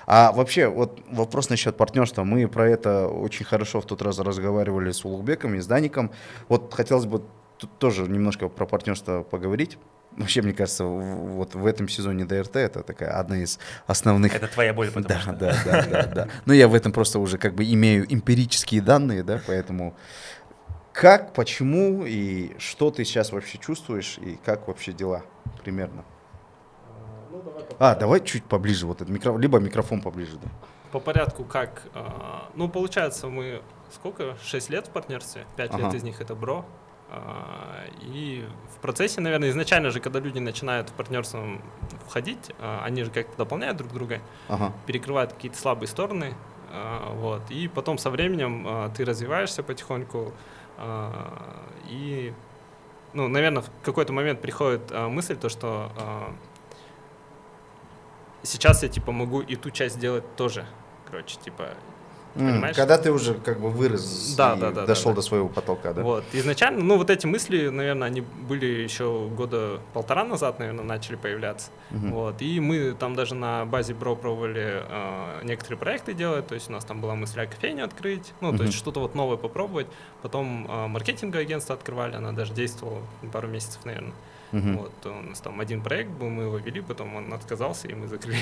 А вообще, вот вопрос насчет партнерства. Мы про это очень хорошо в тот раз разговаривали с Улугбеком и с Даником. Вот хотелось бы тут тоже немножко про партнерство поговорить. Вообще, мне кажется, вот в этом сезоне ДРТ это такая одна из основных... Это твоя боль, потому что... Да. Но я в этом просто уже как бы имею эмпирические данные, да, поэтому как, почему и что ты сейчас вообще чувствуешь и как вообще дела примерно? Давай чуть поближе, вот этот либо микрофон поближе, да. По порядку как? Ну, получается, мы сколько? 6 лет в партнерстве, 5 лет из них это бро. И в процессе, наверное, изначально же, когда люди начинают в партнерство входить, они же как-то дополняют друг друга, перекрывают какие-то слабые стороны, вот. И потом со временем ты развиваешься потихоньку, и, ну, наверное, в какой-то момент приходит мысль, то, что сейчас я, типа, могу и ту часть сделать тоже, короче, типа, понимаешь? Когда ты уже как бы вырос и дошел до своего потолка, да? Вот, изначально, ну, вот эти мысли, наверное, они были еще года полтора назад, наверное, начали появляться, вот, и мы там даже на базе Бро пробовали некоторые проекты делать, то есть у нас там была мысль кофейню открыть, ну, то есть что-то вот новое попробовать, потом маркетинговое агентство открывали, она даже действовала пару месяцев, наверное. Вот, у нас там один проект был, мы его вели, потом он отказался, и мы закрыли.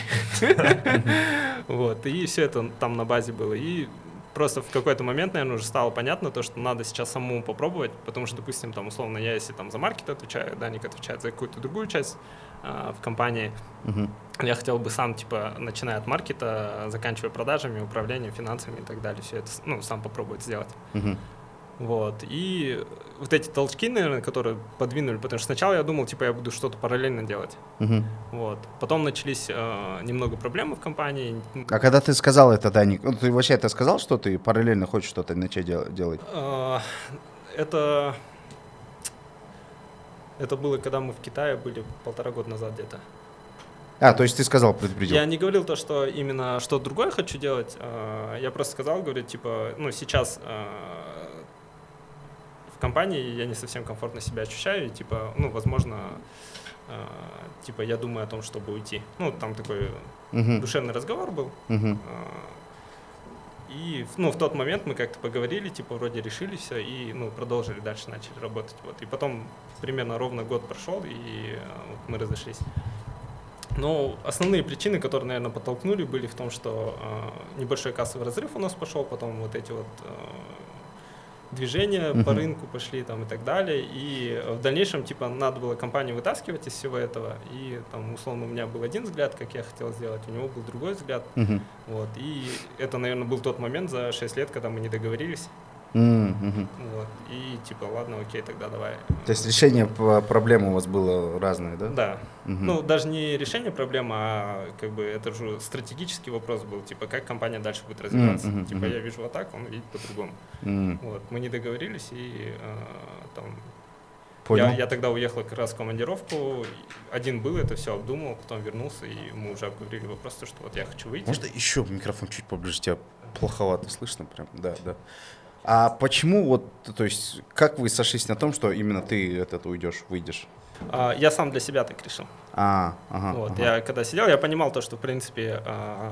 Вот, и все это там на базе было. И просто в какой-то момент, наверное, уже стало понятно то, что надо сейчас самому попробовать, потому что, допустим, там, условно, я если там за маркет отвечаю, Даник отвечает за какую-то другую часть в компании, я хотел бы сам, типа, начиная от маркета, заканчивая продажами, управлением, финансами и так далее, все это, ну, сам попробовать сделать. Вот, и вот эти толчки, наверное, которые подвинули, потому что сначала я думал, типа, я буду что-то параллельно делать, вот, потом начались немного проблемы в компании. А когда ты сказал это, Даник, ты вообще это сказал, что ты параллельно хочешь что-то начать делать? Это было, когда мы в Китае были 1,5 года назад где-то. То есть ты сказал, предупредил? Я не говорил то, что именно что-то другое хочу делать, я просто сказал, говорю, типа, ну, сейчас... в компании я не совсем комфортно себя ощущаю, и, типа, ну, возможно, типа, я думаю о том, чтобы уйти. Ну, там такой душевный разговор был. И, ну, в тот момент мы как-то поговорили, типа, вроде решили все, и, ну, продолжили дальше, начали работать. Вот. И потом примерно ровно год прошел, и мы разошлись. Но основные причины, которые, наверное, подтолкнули, были в том, что небольшой кассовый разрыв у нас пошел, потом вот эти вот... движения по рынку пошли там и так далее, и в дальнейшем, типа, надо было компанию вытаскивать из всего этого, и там, условно, у меня был один взгляд, как я хотел сделать, у него был другой взгляд, вот, и это, наверное, был тот момент за 6 лет, когда мы не договорились, вот, и типа, ладно, окей, тогда давай. То есть решение проблемы у вас было разное, да? Да. Ну, даже не решение проблемы, а как бы это же стратегический вопрос был, типа, как компания дальше будет развиваться. Типа, я вижу вот так, он видит по-другому. Вот, мы не договорились, и там... Я тогда уехал как раз в командировку, один был, это все обдумал, потом вернулся, и мы уже обговорили вопрос, что вот я хочу выйти. Можно еще микрофон чуть поближе, тебя плоховато слышно прям, да. А почему вот, то есть, как вы сошлись на том, что именно ты выйдешь? Я сам для себя так решил. Я когда сидел, я понимал то, что, в принципе,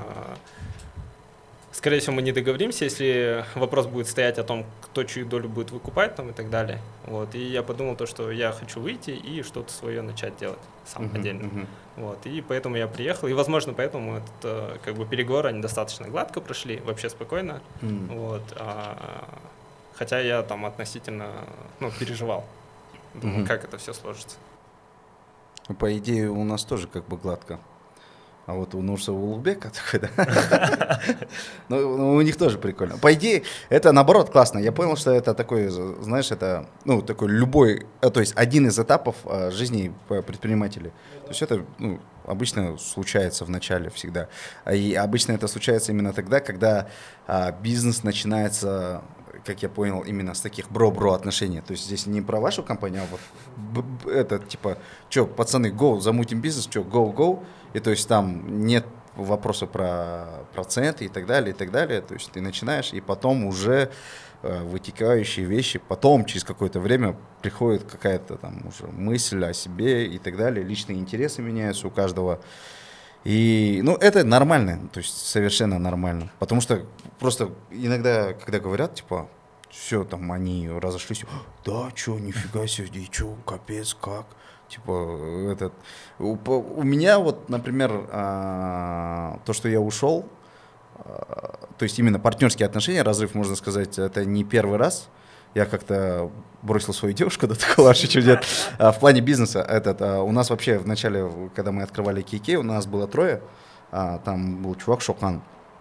скорее всего, мы не договоримся, если вопрос будет стоять о том, кто чью долю будет выкупать там, и так далее. Вот. И я подумал то, что я хочу выйти и что-то свое начать делать сам отдельно. Вот. И поэтому я приехал. И, возможно, поэтому как бы переговоры они достаточно гладко прошли, вообще спокойно. Вот. Хотя я там относительно переживал. Думал, как это все сложится. По идее, у нас тоже как бы гладко. А вот у Нурса Улугбека такой, да? Ну, у них тоже прикольно. По идее, это наоборот классно. Я понял, что это такой, знаешь, это, ну, такой любой, то есть один из этапов жизни предпринимателей. То есть это, ну, обычно случается в начале всегда. И обычно это случается именно тогда, когда бизнес начинается, как я понял, именно с таких бро-бро отношений. То есть здесь не про вашу компанию, а вот это типа, что, пацаны, go, замутим бизнес, что, go. И то есть там нет вопроса про проценты и так далее, и так далее. То есть ты начинаешь, и потом уже вытекающие вещи, потом через какое-то время приходит какая-то там уже мысль о себе и так далее. Личные интересы меняются у каждого. И, ну, это нормально, то есть совершенно нормально. Потому что просто иногда, когда говорят, типа, все, там, они разошлись, да, чё, нифига себе, и чё, капец, как? Типа, этот... У меня вот, например, то, что я ушел, то есть именно партнерские отношения, разрыв, можно сказать, это не первый раз. Я как-то бросил свою девушку до такого, шучу, нет. В плане бизнеса, у нас вообще в начале, когда мы открывали KK, у нас было 3, там был чувак Шокан,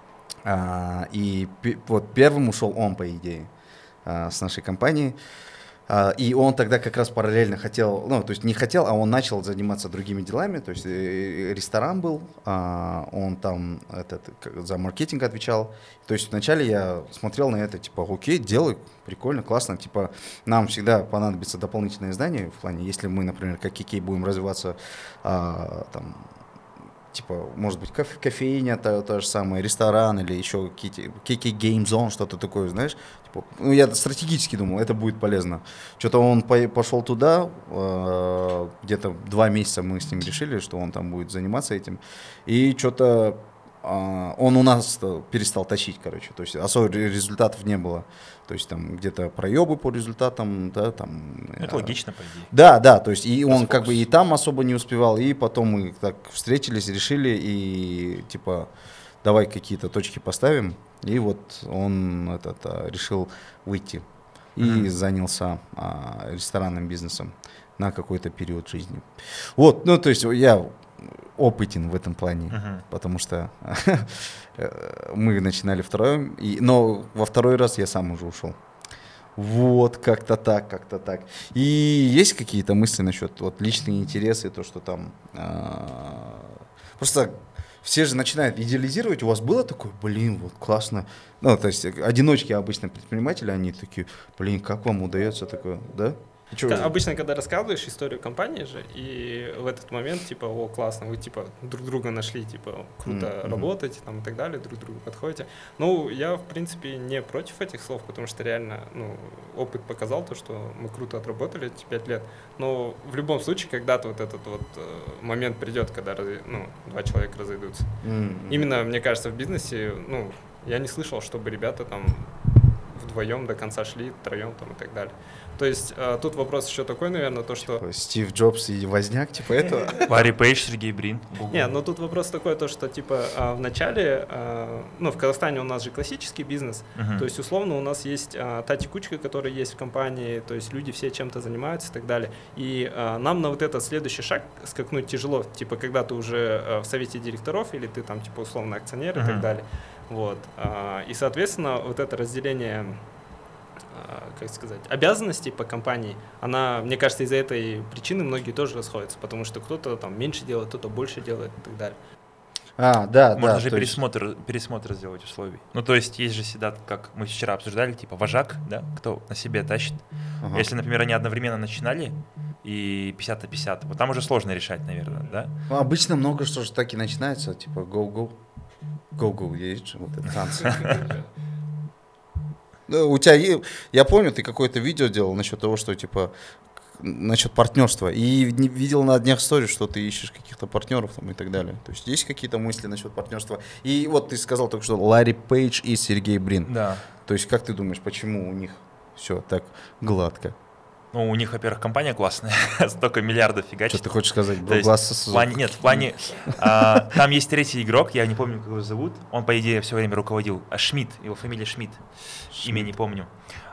и вот первым ушел он, по идее, с нашей компании. И он тогда как раз параллельно хотел, ну, то есть не хотел, а он начал заниматься другими делами, то есть ресторан был, он там за маркетинг отвечал. То есть вначале я смотрел на это, типа, окей, делай, прикольно, классно, типа, нам всегда понадобится дополнительное знание в плане, если мы, например, как KK будем развиваться, там, типа, может быть, кофейня, то же самое, ресторан или еще какие-то KK Game Zone, что-то такое, знаешь. Типа, ну, я стратегически думал, это будет полезно. Что-то он пошел туда, где-то 2 месяца мы с ним решили, что он там будет заниматься этим. И что-то он у нас перестал тащить, короче. То есть особо результатов не было. То есть там где-то проебы по результатам, да, там. Это логично, по идее. Да, то есть и он как бы и там особо не успевал, и потом мы так встретились, решили, и типа давай какие-то точки поставим. И вот он решил выйти и занялся ресторанным бизнесом на какой-то период жизни. Вот, ну то есть я опытен в этом плане, потому что мы начинали втроем, но во второй раз я сам уже ушел. Вот, как-то так. И есть какие-то мысли насчет вот личные интересы, то, что там... Просто все же начинают идеализировать. У вас было такое, блин, вот классно. Ну, то есть одиночки обычно предприниматели, они такие, блин, как вам удается такое, да? Обычно, когда рассказываешь историю компании же, и в этот момент, типа, о, классно, вы, типа, друг друга нашли, типа, круто работаете, там, и так далее, друг другу подходите. Ну, я, в принципе, не против этих слов, потому что реально, ну, опыт показал то, что мы круто отработали эти 5 лет. Но в любом случае, когда-то вот этот вот момент придет, когда, ну, 2 человека разойдутся. Именно, мне кажется, в бизнесе, ну, я не слышал, чтобы ребята там вдвоем до конца шли, втроем там и так далее. То есть тут вопрос еще такой, наверное, то, что... Типа Стив Джобс и Возняк, типа этого? Ларри Пейдж, Сергей Брин. Не, ну тут вопрос такой, то, что типа в начале, ну в Казахстане у нас же классический бизнес, то есть условно у нас есть та текучка, которая есть в компании, то есть люди все чем-то занимаются и так далее. И нам на вот этот следующий шаг скакнуть тяжело, типа когда ты уже в совете директоров или ты там типа условно акционер и так далее. Вот. И, соответственно, вот это разделение, как сказать, обязанностей по компании, она, мне кажется, из-за этой причины многие тоже расходятся, потому что кто-то там меньше делает, кто-то больше делает и так далее. Да. Можно же пересмотр сделать условий. Ну, то есть же всегда, как мы вчера обсуждали, типа вожак, да, кто на себе тащит. Если, например, они одновременно начинали, и 50 на 50, вот там уже сложно решать, наверное, да? Ну, обычно много что же так и начинается, типа go-go. Go-go, есть же вот это танцы. У тебя, я помню, ты какое-то видео делал насчет того, что типа насчет партнерства, и видел на днях историю, что ты ищешь каких-то партнеров там и так далее. То есть есть какие-то мысли насчет партнерства? И вот ты сказал только что Ларри Пейдж и Сергей Брин. Да. То есть как ты думаешь, почему у них все так гладко? Ну, у них, во-первых, компания классная, столько миллиардов фигачит. Что ты хочешь сказать? Нет, в плане, там есть третий игрок, я не помню, как его зовут, он, по идее, все время руководил, Шмидт, его фамилия Шмидт, имя не помню.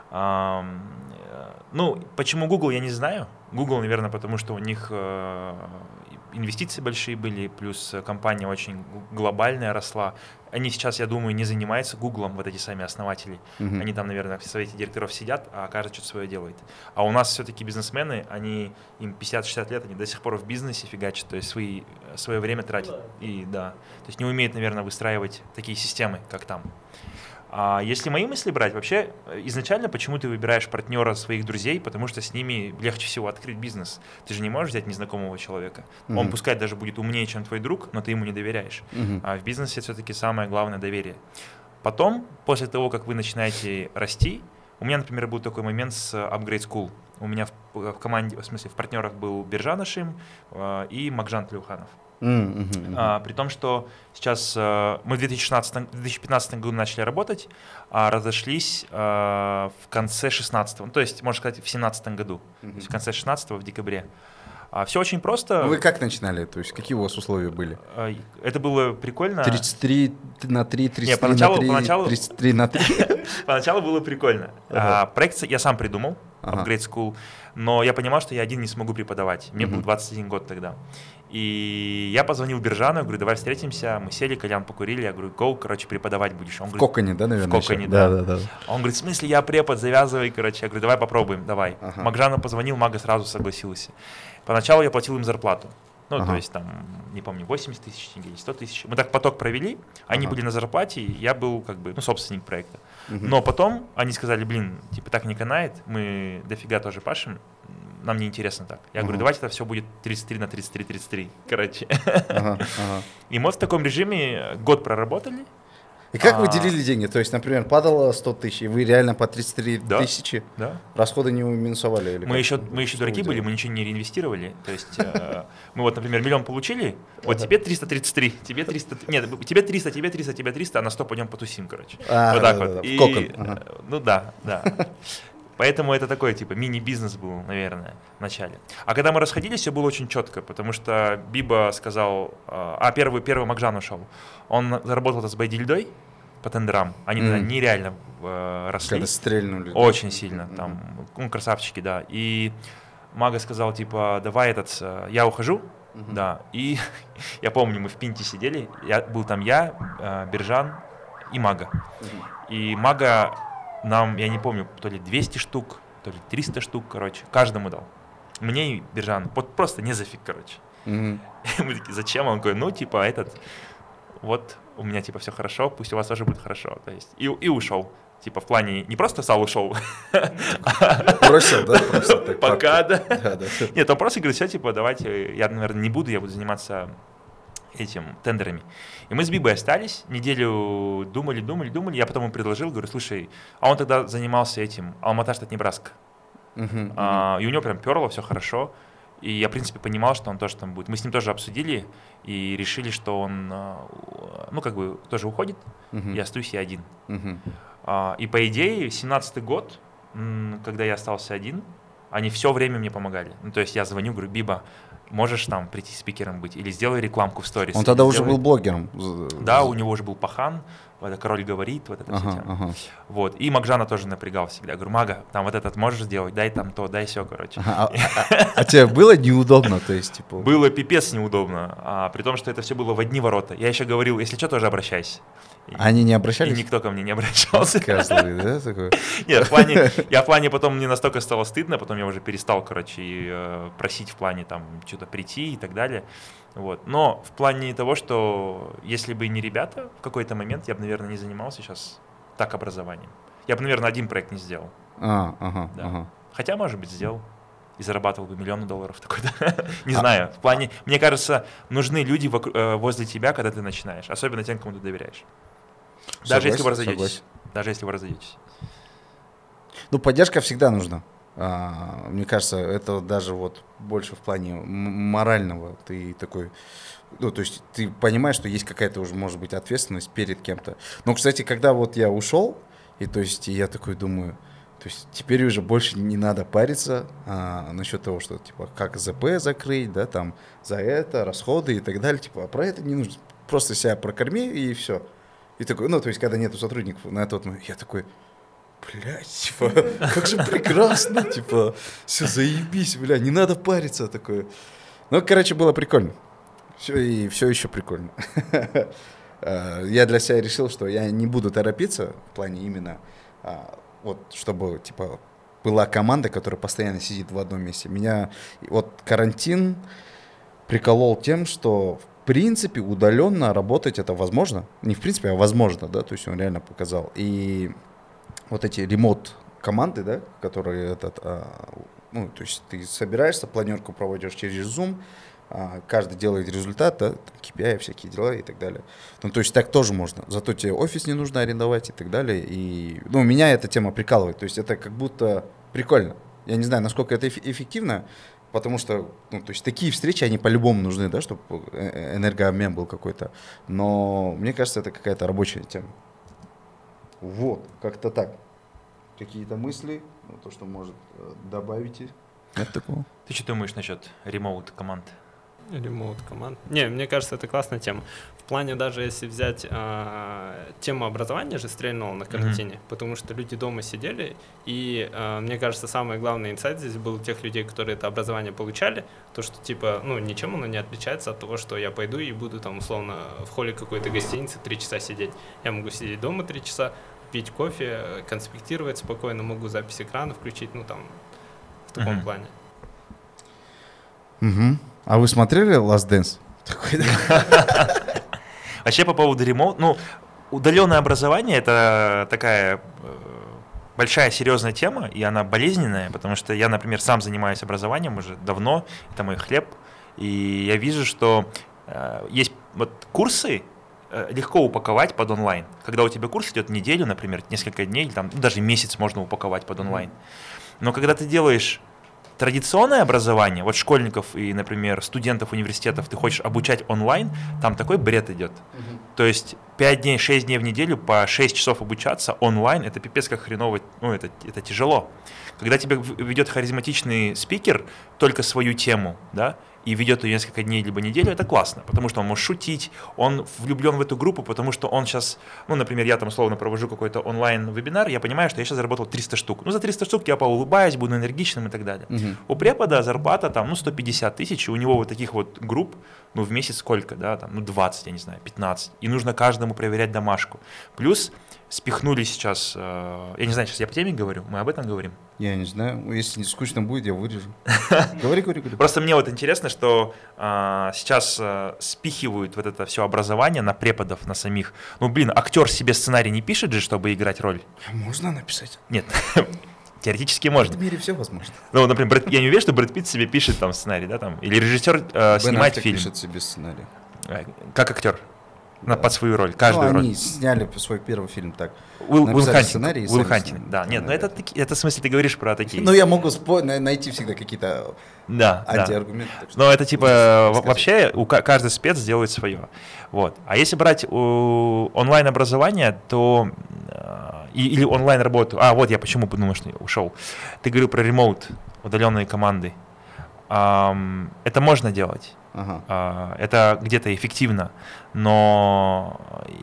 Ну, почему Google, я не знаю. Google, наверное, потому что у них инвестиции большие были, плюс компания очень глобальная росла. Они сейчас, я думаю, не занимаются Гуглом, вот эти сами основатели. Они там, наверное, в совете директоров сидят, а каждый что-то свое делает. А у нас все-таки бизнесмены, им 50-60 лет, они до сих пор в бизнесе фигачат, то есть свое время тратят. И да, то есть не умеют, наверное, выстраивать такие системы, как там. А если мои мысли брать, вообще изначально почему ты выбираешь партнера своих друзей, потому что с ними легче всего открыть бизнес. Ты же не можешь взять незнакомого человека. Он пускай даже будет умнее, чем твой друг, но ты ему не доверяешь. А в бизнесе все-таки самое главное доверие. Потом, после того, как вы начинаете расти, у меня, например, был такой момент с Upgrade School. У меня в команде, в смысле, в партнерах был Биржан Ашим и Макжан Тлеуханов. При том, что сейчас мы в 2015 году начали работать, а разошлись в конце 16-го, то есть, можно сказать, в 17 году, то есть в конце 16-го, в декабре. Все очень просто. Вы как начинали? То есть какие у вас условия были? Это было прикольно. 33 на 3, 33 Нет, на 3, 33 на 3. Поначалу было прикольно. Проект я сам придумал, Upgrade School, но я понимал, что я один не смогу преподавать. Мне был 21 год тогда. И я позвонил Биржану, я говорю, давай встретимся. Мы сели, кальян покурили, я говорю, go, короче, преподавать будешь. Он В говорит, Коконе, да, наверное? В Коконе, да. Он говорит, в смысле, я препод, завязывай, короче. Я говорю, давай попробуем, давай. Макжану позвонил, Мага сразу согласился. Поначалу я платил им зарплату. То есть там, не помню, 80 тысяч тенге, 100 тысяч. Мы так поток провели, они были на зарплате, я был как бы, собственник проекта. Но потом они сказали, блин, типа так не канает, мы дофига тоже пашем, нам не интересно так. Я говорю, давайте это все будет 33 на 33, 33, короче. И мы в таком режиме год проработали. И как вы делили деньги? То есть, например, падало 100 тысяч, и вы реально по 33 тысячи расходы не минусовали? Или мы еще дураки были, мы ничего не реинвестировали. То есть мы вот, например, 1 миллион получили, вот тебе 333, тебе 300, нет, тебе 300, тебе 300, тебе 300, а на 100 пойдем потусим, короче. Вот так вот. В кокон. Ну да. Поэтому это такой, типа, мини-бизнес был, наверное, в начале. А когда мы расходились, все было очень четко, потому что Биба сказал... первый Макжан ушел. Он заработал с Байдильдой по тендерам. Они тогда нереально росли. Когда стрельнули. Очень сильно. Там, красавчики, да. И Мага сказал, типа, давай я ухожу. Да. И я помню, мы в Пинте сидели. Был там я, Биржан и Мага. И Мага... Нам, я не помню, то ли 200 штук, то ли 300 штук, короче, каждому дал. Мне и Биржану. Вот просто не зафиг, короче. Мы такие, зачем? Он такой, вот у меня, типа, все хорошо, пусть у вас тоже будет хорошо. То есть, и ушел. Типа, в плане, не просто стал ушел. Бросил, да? Просто так. Пока, да. Нет, он просто говорит, все, типа, давайте, я, наверное, не буду, я буду заниматься тендерами. И мы с Бибой остались, неделю думали, я потом ему предложил, говорю, слушай, а он тогда занимался Алмата, штат Небраска. И у него прям перло, все хорошо. И я, в принципе, понимал, что он тоже там будет. Мы с ним тоже обсудили и решили, что он, тоже уходит, и остаюсь я один. И по идее, 17-й год, когда я остался один, они все время мне помогали. То есть я звоню, говорю, Биба, можешь там прийти спикером быть или сделай рекламку в сторис. Он тогда уже был блогером. Да, у него уже был Пахан, «Король говорит», вот это все тема. Вот. И Макжана тоже напрягал всегда. Я говорю, Мага, там вот этот можешь сделать, дай там то, дай все, короче. А тебе было неудобно? То есть, типа... Было пипец неудобно, при том, что это все было в одни ворота. Я еще говорил, если что, тоже обращайся. Они не обращались? И никто ко мне не обращался. Козлы, да, такое? Нет, в плане потом мне настолько стало стыдно, потом я уже перестал, короче, просить в плане там что-то прийти и так далее. Вот. Но в плане того, что если бы не ребята, в какой-то момент я бы, наверное, не занимался сейчас так образованием. Я бы, наверное, один проект не сделал. Хотя, может быть, сделал. И зарабатывал бы $1 000 000 такой-то. Не знаю. В плане, мне кажется, нужны люди возле тебя, когда ты начинаешь. Особенно тем, кому ты доверяешь. Даже если вы разойдетесь. Ну, поддержка всегда нужна. Мне кажется, это даже вот больше в плане морального. Ты такой, то есть ты понимаешь, что есть какая-то уже, может быть, ответственность перед кем-то. Но, кстати, когда вот я ушел, и то есть я такой думаю, то есть теперь уже больше не надо париться насчет того, что типа как ЗП закрыть, да, там за это, расходы и так далее. Типа, про это не нужно. Просто себя прокорми и все. И такой, то есть, когда нету сотрудников на тот момент, я такой, блядь, типа, как же прекрасно, типа, все, заебись, бля, не надо париться, такое. Короче, было прикольно. Все еще прикольно. Я для себя решил, что я не буду торопиться в плане именно, вот, чтобы, типа, была команда, которая постоянно сидит в одном месте. Меня вот карантин приколол тем, что в принципе удаленно работать это возможно. Не в принципе, а возможно, да, то есть он реально показал. И вот эти ремонт команды, да, которые то есть ты собираешься, планерку проводишь через Zoom, каждый делает результат, да, KPI, всякие дела и так далее. То есть так тоже можно. Зато тебе офис не нужно арендовать и так далее. И, меня эта тема прикалывает. То есть это как будто прикольно. Я не знаю, насколько это эффективно. потому что, ну, то есть такие встречи, они по-любому нужны, да, чтобы энергообмен был какой-то. Но мне кажется, это какая-то рабочая тема. Вот, как-то так. Какие-то мысли, то, что может добавить. Нет такого? Ты что думаешь насчет ремоут команд? Ремоут команд. Не, мне кажется, это классная тема. В плане даже если взять тему образования же стрельнула на карантине, потому что люди дома сидели, и мне кажется, самый главный инсайт здесь был у тех людей, которые это образование получали, то, что типа, ну, ничем оно не отличается от того, что я пойду и буду там условно в холле какой-то гостиницы 3 часа сидеть. Я могу сидеть дома 3 часа, пить кофе, конспектировать спокойно, могу запись экрана включить, ну там, в таком плане. А вы смотрели Last Dance? Вообще по поводу ремоут, ну, удаленное образование — это такая большая серьезная тема, и она болезненная, потому что я, например, сам занимаюсь образованием уже давно, это мой хлеб, и я вижу, что есть вот курсы, легко упаковать под онлайн. Когда у тебя курс идет неделю, например, несколько дней, там, даже месяц можно упаковать под онлайн. Но когда ты делаешь традиционное образование, вот школьников и, например, студентов университетов ты хочешь обучать онлайн, там такой бред идет. То есть 5 дней, 6 дней в неделю по 6 часов обучаться онлайн, это пипец как хреново, ну это тяжело. Когда тебя ведет харизматичный спикер, только свою тему, да, и ведет ее несколько дней либо неделю, это классно, потому что он может шутить, он влюблен в эту группу, потому что он сейчас, ну, например, я там условно провожу какой-то онлайн-вебинар, я понимаю, что я сейчас заработал 300 штук. Ну, за 300 штук я поулыбаюсь, буду энергичным и так далее. У препода зарплата там, ну, 150 тысяч, и у него вот таких вот групп, ну, в месяц сколько, да, там, ну, 20, я не знаю, 15. И нужно каждому проверять домашку. Плюс спихнули сейчас, я не знаю, сейчас я по теме говорю, мы об этом говорим? Я не знаю, если не скучно будет, я вырежу. Говори. Просто мне вот интересно, что сейчас спихивают вот это все образование на преподов, на самих. Ну, блин, актер себе сценарий не пишет же, чтобы играть роль? Можно написать? Нет. Теоретически можно. В этом мире все возможно. Ну, например, я не уверен, что Брэд Питт себе пишет там сценарий, да, там, или режиссер снимает фильм. пишет себе сценарий. Как актер. Под свою роль, каждую роль. Они сняли свой первый фильм так. Уилл Хантинг, да. Нет, но это в смысле ты говоришь про такие. Ну, я могу найти всегда какие-то антиаргументы. Но это типа вообще каждый спец делает свое. Вот. А если брать онлайн-образование, то или онлайн-работу. Вот я почему подумал, что я ушел. Ты говорил про ремоут, удаленные команды. Это можно делать. Это где-то эффективно, но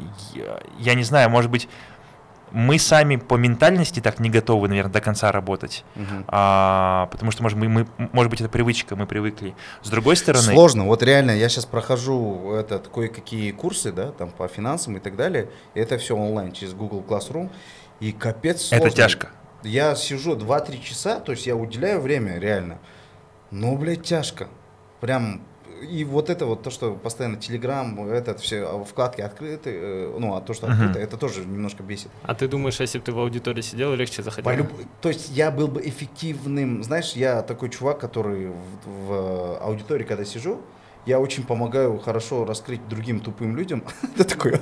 я не знаю, может быть, мы сами по ментальности так не готовы, наверное, до конца работать, потому что, может быть, это привычка, мы привыкли. С другой стороны... Сложно, вот реально, я сейчас прохожу кое-какие курсы, да, там по финансам и так далее, и это все онлайн, через Google Classroom, и капец сложно. Это тяжко. Я сижу 2-3 часа, то есть я уделяю время, реально, но, блядь, тяжко, прям... И вот это вот то, что постоянно Telegram, это все вкладки открыты, то, что открыто, это тоже немножко бесит. А ты думаешь, если бы ты в аудитории сидел, легче заходил? То есть я был бы эффективным, знаешь, я такой чувак, который в аудитории, когда сижу, я очень помогаю хорошо раскрыть другим тупым людям. Это такое.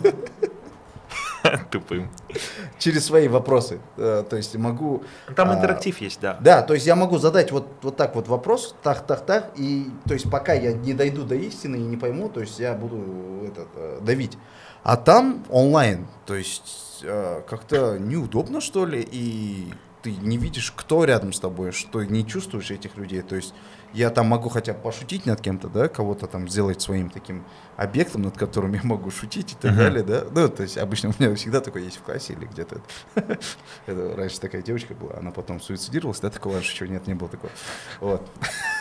Тупым. Через свои вопросы. То есть могу... Там интерактив есть, да. Да, то есть я могу задать вот так вот вопрос, так, и то есть пока я не дойду до истины и не пойму, то есть я буду давить. А там онлайн, то есть как-то неудобно, что ли, и ты не видишь, кто рядом с тобой, что не чувствуешь этих людей, то есть я там могу хотя бы пошутить над кем-то, да, кого-то там сделать своим таким объектом, над которым я могу шутить и так далее, да. Ну, то есть обычно у меня всегда такое есть в классе или где-то. Это раньше такая девочка была, она потом суицидировалась, да, такого раньше чего нет, не было такого. Вот.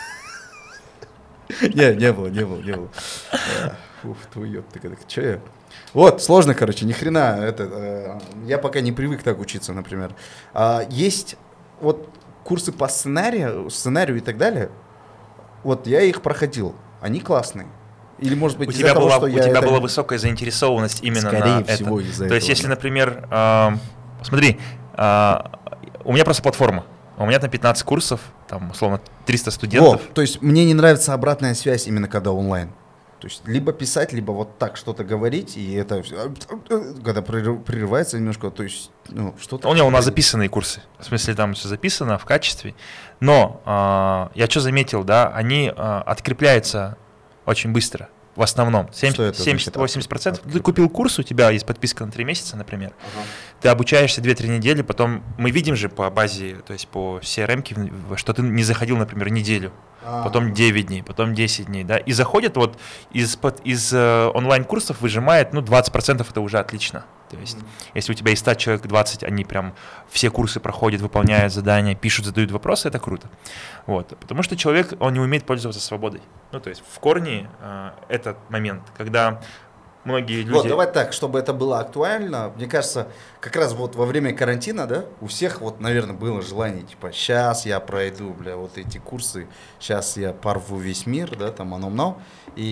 Не было. Уф, твою, ты что я? Вот, сложно, короче, ни хрена. Я пока не привык так учиться, например. Есть вот курсы по сценарию и так далее. Вот я их проходил, они классные. Или, может быть, у тебя была высокая заинтересованность именно скорее на всего, это. Из-за То есть, если, например, смотри, у меня просто платформа. У меня там 15 курсов, там, условно, 300 студентов. То есть мне не нравится обратная связь именно когда онлайн. То есть либо писать, либо вот так что-то говорить, и это когда прерывается немножко, то есть что-то... У нас записанные курсы, в смысле там все записано в качестве, но я что заметил, да, они открепляются очень быстро. В основном 70-80%. Ты купил курс, у тебя есть подписка на 3 месяца, например. Ты обучаешься 2-3 недели, потом мы видим же по базе, то есть по CRM-ке, что ты не заходил, например, неделю, потом 9 дней, потом 10 дней, да, и заходит вот из онлайн-курсов выжимает, 20% это уже отлично. То есть, если у тебя есть 100 человек, 20, они прям все курсы проходят, выполняют задания, пишут, задают вопросы, это круто. Вот. Потому что человек, он не умеет пользоваться свободой. То есть, в корне этот момент, когда многие люди... Вот, давай так, чтобы это было актуально, мне кажется, как раз вот во время карантина, да, у всех вот, наверное, было желание, типа, сейчас я пройду, вот эти курсы, сейчас я порву весь мир, да, там, но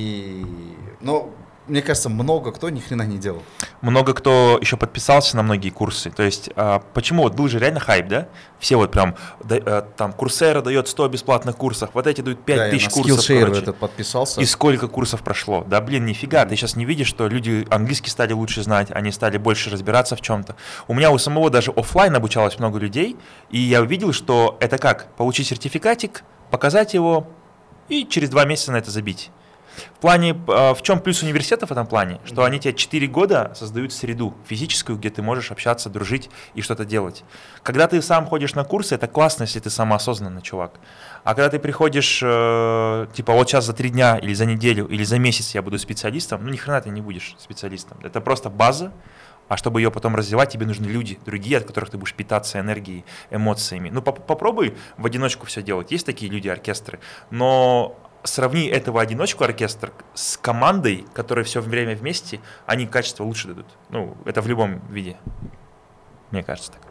мне кажется, много кто ни хрена не делал. Много кто еще подписался на многие курсы. То есть, почему? Вот был же реально хайп, да? Все вот прям, там, Coursera дает 100 бесплатных курсов, вот эти дают 5000 курсов. Да, я на Skillshare этот подписался. И сколько курсов прошло? Да, блин, нифига, ты сейчас не видишь, что люди английский стали лучше знать, они стали больше разбираться в чем-то. У меня у самого даже офлайн обучалось много людей, и я увидел, что это как? Получить сертификатик, показать его и через 2 месяца на это забить. В плане, в чем плюс университета в этом плане? Что они тебе 4 года создают среду физическую, где ты можешь общаться, дружить и что-то делать. Когда ты сам ходишь на курсы, это классно, если ты самоосознанный чувак. А когда ты приходишь, типа, вот сейчас за 3 дня, или за неделю, или за месяц я буду специалистом, ни хрена ты не будешь специалистом. Это просто база, а чтобы ее потом развивать, тебе нужны люди, другие, от которых ты будешь питаться энергией, эмоциями. Попробуй в одиночку все делать. Есть такие люди, оркестры, но... Сравни этого одиночку оркестр с командой, которая все время вместе, они качество лучше дадут. Это в любом виде. Мне кажется так.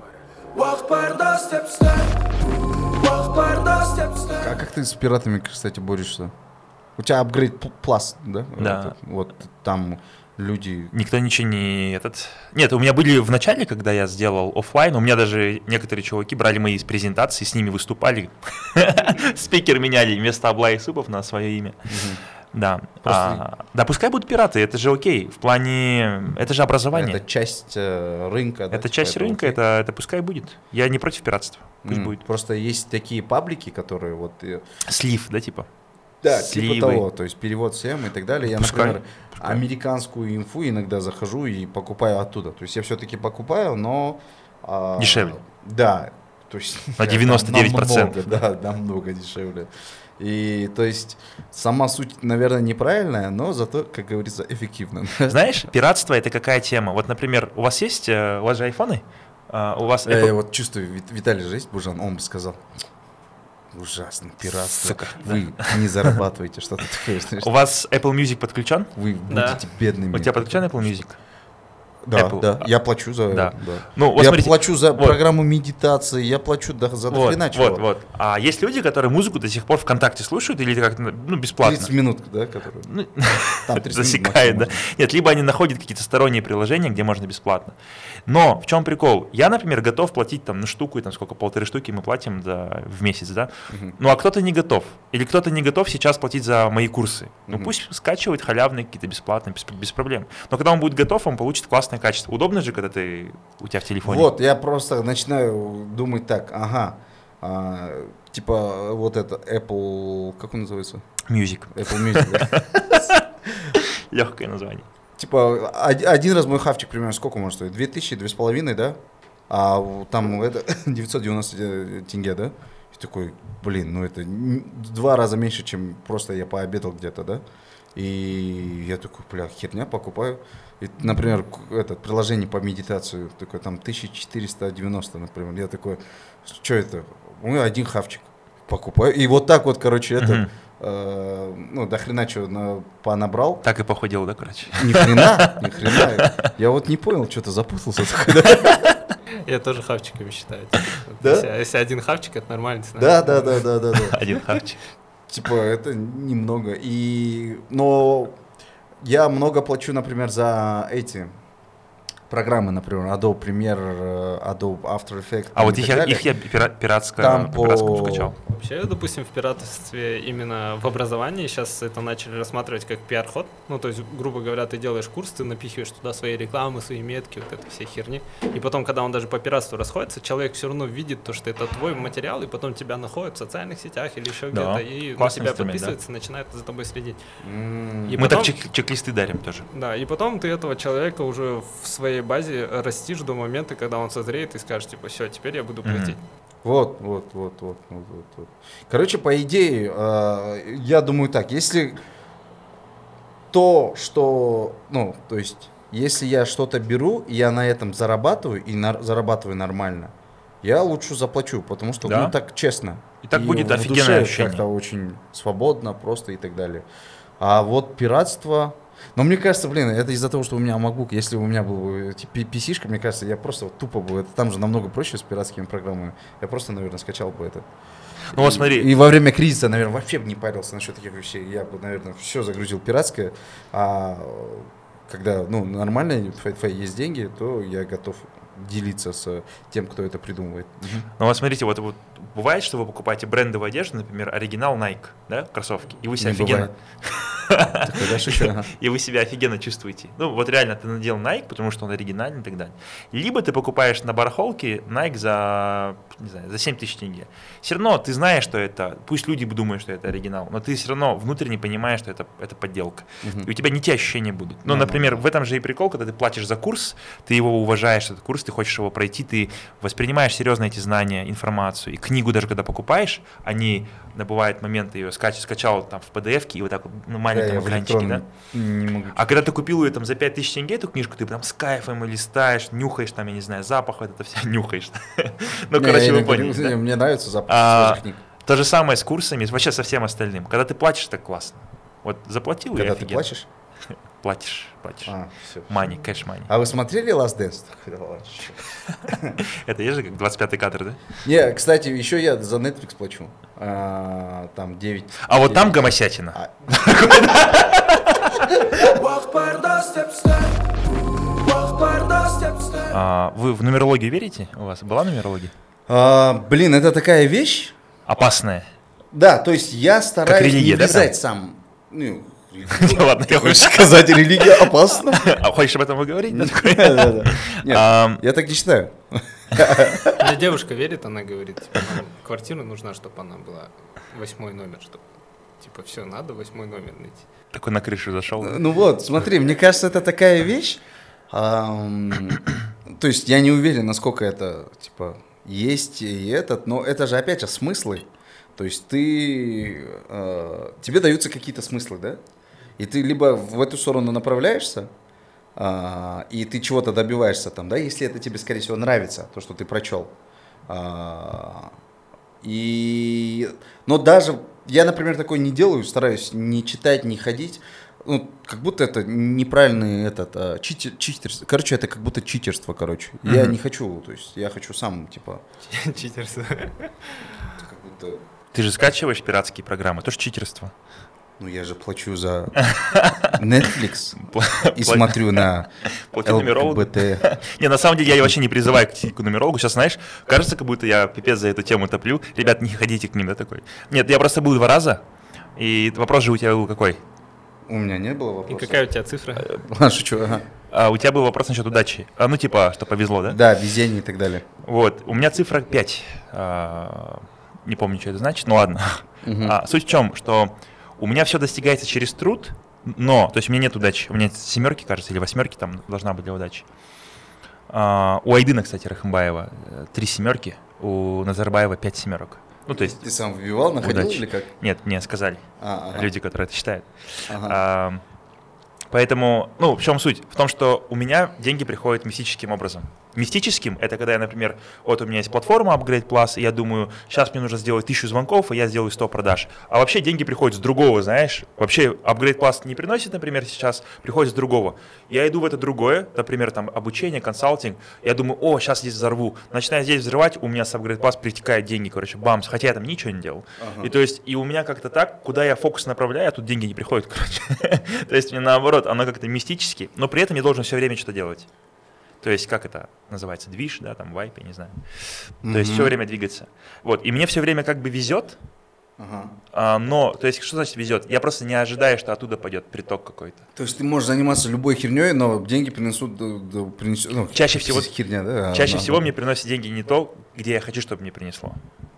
Как ты с пиратами, кстати, борешься? У тебя апгрейд пласт, да? Да. Вот там люди... Никто ничего не... Нет, у меня были в начале, когда я сделал офлайн, у меня даже некоторые чуваки брали мои презентации, с ними выступали. Спикер меняли вместо Абла и Супов на свое имя. Да. Да, пускай будут пираты, это же окей. В плане... Это же образование. Это часть рынка. Это часть рынка, это пускай будет. Я не против пиратства. Пусть будет. Просто есть такие паблики, которые вот... Слив, да, типа? Да, типа того, то есть перевод всем и так далее. Я, например, американскую инфу иногда захожу и покупаю оттуда. То есть я все-таки покупаю, но... Дешевле. Да. То есть, на 99%. Намного дешевле. И то есть сама суть, наверное, неправильная, но зато, как говорится, эффективно. Знаешь, пиратство — это какая тема? Вот, например, у вас же айфоны? У вас Я вот чувствую, Виталий же есть, Бужан, он бы сказал... Ужасно, пиратство. Сука, вы не зарабатываете что-то такое. У вас Apple Music подключен? Вы будете бедными. У тебя подключен Apple Music? Да, Apple. да. Я плачу за... Да. Да. Я плачу за программу медитации, я плачу за дохрена чего. Вот. А есть люди, которые музыку до сих пор ВКонтакте слушают или как-то бесплатно? 30 минут, да, которые... Там 30 засекает, да? Нет, либо они находят какие-то сторонние приложения, где можно бесплатно. Но в чем прикол? Я, например, готов платить там на штуку, там сколько, 1,5 штуки мы платим в месяц, да? Ну, а кто-то не готов. Или кто-то не готов сейчас платить за мои курсы. Ну, пусть скачивает халявные какие-то бесплатные, без проблем. Но когда он будет готов, он получит классное качество. Удобно же, когда у тебя в телефоне. Вот, я просто начинаю думать так, типа вот это Apple, как он называется? Music. Apple Music, да. Легкое название. Типа один раз мой хавчик примерно сколько может стоить? 2000, 2,5, да? А там это 990 тенге, да? И такой, блин, это 2 раза меньше, чем просто я пообедал где-то, да? И я такой, херня, покупаю. И, например, это приложение по медитации, такое там 1490, например. Я такой, что это? У меня один хавчик. Покупаю. И вот так вот, короче, это, до хрена что понабрал. Так и похудел, да, короче? Ни хрена. Я вот не понял, что-то запутался. Я тоже хавчиками считаю. Да? Если один хавчик, это нормально. Да. Один хавчик. Типа, это немного. Но я много плачу, например, за программы, например, Adobe Premiere, Adobe After Effects. А вот их я пиратскую скачал. Вообще, допустим, в пиратстве именно в образовании сейчас это начали рассматривать как пиар-ход. Ну, то есть, грубо говоря, ты делаешь курс, ты напихиваешь туда свои рекламы, свои метки, вот это все херни. И потом, когда он даже по пиратству расходится, человек все равно видит то, что это твой материал, и потом тебя находят в социальных сетях или еще где-то, и на тебя подписывается, начинает за тобой следить. И мы потом, так чек-листы дарим тоже. Да, и потом ты этого человека уже в своей базе растишь до момента, когда он созреет и скажешь, типа, все, теперь я буду платить. Вот. Короче, по идее, я думаю так, если то, что, ну, то есть, если я что-то беру, и я на этом зарабатываю, и зарабатываю нормально, я лучше заплачу, потому что, ну, так честно. И так будет офигенное ощущение. Как-то очень свободно, просто и так далее. А вот пиратство... Но мне кажется, блин, это из-за того, что у меня MacBook, если у меня был бы PC-шка, мне кажется, я просто вот тупо бы, там же намного проще с пиратскими программами, я просто, наверное, скачал бы это. Ну вот смотри. И во время кризиса, наверное, вообще бы не парился насчет таких вещей, я бы, наверное, все загрузил пиратское, а когда, ну, нормально, есть деньги, то я готов делиться с тем, кто это придумывает. Ну вот смотрите, вот бывает, что вы покупаете брендовую одежду, например, оригинал Nike, да, кроссовки, и вы себя офигенно... И вы себя офигенно чувствуете. Ну вот реально ты надел Nike, потому что он оригинальный и так далее. Либо ты покупаешь на барахолке Nike за, не знаю, за 7 тысяч тенге. Все равно ты знаешь, что это, пусть люди думают, что это оригинал, но ты все равно внутренне понимаешь, что это подделка. И у тебя не те ощущения будут. Ну, например, в этом же и прикол, когда ты платишь за курс, ты его уважаешь, этот курс, ты хочешь его пройти, ты воспринимаешь серьезно эти знания, информацию. И книгу даже когда покупаешь, они, бывают моменты, ее скачал там в PDF-ке и вот так вот на маленьком экранчике, да? А когда ты купил ее там за 5000 тенге, эту книжку, ты там с кайфом листаешь, нюхаешь там, я не знаю, запах, это все нюхаешь. Ну, короче, вы поняли. Мне нравится запах свежих книг. То же самое с курсами, вообще со всем остальным. Когда ты платишь, так классно. Вот заплатил и офигенно. Когда ты платишь? Платишь. Money, cash money. А вы смотрели Last Dance? Это есть же как 25-й кадр, да? Не, кстати, еще я за Netflix плачу. Там 9. А вот там гомосятина. Вы в нумерологию верите? У вас была нумерология? Блин, это такая вещь. Опасная. Да, то есть я стараюсь религия, не влезать сам. Ладно, ты хочешь сказать, религия опасна? А хочешь об этом поговорить? Нет, я так не считаю. Мне девушка верит, она говорит, квартира нужна, чтобы она была 8 номер, чтобы типа все, надо 8 номер найти. Такой на крышу зашел. Ну вот, смотри, мне кажется, это такая вещь. То есть я не уверен, насколько это типа есть и этот, но это же опять же смыслы. То есть тебе даются какие-то смыслы, да? И ты либо в эту сторону направляешься, и ты чего-то добиваешься там, да, если это тебе, скорее всего, нравится, то, что ты прочел. Но даже я, например, такое не делаю, стараюсь не читать, не ходить, ну, как будто это неправильный читерство. Короче, это как будто читерство, короче. Я не хочу, то есть я хочу сам, типа... Читерство. Как будто... Ты же скачиваешь пиратские программы, тоже читерство. Ну, я же плачу за Netflix и смотрю на ЛГБТ. Не, на самом деле я вообще не призываю к нумерологу. Сейчас, знаешь, кажется, как будто я пипец за эту тему топлю. Ребят, не ходите к ним, да, такой. Нет, я просто был 2 раза, и вопрос же у тебя был какой? У меня не было вопроса. И какая у тебя цифра? Шучу, ага. У тебя был вопрос насчет удачи. Ну, типа, что повезло, да? Да, везение и так далее. Вот, у меня цифра 5. Не помню, что это значит, но ладно. Суть в чем, что у меня все достигается через труд, но, то есть у меня нет удачи. У меня 7, кажется, или 8 там должна быть для удачи. У Айдына, кстати, Рахымбаева 3 7, у Назарбаева 5 7. Ну, то есть... Ты сам вбивал, находил удачи. или как? Нет, мне сказали. Люди, которые это считают. Ага. Поэтому, ну, в чем суть? В том, что у меня деньги приходят мистическим образом. Мистическим — это когда я, например, вот у меня есть платформа Upgrade Plus, и я думаю, сейчас мне нужно сделать 1000 звонков, и я сделаю 100 продаж. А вообще деньги приходят с другого, знаешь. Вообще Upgrade Plus не приносит, например, сейчас, приходит с другого. Я иду в это другое, например, там обучение, консалтинг. Я думаю, сейчас здесь взорву. Начинаю здесь взрывать, у меня с Upgrade Plus притекают деньги, короче, бамс, хотя я там ничего не делал. И то есть, и у меня как-то так, куда я фокус направляю, а тут деньги не приходят, короче. То есть, мне наоборот, оно как-то мистически, но при этом я должен все время что-то делать. То есть, как это называется, движ, да, там, вайп, я не знаю. То есть все время двигаться. Вот, и мне все время как бы везет, но, то есть, что значит везет? Я просто не ожидаю, что оттуда пойдет приток какой-то. То есть ты можешь заниматься любой херней, но деньги принесут, ну, чаще всего, херня, да? Чаще всего мне приносит деньги не то, где я хочу, чтобы мне принесло.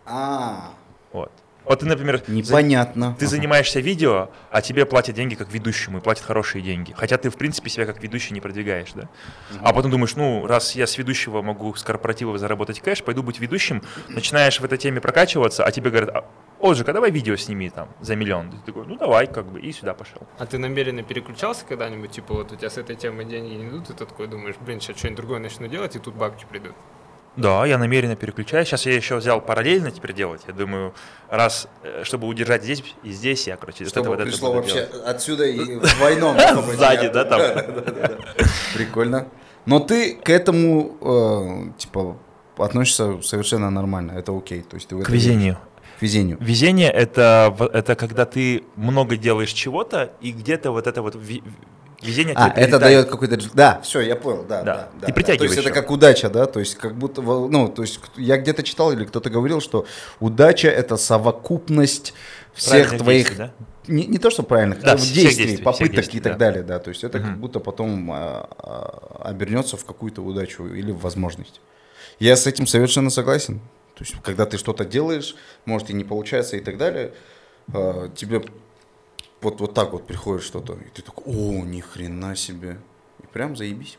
Вот. Вот ты, например, непонятно. Ты занимаешься видео, а тебе платят деньги как ведущему, и платят хорошие деньги. Хотя ты, в принципе, себя как ведущий не продвигаешь, да? А потом думаешь, ну, раз я с ведущего могу с корпоратива заработать кэш, пойду быть ведущим, начинаешь в этой теме прокачиваться, а тебе говорят, Оджик, а давай видео сними там за миллион. Ты такой, ну давай, как бы, и сюда пошел. А ты намеренно переключался когда-нибудь, типа вот у тебя с этой темы деньги не идут, и ты такой думаешь, блин, сейчас что-нибудь другое начну делать, и тут бабки придут? Да, я намеренно переключаюсь. Сейчас я еще взял параллельно теперь делать. Я думаю, раз, чтобы удержать здесь и здесь, я, короче, чтобы вот пришло это вообще отсюда и вдвойном. Сзади, да, там. Прикольно. Но ты к этому, типа, относишься совершенно нормально, это окей. То есть ты к везению. К везению. Везение это когда ты много делаешь чего-то, и где-то вот это вот везение тебе прилетает. Это дает какой-то... Да, все, я понял, да. Ты притягиваешь. То есть это как удача, да? То есть как будто... Ну, то есть я где-то читал или кто-то говорил, что удача — это совокупность всех твоих... Действий, да? Не то, что правильных, да, действий, попыток действий, и так далее, да. То есть это как будто потом обернется в какую-то удачу или в возможность. Я с этим совершенно согласен. То есть когда ты что-то делаешь, может и не получается и так далее, тебе... Вот так вот приходит что-то, и ты такой, о, ни хрена себе. И прям заебись.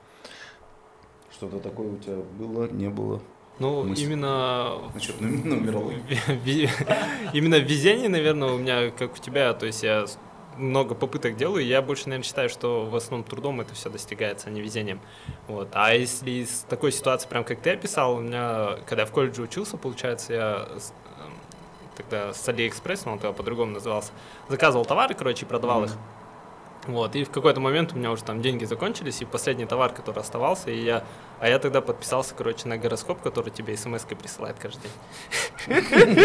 Что-то такое у тебя было, не было? Ну, мысли? именно... Насчет нумерологии. Именно везение, наверное, у меня, как у тебя, то есть я много попыток делаю, и я больше, наверное, считаю, что в основном трудом это все достигается, а не везением. Вот. А если из такой ситуации, прям как ты описал, у меня, когда я в колледже учился, получается, я... тогда с Алиэкспресс, он тогда по-другому назывался, заказывал товары, короче, и продавал их. Вот, и в какой-то момент у меня уже там деньги закончились, и последний товар, который оставался, я тогда подписался, короче, на гороскоп, который тебе смс-кой присылает каждый день.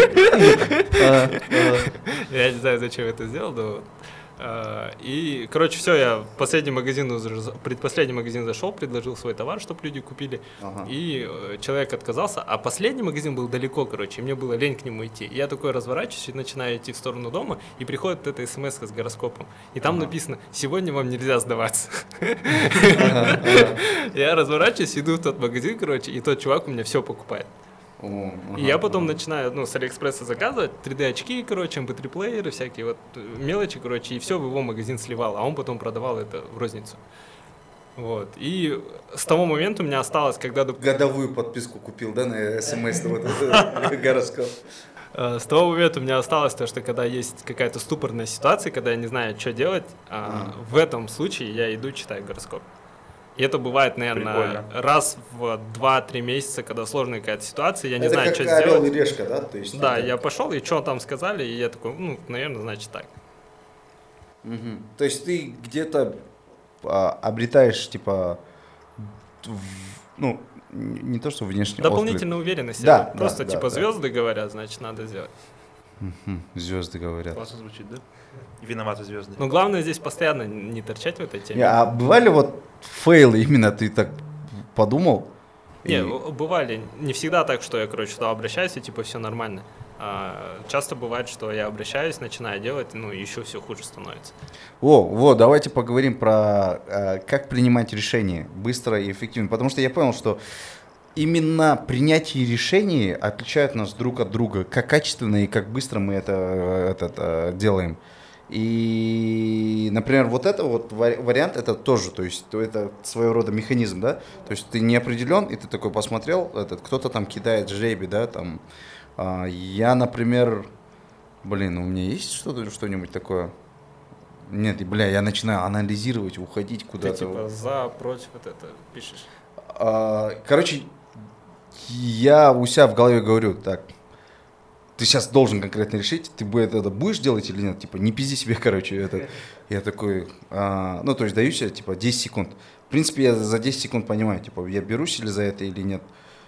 Я не знаю, зачем я это сделал, но... И, короче, все, я в предпоследний магазин зашел, предложил свой товар, чтобы люди купили, и человек отказался, а последний магазин был далеко, короче, и мне было лень к нему идти. И я такой разворачиваюсь и начинаю идти в сторону дома, и приходит эта смс с гороскопом, и там написано: «Сегодня вам нельзя сдаваться». Я разворачиваюсь, иду в тот магазин, короче, и тот чувак у меня все покупает. И я потом начинаю, с Алиэкспресса заказывать 3D-очки, короче, MP3-плееры, всякие вот мелочи, короче, и все в его магазин сливал, а он потом продавал это в розницу. Вот. И с того момента у меня осталось, когда... Годовую подписку купил, да, на СМС, гороскоп. С того момента у меня осталось то, что когда есть какая-то ступорная ситуация, когда я не знаю, что делать, в этом случае я иду читаю гороскоп. И это бывает, наверное, раз в 2-3 месяца, когда сложная какая-то ситуация, я не знаю, что сделать. Это как орел и решка, да? То есть, да, я пошел, и что там сказали, и я такой, наверное, значит так. То есть ты где-то обретаешь, типа, не то, что внешне дополнительную уверенность. Да, просто, звезды говорят, значит, надо сделать. Звезды говорят. Классно звучит, да? Виноваты звезды. Но главное здесь постоянно не торчать в этой теме. А бывали вот фейлы, именно ты так подумал? Не, бывали. Не всегда так, что я, короче, туда обращаюсь, и типа все нормально. Часто бывает, что я обращаюсь, начинаю делать, еще все хуже становится. Давайте поговорим про как принимать решения быстро и эффективно. Потому что я понял, что именно принятие решений отличает нас друг от друга, как качественно и как быстро мы это делаем. И, например, вот это вот вариант, это тоже, то есть это своего рода механизм, да, то есть ты не определен, и ты такой посмотрел, кто-то там кидает жребий, да, там, я, например, у меня есть что-нибудь такое? Нет, я начинаю анализировать, уходить куда-то. Ты типа за, против вот это пишешь? Короче, я у себя в голове говорю, так, ты сейчас должен конкретно решить, ты это будешь делать или нет, типа, не пизди себе, короче, Я такой, то есть даю себе, типа, 10 секунд. В принципе, я за 10 секунд понимаю, типа, я берусь ли за это или нет.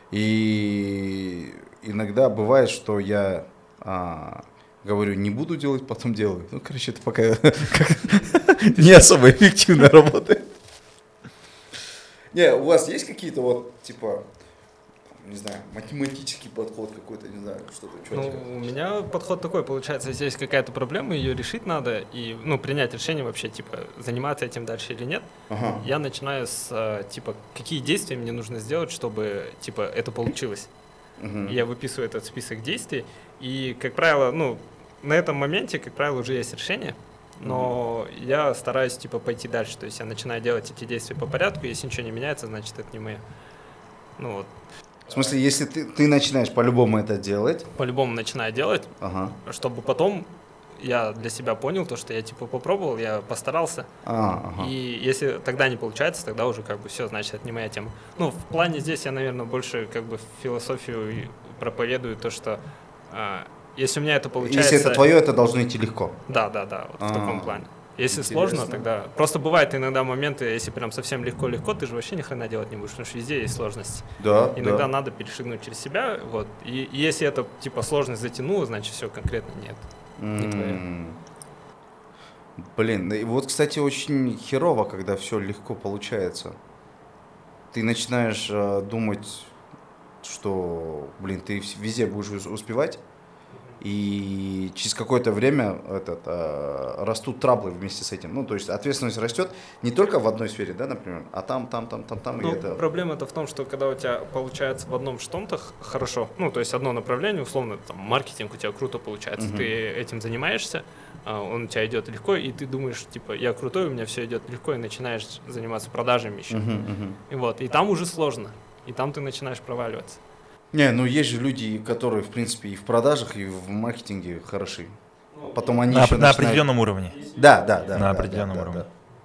И иногда бывает, что я говорю, не буду делать, потом делаю. Это пока не особо эффективно работает. Не, у вас есть какие-то вот, типа, не знаю, математический подход какой-то, не знаю, что-то четкое? Ну, у меня подход такой, получается, если есть какая-то проблема, ее решить надо, и, ну, принять решение вообще, типа, заниматься этим дальше или нет. Ага. Я начинаю с, типа, какие действия мне нужно сделать, чтобы, типа, это получилось. Мгм. Я выписываю этот список действий, и, как правило, ну, на этом моменте, как правило, уже есть решение, но я стараюсь, типа, пойти дальше, то есть я начинаю делать эти действия по порядку, если ничего не меняется, значит, это не мое. Ну, вот, В смысле, если ты начинаешь по-любому это делать, по-любому начинаю делать, ага, чтобы потом я для себя понял то, что я, типа, попробовал, я постарался, ага. и если тогда не получается, тогда уже, как бы, все, значит, это не моя тема. Ну, в плане здесь я, наверное, больше, как бы, философию и проповедую то, что если у меня это получается... Если это твое, это должно идти легко. Да, вот в таком плане. Если Интересно. сложно, тогда... Просто бывают иногда моменты, если прям совсем легко-легко, ты же вообще ни хрена делать не будешь, потому что везде есть сложности. Да, Иногда да. надо перешагнуть через себя, вот. И если это, типа, сложность затянула, значит, все конкретно нет. Не твое. Блин, и вот, кстати, очень херово, когда все легко получается. Ты начинаешь думать, что, блин, ты везде будешь успевать, и через какое-то время растут траблы вместе с этим. Ну, то есть ответственность растет не только в одной сфере, да, например, а там, и Ну, это... проблема-то в том, что когда у тебя получается в одном что-то хорошо, ну, то есть одно направление, условно, там, маркетинг у тебя круто получается, Мгм. ты этим занимаешься, он у тебя идет легко, и ты думаешь, типа, я крутой, у меня все идет легко, и начинаешь заниматься продажами еще. И вот, и там уже сложно, и там ты начинаешь проваливаться. Не, ну есть же люди, которые, в принципе, и в продажах, и в маркетинге хороши. Потом они еще На начинают... определенном уровне. Да. На определенном уровне.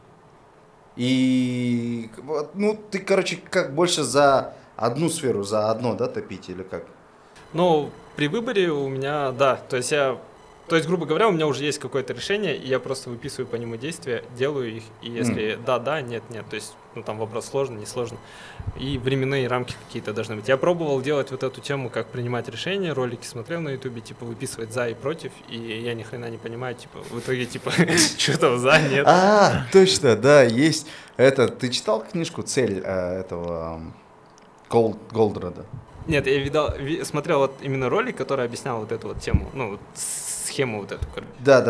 И, вот, ну, ты, короче, как больше за одну сферу, за одно, да, топить или как? Ну, при выборе у меня, да, то есть, грубо говоря, у меня уже есть какое-то решение, и я просто выписываю по нему действия, делаю их, и если да, нет, то есть, ну, там вопрос сложный, не сложно, и временные рамки какие-то должны быть. Я пробовал делать вот эту тему, как принимать решения, ролики смотрел на ютубе, типа, выписывать за и против, и я ни хрена не понимаю, типа, в итоге, типа, что там за, нет. А, точно, да, есть. Ты читал книжку «Цель» этого Голдрада? Нет, я смотрел вот именно ролик, который объяснял вот эту вот тему, ну, вот схему вот эту, короче. Да.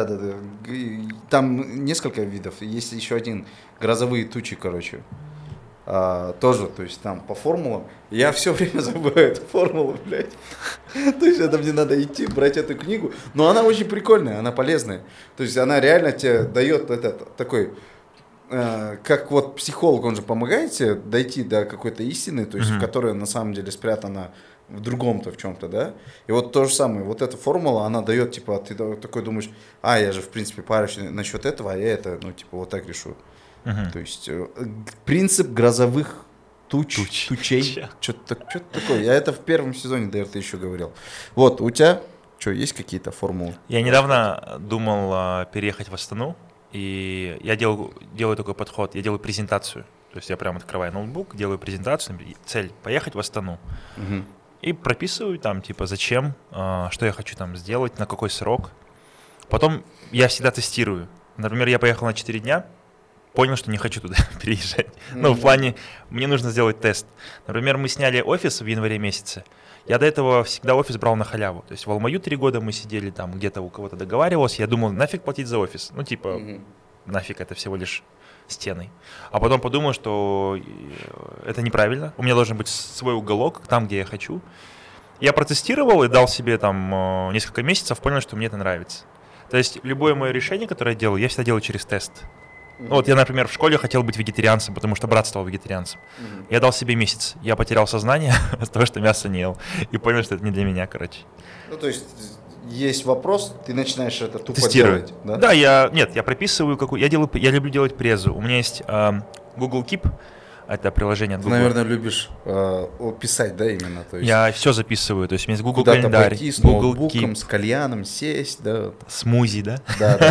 Там несколько видов. Есть еще один грозовые тучи, короче. Тоже, то есть там по формулам. Я все время забываю эту формулу, блядь. То есть это мне надо идти, брать эту книгу. Но она очень прикольная, она полезная. То есть она реально тебе дает такой, как вот психолог, он же помогает тебе дойти до какой-то истины, то есть, которая на самом деле спрятана в другом-то, в чем-то, да? И вот то же самое, вот эта формула, она дает, типа, ты такой думаешь, я же, в принципе, парюсь насчет этого, а я это, ну, типа, вот так решу. То есть принцип грозовых тучей. Что-то такое. Я это в первом сезоне ДРТ еще говорил. Вот, у тебя что, есть какие-то формулы? Я недавно думал переехать в Астану, и я делаю такой подход, я делаю презентацию. То есть я прям открываю ноутбук, делаю презентацию, цель – поехать в Астану. И прописываю там, типа, зачем, что я хочу там сделать, на какой срок. Потом я всегда тестирую. Например, я поехал на 4 дня, понял, что не хочу туда переезжать. Ну, в плане, мне нужно сделать тест. Например, мы сняли офис в январе месяце. Я до этого всегда офис брал на халяву. То есть в Алмаю 3 года мы сидели там, где-то у кого-то договаривался. Я думал, нафиг платить за офис. Ну, типа, нафиг, это всего лишь стены. А потом подумал, что это неправильно. У меня должен быть свой уголок там, где я хочу. Я протестировал и дал себе там несколько месяцев, понял, что мне это нравится. То есть любое мое решение, которое я делаю, я всегда делаю через тест. Ну, вот я, например, в школе хотел быть вегетарианцем, потому что брат стал вегетарианцем. Я дал себе месяц. Я потерял сознание от того, что мясо не ел. И понял, что это не для меня, короче. Ну, то есть есть вопрос, ты начинаешь это тупо тестирую. делать, да? Да, я прописываю какую... Я люблю делать презу. У меня есть Google Keep, это приложение от Ты, Google. наверное, любишь писать, да, именно? То есть Я все записываю, то есть у меня есть Google куда-то календарь, пойти с Google ноутбуком, Keep, с кальяном, сесть, да? смузи, да?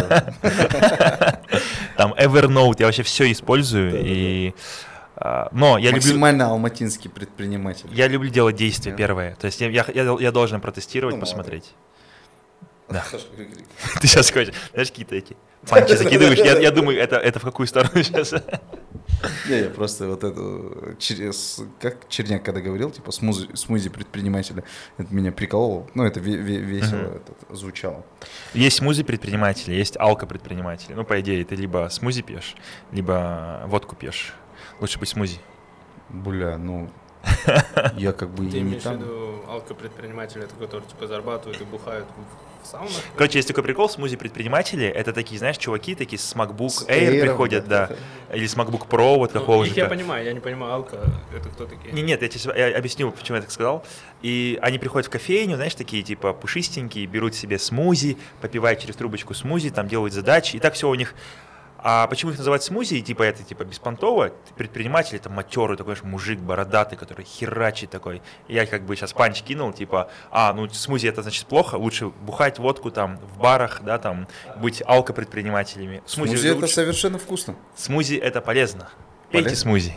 Да. Там Evernote, я вообще все использую. И... Но я люблю... Максимально алматинский предприниматель. Я люблю делать действия первые. То есть я должен протестировать, Ну, посмотреть. Да. Ты сейчас хочешь, знаешь, какие-то эти панчи закидываешь. Я думаю, это в какую сторону сейчас? Не, я просто вот это, как Черняк когда говорил, типа смузи предпринимателя, это меня прикололо, ну это весело звучало. Есть смузи предприниматели, есть алко предприниматели. Ну, по идее, ты либо смузи пьешь, либо водку пьешь. Лучше быть смузи. Бля, ну, я как бы Ты и не имеешь в там. виду алкопредприниматели, которые типа зарабатывают и бухают в саунах? Короче, есть такой прикол, смузи-предприниматели, это такие, знаешь, чуваки такие с MacBook С Air Air, приходят, да. да, или с MacBook Pro, вот такого же. Их я понимаю, я не понимаю, алко, это кто такие? Нет, я объясню, почему я так сказал. И они приходят в кофейню, знаешь, такие типа пушистенькие, берут себе смузи, попивают через трубочку смузи, там делают задачи, и так все у них. А почему их называют смузи? Типа это типа беспонтово. Предприниматель это матерый такой же мужик бородатый, который херачит такой. И я как бы сейчас панч кинул, типа, ну смузи это значит плохо, лучше бухать водку там в барах, да, там быть алкопредпринимателями. Смузи это совершенно вкусно. Смузи это полезно. Пейте смузи.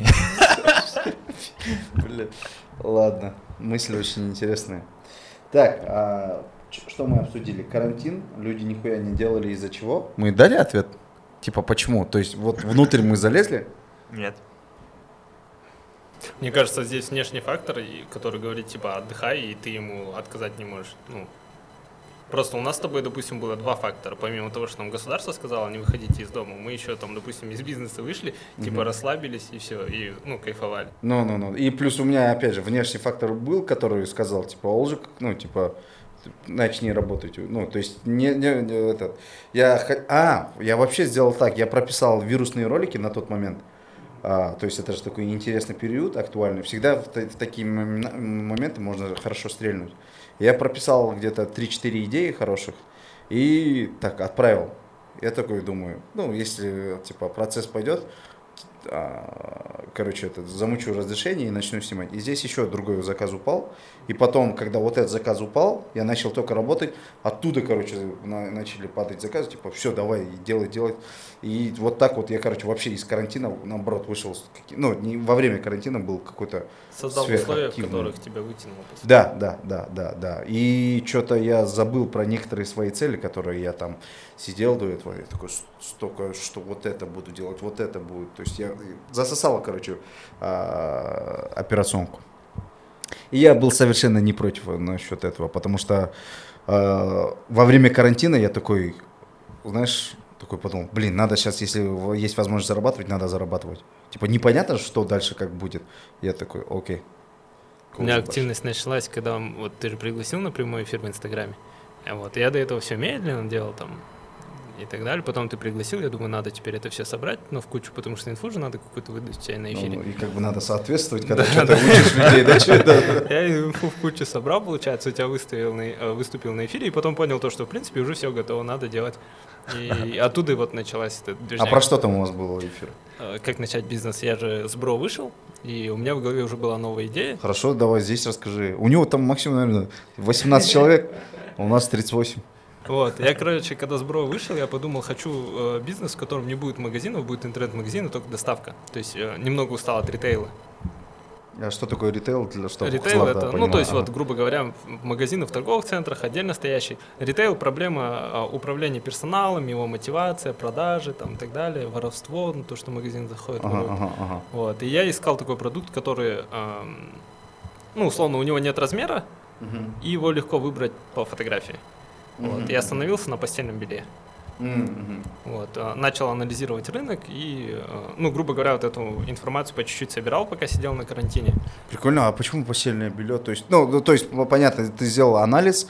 Бля, ладно, мысли очень интересные. Так, что мы обсудили? Карантин, люди нихуя не делали из-за чего? Мы дали ответ? Типа почему? То есть вот внутрь мы залезли? Нет. Мне кажется, здесь внешний фактор, который говорит, типа, отдыхай, и ты ему отказать не можешь. Ну, просто у нас с тобой, допустим, было два фактора. Помимо того, что нам государство сказало, не выходите из дома, мы еще там, допустим, из бизнеса вышли, типа, расслабились и все, и, ну, кайфовали. Ну. И плюс у меня, опять же, внешний фактор был, который сказал, типа, Олжик, ну, типа, начни работать. Ну, то есть, не этот. Я вообще сделал так, я прописал вирусные ролики на тот момент. То есть, это же такой интересный период, актуальный. Всегда в такие моменты можно хорошо стрельнуть. Я прописал где-то 3-4 идеи хороших и так отправил. Я такой думаю, ну, если, типа, процесс пойдет, короче, замучу разрешение и начну снимать. И здесь еще другой заказ упал. И потом, когда вот этот заказ упал, я начал только работать. Оттуда, короче, начали падать заказы. Типа, все, давай, делай. И вот так вот я, короче, вообще из карантина, наоборот, вышел. Ну, не во время карантина был какой-то создал условия, в которых тебя вытянуло. Да. И что-то я забыл про некоторые свои цели, которые я там сидел до этого. Я такой, столько, что вот это буду делать, вот это будет. То есть я засосала, короче, операционку. И я был совершенно не против насчет этого, потому что во время карантина я такой, знаешь, такой подумал, надо сейчас, если есть возможность зарабатывать, надо зарабатывать. Типа непонятно, что дальше как будет. Я такой, окей. У меня активность началась, когда вот ты же пригласил на прямой эфир в Инстаграме. Вот, я до этого все медленно делал там и так далее. Потом ты пригласил, я думаю, надо теперь это все собрать, но в кучу, потому что инфу же надо какую-то выдать у тебя на эфире. Ну, и как бы надо соответствовать, когда что-то учишь людей, да? Я инфу в кучу собрал, получается, у тебя выступил на эфире, и потом понял то, что, в принципе, уже все готово, надо делать. И оттуда вот началась эта движение. А про что там у вас был эфир? Как начать бизнес? Я же с Бро вышел, и у меня в голове уже была новая идея. Хорошо, давай здесь расскажи. У него там максимум, наверное, 18 человек, а у нас 38. Вот, я, короче, когда с Бро вышел, я подумал, хочу бизнес, в котором не будет магазинов, будет интернет-магазин, и только доставка. То есть немного устал от ритейла. А что такое ритейл? Для что? Ритейл это, то есть, вот, грубо говоря, магазины в торговых центрах, отдельно стоящие. Ритейл — проблема управления персоналом, его мотивация, продажи, там, и так далее, воровство, то, что магазин заходит. Вот, и я искал такой продукт, который, условно, у него нет размера, и его легко выбрать по фотографии. Вот, я остановился на постельном белье. Вот, начал анализировать рынок и, грубо говоря, вот эту информацию по чуть-чуть собирал, пока сидел на карантине. Прикольно, а почему постельное белье? То есть, понятно, ты сделал анализ,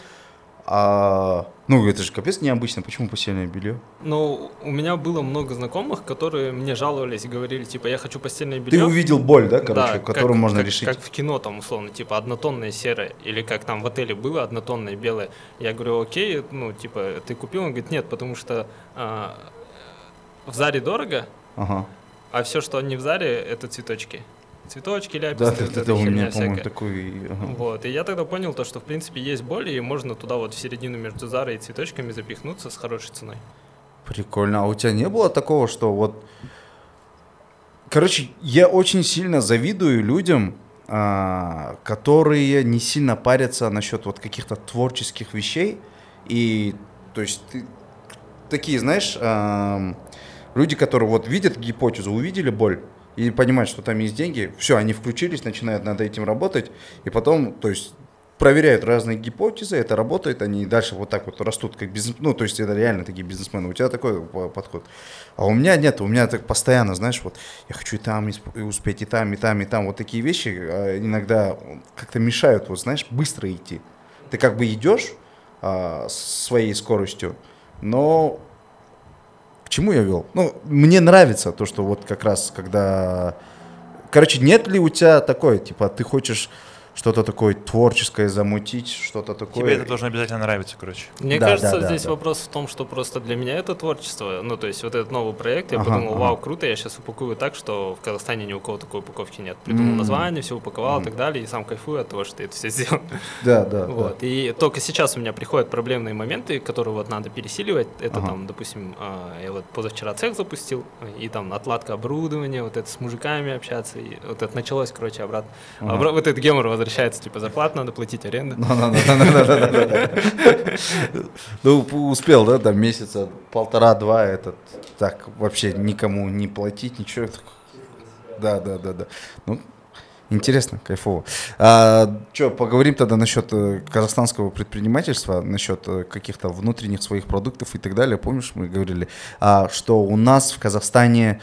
это же капец необычно, почему постельное белье? Ну, у меня было много знакомых, которые мне жаловались и говорили, типа, я хочу постельное белье. Ты увидел боль, да, которую можно решить? Как в кино, там, условно, типа, однотонное серое, или как там в отеле было однотонное белое. Я говорю, окей, ты купил? Он говорит, нет, потому что в Заре дорого, а все, что не в Заре, это цветочки. Цветочки, ляписы, да, у меня, по-моему, такой... Вот, и я тогда понял то, что, в принципе, есть боль, и можно туда вот в середину между Зарой и цветочками запихнуться с хорошей ценой. Прикольно. А у тебя не было такого, что вот... Короче, я очень сильно завидую людям, которые не сильно парятся насчет вот каких-то творческих вещей, и, то есть, такие, знаешь, люди, которые вот видят гипотезу, увидели боль и понимают, что там есть деньги, все, они включились, начинают над этим работать, и потом, то есть, проверяют разные гипотезы, это работает, они дальше вот так вот растут, как бизнес, ну, то есть, это реально такие бизнесмены. У тебя такой подход. А у меня нет, у меня так постоянно, знаешь, вот, я хочу и там и успеть, и там, и там, и там. Вот такие вещи иногда как-то мешают, вот, знаешь, быстро идти. Ты как бы идешь своей скоростью, но к чему я вел? Ну, мне нравится то, что вот как раз, когда... Короче, нет ли у тебя такое, типа, ты хочешь что-то такое творческое замутить, что-то такое? Тебе это должно обязательно нравиться, короче. Мне кажется, здесь вопрос в том, что просто для меня это творчество. Ну, то есть вот этот новый проект, я подумал, вау, круто, я сейчас упакую так, что в Казахстане ни у кого такой упаковки нет. Придумал название, все упаковал и так далее, и сам кайфую от того, что ты это все сделал. Да. Вот. И только сейчас у меня приходят проблемные моменты, которые вот надо пересиливать. Это там, допустим, я вот позавчера цех запустил, и там отладка оборудования, вот это с мужиками общаться, и вот это началось, короче, обратно. Вот этот гемор возвращается, типа зарплату надо платить, аренду. Ну, успел, да, там месяца 1,5-2 этот, так, вообще никому не платить, ничего. Да. Ну, интересно, кайфово. Что, поговорим тогда насчет казахстанского предпринимательства, насчет каких-то внутренних своих продуктов и так далее. Помнишь, мы говорили, что у нас в Казахстане...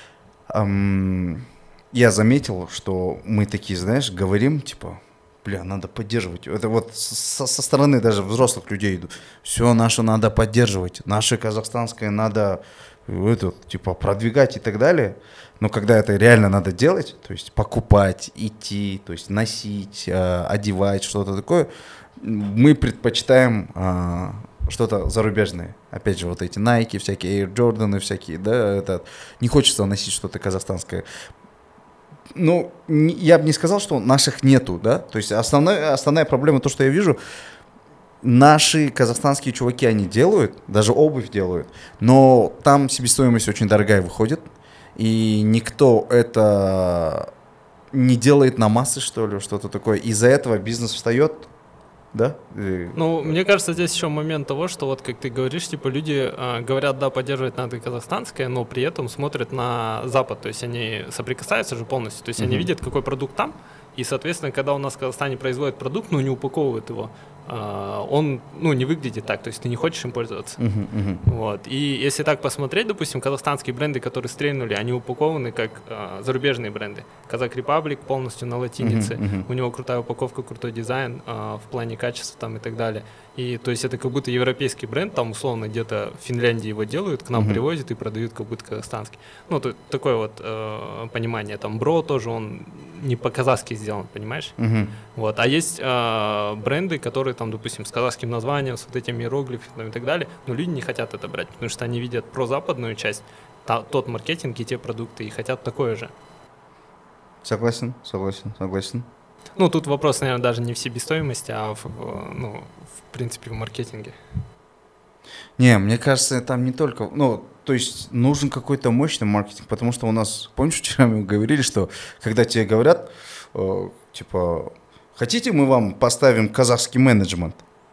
Я заметил, что мы такие, знаешь, говорим, типа, бля, надо поддерживать. Это вот со стороны даже взрослых людей идут. Все наше надо поддерживать, наше казахстанское надо типа продвигать и так далее. Но когда это реально надо делать, то есть покупать, идти, то есть носить, одевать, что-то такое, мы предпочитаем что-то зарубежное. Опять же, вот эти Nike, всякие Air Jordan, всякие, да, не хочется носить что-то казахстанское. Ну, я бы не сказал, что наших нету, да, то есть основная проблема, то, что я вижу, наши казахстанские чуваки, они делают, даже обувь делают, но там себестоимость очень дорогая выходит, и никто это не делает на массы, что ли, что-то такое, из-за этого бизнес встает. Да? Ну, мне кажется, здесь еще момент того, что вот как ты говоришь, типа люди говорят, да, поддерживать надо казахстанское, но при этом смотрят на Запад, то есть они соприкасаются же полностью, то есть они видят, какой продукт там, и, соответственно, когда у нас в Казахстане производят продукт, но не упаковывают его, он, не выглядит так, то есть ты не хочешь им пользоваться. Вот. И если так посмотреть, допустим, казахстанские бренды, которые стрельнули, они упакованы как зарубежные бренды. Казак Репаблик полностью на латинице, у него крутая упаковка, крутой дизайн в плане качества там и так далее. И то есть это как будто европейский бренд, там условно где-то в Финляндии его делают, к нам привозят и продают как будто казахстанский. Ну, такое вот понимание. Там Бро тоже, он не по-казахски сделан, понимаешь? Вот. А есть бренды, которые там, допустим, с казахским названием, с вот этими иероглифами и так далее, но люди не хотят это брать, потому что они видят прозападную часть, тот маркетинг и те продукты, и хотят такое же. Согласен. Ну, тут вопрос, наверное, даже не в себестоимости, а в принципе, в маркетинге. Не, мне кажется, там не только... то есть нужен какой-то мощный маркетинг, потому что у нас, помнишь, вчера мы говорили, что когда тебе говорят, типа, хотите мы вам поставим казахский менеджмент?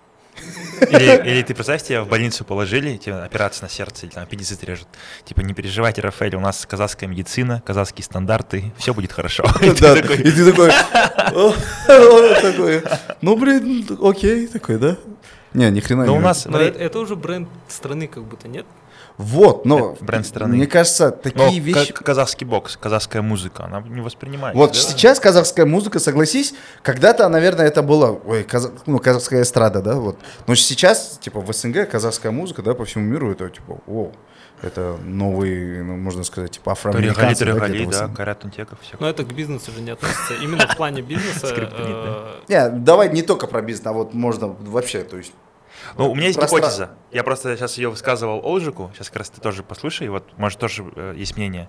Или ты представь, тебя в больницу положили, тебе операция на сердце, или там аппендицит режут. Типа, не переживайте, Рафаэль, у нас казахская медицина, казахские стандарты, все будет хорошо. Да, и ты такой, ну, блин, окей, такой, да? Не, ни хрена не. Но у нас... Это уже бренд страны как будто, нет? Вот, но бренд страны. Мне кажется, такие вещи... Казахский бокс, казахская музыка, она не воспринимается. Вот сейчас казахская музыка, согласись, когда-то, наверное, это было, казахская эстрада, да, вот. Но сейчас, типа, в СНГ казахская музыка, да, по всему миру, это, типа, это новый, можно сказать, типа, афроамериканцы. Да, Карат Унтеков. Но это к бизнесу же не относится. Именно в плане бизнеса... Давай не только про бизнес, а вот можно вообще, то есть... Ну, у меня есть гипотеза. Я просто сейчас ее высказывал Олжику. Сейчас как раз ты тоже послушай. Вот, может, тоже есть мнение.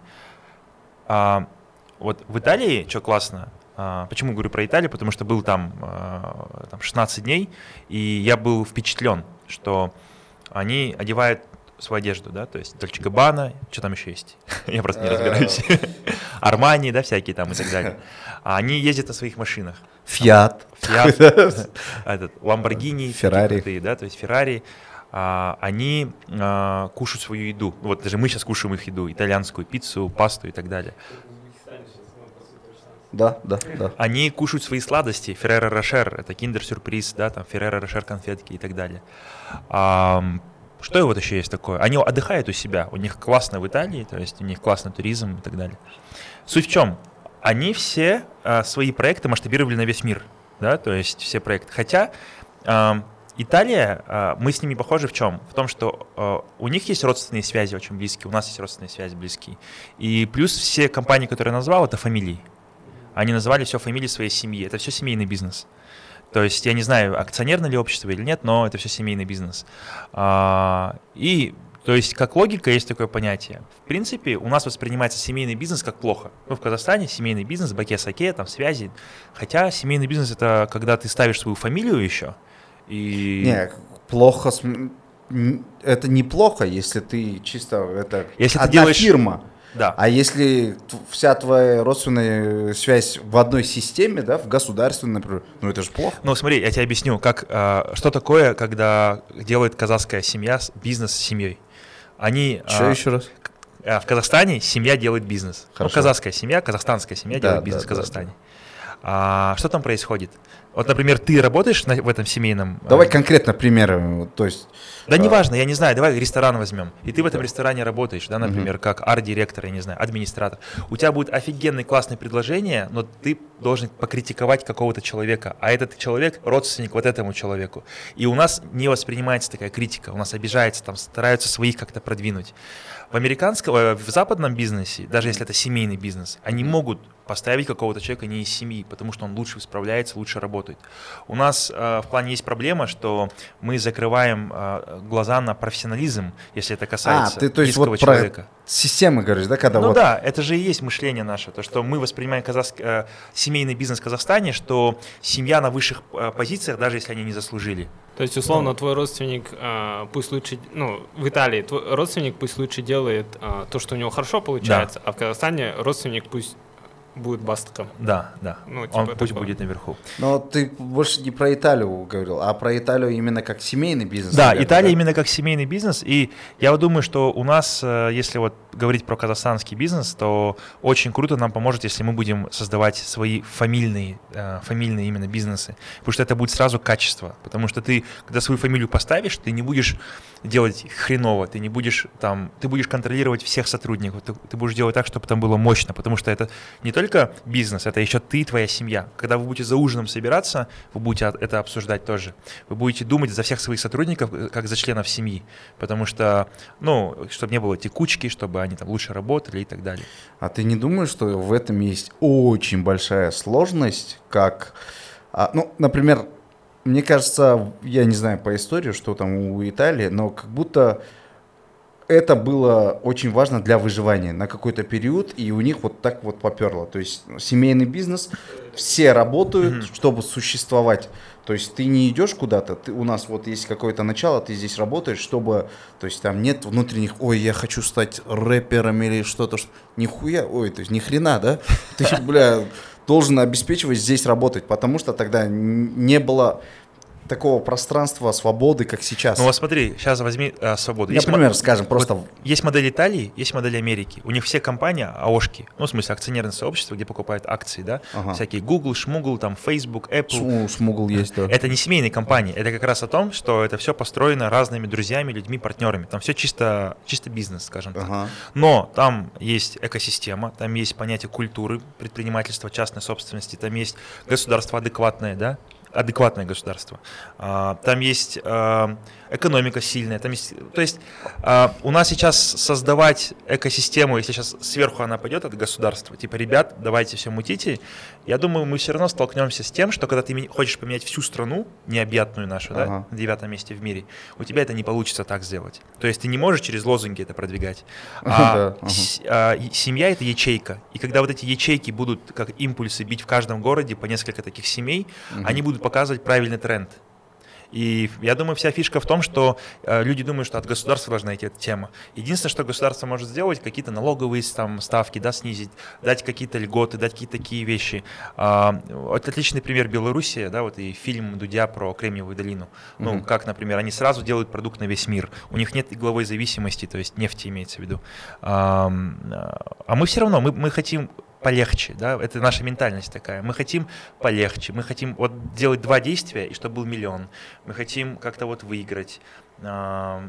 Вот в Италии, что классно, почему говорю про Италию? Потому что был там 16 дней, и я был впечатлен, что они одевают свою одежду, да, то есть Дольче Габбана, что там еще есть? Я просто не разбираюсь. Армани, да, всякие там и так далее. А они ездят на своих машинах. Фиат, Ламборгини, Феррари, да, то есть Феррари. они кушают свою еду. Вот даже мы сейчас кушаем их еду, итальянскую пиццу, пасту и так далее. Да. Они кушают свои сладости, Ferrero Rocher, это киндер-сюрприз, да, там Ferrero Rocher конфетки и так далее. Что вот еще есть такое? Они отдыхают у себя, у них классно в Италии, то есть у них классный туризм и так далее. Суть в чем? Они все свои проекты масштабировали на весь мир, да, то есть все проекты. Хотя Италия, мы с ними похожи в чем? В том, что у них есть родственные связи очень близкие, у нас есть родственные связи близкие. И плюс все компании, которые я назвал, это фамилии. Они называли все фамилии своей семьи. Это все семейный бизнес. То есть я не знаю, акционерное ли общество или нет, но это все семейный бизнес. И то есть как логика есть такое понятие. В принципе, у нас воспринимается семейный бизнес как плохо. Ну, в Казахстане семейный бизнес, баке-саке, там связи. Хотя семейный бизнес это когда ты ставишь свою фамилию еще. И... Не, плохо. Это неплохо, если ты чисто это если одна ты делаешь... фирма. Да. А если вся твоя родственная связь в одной системе, да, в государственной, например, ну это же плохо. Ну смотри, я тебе объясню, что такое, когда делает казахская семья бизнес с семьей. Они... Еще раз? В Казахстане семья делает бизнес. Ну, казахская семья, казахстанская семья делает бизнес в Казахстане. Что там происходит? Вот, например, ты работаешь в этом семейном... Давай конкретно примеры, то есть... Да неважно, я не знаю, давай ресторан возьмем. И ты в этом ресторане работаешь, да, например, как арт-директор, я не знаю, администратор. У тебя будет офигенное классное предложение, но ты должен покритиковать какого-то человека, а этот человек родственник вот этому человеку. И у нас не воспринимается такая критика, у нас обижается, там стараются своих как-то продвинуть. В западном бизнесе, даже если это семейный бизнес, они могут поставить какого-то человека не из семьи, потому что он лучше справляется, лучше работает. У нас в плане есть проблема, что мы закрываем глаза на профессионализм, если это касается ты, то есть близкого вот человека. Про системы говоришь, да, когда ну вот... да, это же и есть мышление наше, то, что мы воспринимаем семейный бизнес в Казахстане, что семья на высших позициях, даже если они не заслужили. То есть, условно, твой родственник пусть лучше, в Италии твой родственник пусть лучше делает то, что у него хорошо получается, а в Казахстане родственник пусть будет бастаком. Да. Ну, типа он пусть такого. будет наверху. Но ты больше не про Италию говорил, а про Италию именно как семейный бизнес. Да, наверное, Италия именно как семейный бизнес. И я вот думаю, что у нас, если вот говорить про казахстанский бизнес, то очень круто нам поможет, если мы будем создавать свои фамильные именно бизнесы. Потому что это будет сразу качество. Потому что ты, когда свою фамилию поставишь, ты не будешь делать хреново, ты будешь контролировать всех сотрудников, ты будешь делать так, чтобы там было мощно, потому что это не только бизнес, это еще ты и твоя семья. Когда вы будете за ужином собираться, вы будете это обсуждать тоже. Вы будете думать за всех своих сотрудников, как за членов семьи, потому что, чтобы не было текучки, чтобы они там лучше работали и так далее. А ты не думаешь, что в этом есть очень большая сложность, как, например, мне кажется, я не знаю по истории, что там у Италии, но как будто это было очень важно для выживания на какой-то период, и у них вот так вот поперло. То есть семейный бизнес, все работают, чтобы существовать. То есть ты не идешь куда-то, у нас вот есть какое-то начало, ты здесь работаешь, чтобы, то есть там нет внутренних, ой, я хочу стать рэпером или что-то, нихуя, то есть ни хрена, да? Ты, должен обеспечивать здесь работать, потому что тогда не было такого пространства свободы, как сейчас. Ну вот смотри, сейчас возьми свободу. Например, скажем, просто... Вот есть модель Италии, есть модель Америки. У них все компании АОшки, в смысле акционерное сообщество, где покупают акции, да, всякие Google, Шмугл, там Facebook, Apple. Шмугл есть, да. Это не семейные компании, это как раз о том, что это все построено разными друзьями, людьми, партнерами. Там все чисто бизнес, скажем так. Но там есть экосистема, там есть понятие культуры, предпринимательства, частной собственности, там есть государство адекватное, да, адекватное государство. Там есть экономика сильная. То есть у нас сейчас создавать экосистему, если сейчас сверху она пойдет от государства, типа, ребят, давайте все мутите, я думаю, мы все равно столкнемся с тем, что когда ты хочешь поменять всю страну, необъятную нашу, да, на 9 месте в мире, у тебя это не получится так сделать. То есть ты не можешь через лозунги это продвигать. Семья — это ячейка. И когда вот эти ячейки будут как импульсы бить в каждом городе по несколько таких семей, они будут показывать правильный тренд. И я думаю, вся фишка в том, что люди думают, что от государства должна идти эта тема. Единственное, что государство может сделать, какие-то налоговые там ставки, да, снизить, дать какие-то льготы, дать какие-то такие вещи. Вот отличный пример Белоруссия, да, вот и фильм Дудя про Кремниевую долину. Ну, как, например, они сразу делают продукт на весь мир. У них нет игловой зависимости, то есть нефти имеется в виду. А мы все равно, мы хотим полегче, да, это наша ментальность такая. Мы хотим полегче, мы хотим вот делать 2 действия, и чтобы был миллион. Мы хотим как-то вот выиграть. Мы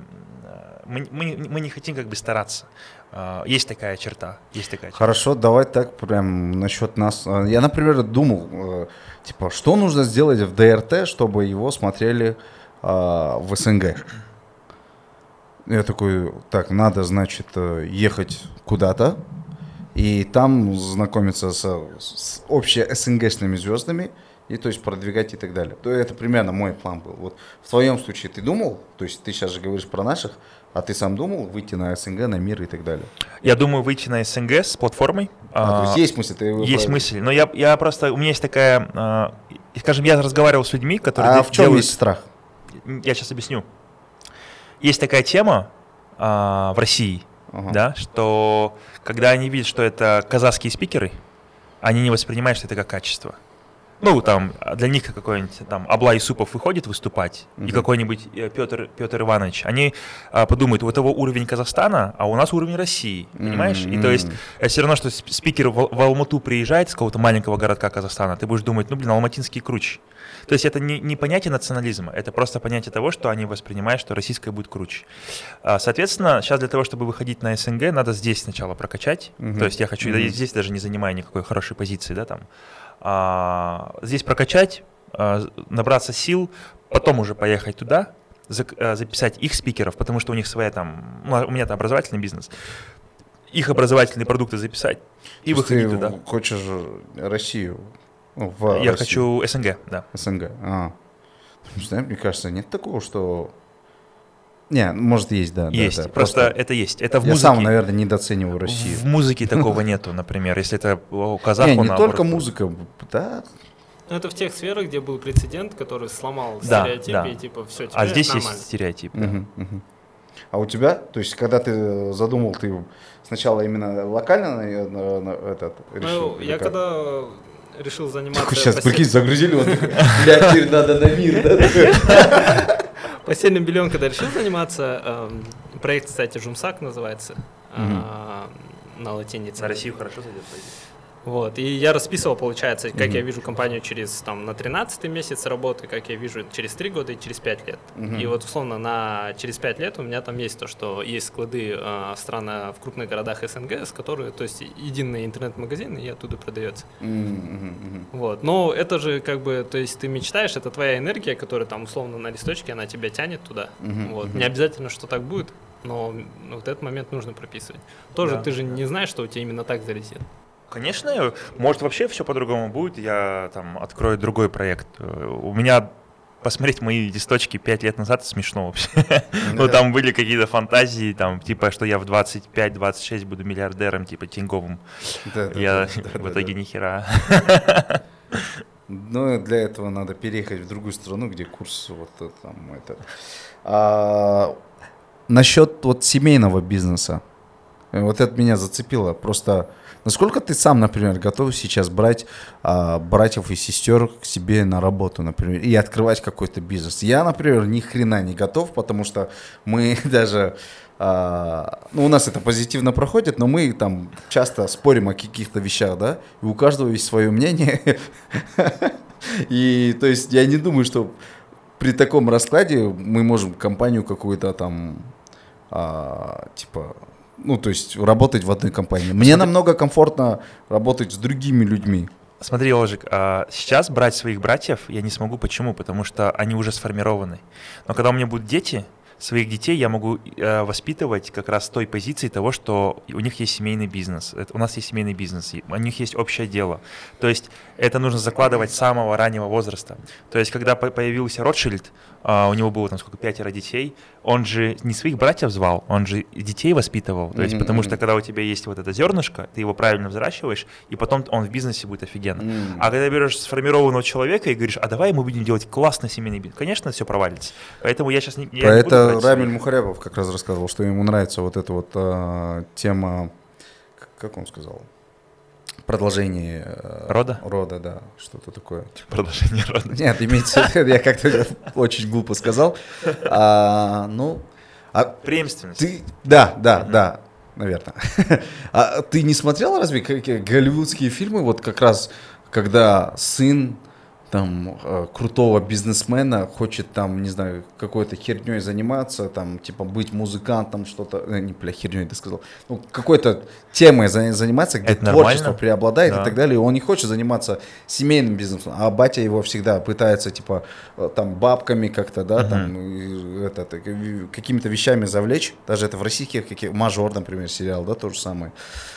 не хотим как бы стараться. Есть такая черта. Хорошо, давай так прям насчет нас. Я, например, думал, типа, что нужно сделать в ДРТ, чтобы его смотрели в СНГ. Я такой, так, надо, значит, ехать куда-то, и там знакомиться с общеСНГшными звездами, и то есть продвигать и так далее. То это примерно мой план был. Вот в твоем случае ты думал, то есть ты сейчас же говоришь про наших, а ты сам думал выйти на СНГ, на мир и так далее? Я думаю выйти на СНГ с платформой. То есть есть мысль? Есть мысль, но я просто, у меня есть такая, скажем, я разговаривал с людьми, которые в чем есть страх? Я сейчас объясню. Есть такая тема в России, да, что когда они видят, что это казахские спикеры, они не воспринимают, что это как качество. Ну, там, для них какой-нибудь там Аблай Юсупов выходит выступать, и какой-нибудь Петр Иванович, они подумают, вот его уровень Казахстана, а у нас уровень России, понимаешь? И то есть, все равно, что спикер в Алмату приезжает с какого-то маленького городка Казахстана, ты будешь думать, ну, блин, алматинский круче. То есть это не понятие национализма, это просто понятие того, что они воспринимают, что российское будет круче. Соответственно, сейчас для того, чтобы выходить на СНГ, надо здесь сначала прокачать. То есть я хочу, здесь даже не занимая никакой хорошей позиции, да, там, здесь прокачать, набраться сил, потом уже поехать туда, записать их спикеров, потому что у них своя там, ну, у меня там образовательный бизнес, их образовательные продукты записать и выходить туда. Ты хочешь Россию? Я хочу СНГ, да. СНГ, мне кажется, нет такого, что... Не, может, есть, да. Есть, да, просто это есть. Это в я музыке. сам, наверное, недооцениваю Россию. В музыке такого нету, например, если это казах, не только музыка, да. Это в тех сферах, где был прецедент, который сломал стереотипы, и типа все, теперь здесь нормально. есть стереотип. А у тебя, то есть, когда ты задумал, ты сначала именно локально решил? Ну, я когда решил заниматься... Сейчас, прикинь, загрузили, вот такой, блядь, теперь надо на мир, да? Постельным бельем, когда решил заниматься, проект, кстати, Жумсак называется, на латинице. На Россию хорошо зайдет? Вот, и я расписывал, получается, как я вижу компанию на 13-й месяц работы, как я вижу через 3 года и через 5 лет. И вот, условно, через 5 лет у меня там есть то, что есть склады в крупных городах СНГ, то есть единый интернет-магазин, и оттуда продается. Вот, но это же как бы, то есть ты мечтаешь, это твоя энергия, которая там условно на листочке, она тебя тянет туда. Вот, не обязательно, что так будет, но вот этот момент нужно прописывать. Тоже ты же не знаешь, что у тебя именно так залетит. Конечно, может вообще все по-другому будет, я там открою другой проект. У меня посмотреть мои листочки 5 лет назад смешно вообще. Ну там были какие-то фантазии, там типа, что я в 25-26 буду миллиардером, типа Тиньковым. Я в итоге ни хера. Ну, для этого надо переехать в другую страну, где курс вот там это. Насчет вот семейного бизнеса. Вот это меня зацепило. Просто насколько ты сам, например, готов сейчас брать братьев и сестер к себе на работу, например, и открывать какой-то бизнес? Я, например, ни хрена не готов, потому что мы даже... у нас это позитивно проходит, но мы там часто спорим о каких-то вещах, да, и у каждого есть свое мнение. И то есть я не думаю, что при таком раскладе мы можем компанию какую-то там, типа... Ну, то есть работать в одной компании. Мне намного комфортно работать с другими людьми. Смотри, Олжик, сейчас брать своих братьев я не смогу. Почему? Потому что они уже сформированы. Но когда у меня будут дети, своих детей я могу воспитывать как раз с той позиции того, что у них есть семейный бизнес, у нас есть семейный бизнес, у них есть общее дело. То есть это нужно закладывать с самого раннего возраста. То есть когда появился Ротшильд, у него было там 5 детей, он же не своих братьев звал, он же детей воспитывал. То есть потому что когда у тебя есть вот это зернышко, ты его правильно взращиваешь, и потом он в бизнесе будет офигенно. А когда берешь сформированного человека и говоришь, а давай мы будем делать классный семейный бизнес, конечно, все провалится. Поэтому я сейчас не Про это Рамиль Мухарябов как раз рассказывал, что ему нравится вот эта вот тема, как он сказал, продолжение рода? Рода, да, что-то такое. Продолжение рода. Нет, имеется в виду, я как-то очень глупо сказал. Преемственность. Да, наверное. А ты не смотрел разве голливудские фильмы, вот как раз, когда сын там крутого бизнесмена хочет там, не знаю, какой-то херней заниматься, там, типа быть музыкантом, что-то, херней ты сказал, какой-то темой заниматься, где это творчество преобладает, да, и так далее, он не хочет заниматься семейным бизнесом, а батя его всегда пытается, типа, там, бабками как-то, да, там, какими-то вещами завлечь, даже это в российских, «Мажор», например, сериал, да, то же самое,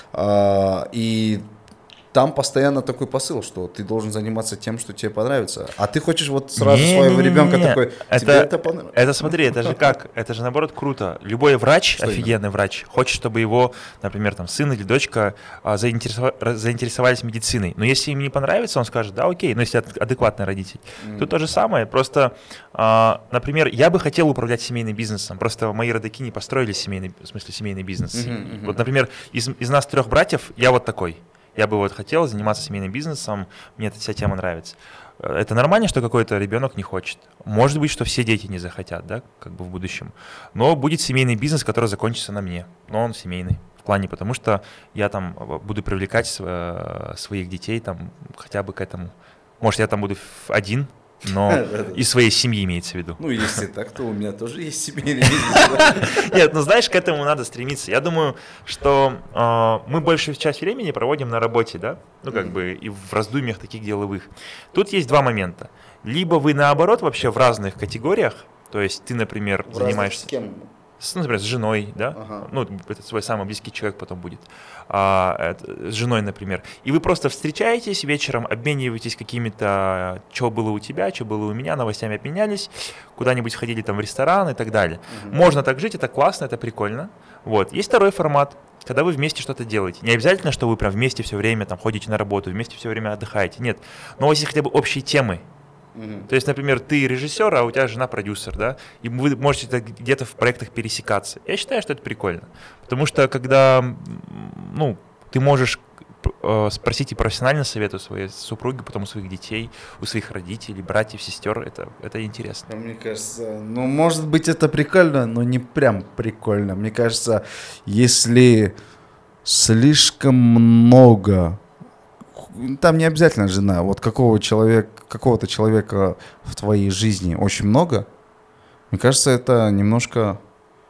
и там постоянно такой посыл, что ты должен заниматься тем, что тебе понравится. А ты хочешь вот сразу своего ребенка такой, тебе это понравится. Это смотри, это же как? Это же наоборот круто. Любой врач, что офигенный именно? Врач, хочет, чтобы его, например, там, сын или дочка заинтересовались медициной. Но если им не понравится, он скажет, да, окей, но если адекватный родитель. Тут то же самое, просто, например, я бы хотел управлять семейным бизнесом, просто мои родаки не построили семейный бизнес. Вот, например, из нас 3 братьев я вот такой. Я бы вот хотел заниматься семейным бизнесом, мне эта вся тема нравится. Это нормально, что какой-то ребенок не хочет. Может быть, что все дети не захотят, да, как бы в будущем. Но будет семейный бизнес, который закончится на мне. Но он семейный. В плане, потому что я там буду привлекать своих детей там хотя бы к этому. Может, я там буду один, но из своей семьи имеется в виду. Ну, если так, то у меня тоже есть семейный бизнес. Нет, ну знаешь, к этому надо стремиться. Я думаю, что мы большую часть времени проводим на работе, да, ну как бы и в раздумьях таких деловых. Тут есть 2 момента. Либо вы наоборот вообще в разных категориях, то есть ты, например, занимаешься... С кем? Например, с женой, да, ну, это свой самый близкий человек потом будет, с женой, например, и вы просто встречаетесь вечером, обмениваетесь какими-то, что было у тебя, что было у меня, новостями обменялись, куда-нибудь ходили там в ресторан и так далее. Можно так жить, это классно, это прикольно. Вот. Есть второй формат, когда вы вместе что-то делаете. Не обязательно, что вы прям вместе все время там ходите на работу, вместе все время отдыхаете, нет, но у вас есть хотя бы общие темы. То есть, например, ты режиссер, а у тебя жена продюсер, да, и вы можете где-то в проектах пересекаться. Я считаю, что это прикольно, потому что когда, ну, ты можешь спросить и профессионально совет у своей супруги, потом у своих детей, у своих родителей, братьев, сестер, это интересно. Мне кажется, ну, может быть, это прикольно, но не прям прикольно. Мне кажется, если слишком много... Там не обязательно жена. Вот какого-то человека в твоей жизни очень много. Мне кажется, это немножко,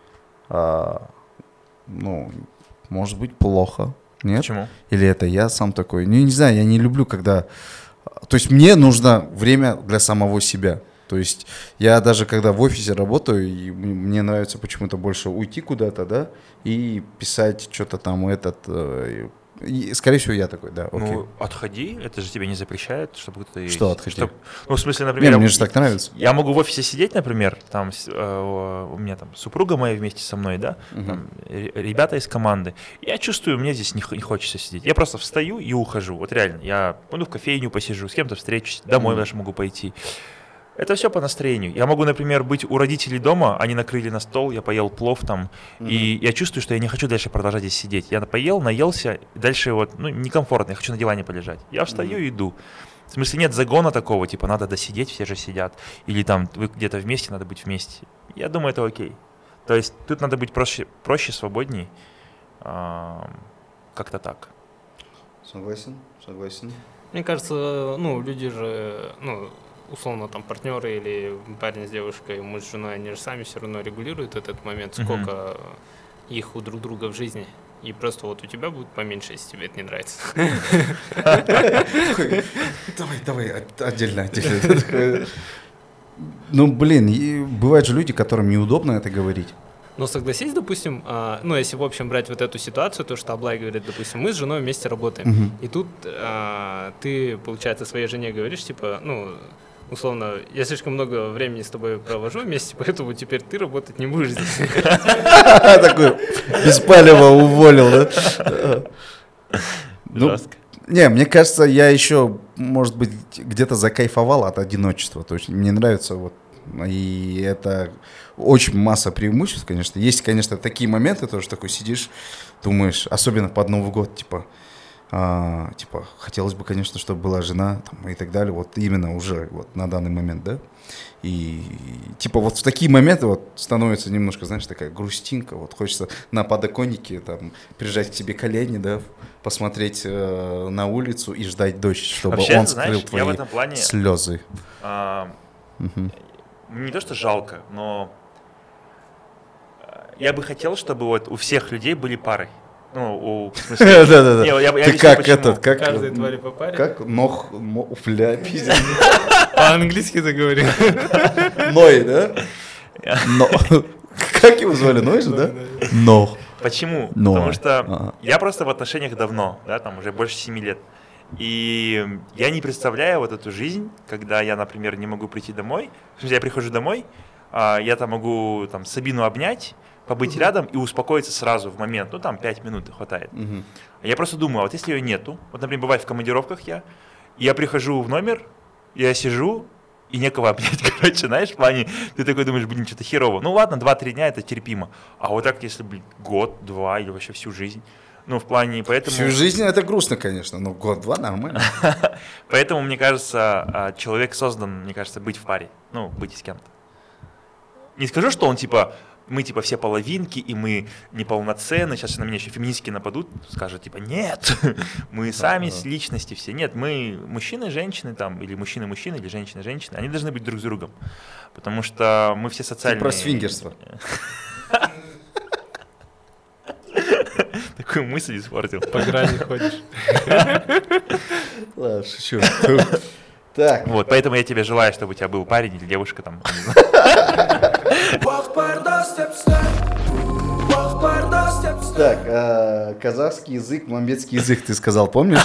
может быть, плохо. Нет? Почему? Или это я сам такой? Ну, не знаю, я не люблю, когда... То есть мне нужно время для самого себя. То есть я даже когда в офисе работаю, и мне нравится почему-то больше уйти куда-то, да, и писать что-то там И, скорее всего, я такой, да, окей. Ну, отходи, это же тебе не запрещает, чтобы кто-то... Что отходи? Ну, в смысле, например... Мне же так нравится. Я могу в офисе сидеть, например, там у меня там супруга моя вместе со мной, да, там, ребята из команды. Я чувствую, мне здесь не хочется сидеть. Я просто встаю и ухожу. Вот реально, я пойду в кофейню посижу, с кем-то встречусь, домой даже могу пойти. Это все по настроению. Я могу, например, быть у родителей дома, они накрыли на стол, я поел плов там, и я чувствую, что я не хочу дальше продолжать здесь сидеть. Я поел, наелся, дальше вот, некомфортно, я хочу на диване полежать. Я встаю и иду. В смысле, нет загона такого, типа, надо досидеть, все же сидят, или там вы где-то вместе, надо быть вместе. Я думаю, это окей. То есть тут надо быть проще, свободней, как-то так. Согласен. Мне кажется, люди же, условно, там, партнеры или парень с девушкой, муж с женой, они же сами все равно регулируют этот момент, сколько их у друг друга в жизни. И просто вот у тебя будет поменьше, если тебе это не нравится. Давай, отдельно. Ну, блин, бывают же люди, которым неудобно это говорить. Но согласись, допустим, ну, если в общем брать вот эту ситуацию, то, что Аблай говорит, допустим, мы с женой вместе работаем, и тут ты, получается, своей жене говоришь, типа, ну, условно, я слишком много времени с тобой провожу вместе, поэтому теперь ты работать не будешь здесь. Такой беспалево уволил, да? Жестко. Не, мне кажется, я еще, может быть, где-то закайфовал от одиночества. То есть мне нравится вот, и это очень масса преимуществ, конечно. Есть, конечно, такие моменты, тоже такой сидишь, думаешь, особенно под Новый год, типа, хотелось бы, конечно, чтобы была жена там, и так далее, вот именно уже вот на данный момент, да. И типа вот в такие моменты вот становится немножко, знаешь, такая грустинка, вот хочется на подоконнике там прижать к себе колени, да, посмотреть на улицу и ждать дождь, чтобы вообще, он знаешь, скрыл твои в этом плане, слезы. Не то, что жалко, но я бы хотел, чтобы вот у всех людей были пары. Ну, в смысле... Да-да-да. Ты как почему. этот, как... Каждой твари по паре. Как бля, пиздец. По-английски заговорил. Ной, да? Но. Как его звали? Ной же, да? Но. Почему? Но. Потому что я просто в отношениях давно, да, там уже больше 7 лет. И я не представляю вот эту жизнь, когда я, например, не могу прийти домой. В смысле, я прихожу домой, я там могу там Сабину обнять, побыть рядом и успокоиться сразу в момент. Ну, там 5 минут хватает. Я просто думаю, а вот если ее нету, вот, например, бывает в командировках я прихожу в номер, я сижу, и некого обнять, короче, знаешь, в плане, ты такой думаешь, блин, что-то херово. Ну ладно, 2-3 дня это терпимо. А вот так, если, блин, год, 2 или вообще всю жизнь, ну, в плане, поэтому... Всю жизнь это грустно, конечно, но год-два нормально. Поэтому, мне кажется, человек создан, мне кажется, быть в паре, ну, быть с кем-то. Не скажу, что он, типа, мы, типа, все половинки, и мы неполноценны, сейчас на меня еще феминистки нападут, скажут, типа, нет, мы сами с личности все. Нет, мы мужчины, женщины, там, или мужчины-мужчины, или женщины-женщины, они должны быть друг с другом, потому что мы все социальные... Ты про свингерство. Такую мысль испортил. По грани ходишь. Ладно, шучу. Так. Вот, поэтому я тебе желаю, чтобы у тебя был парень или девушка там. Так, казахский язык, мамбетский язык, ты сказал, помнишь?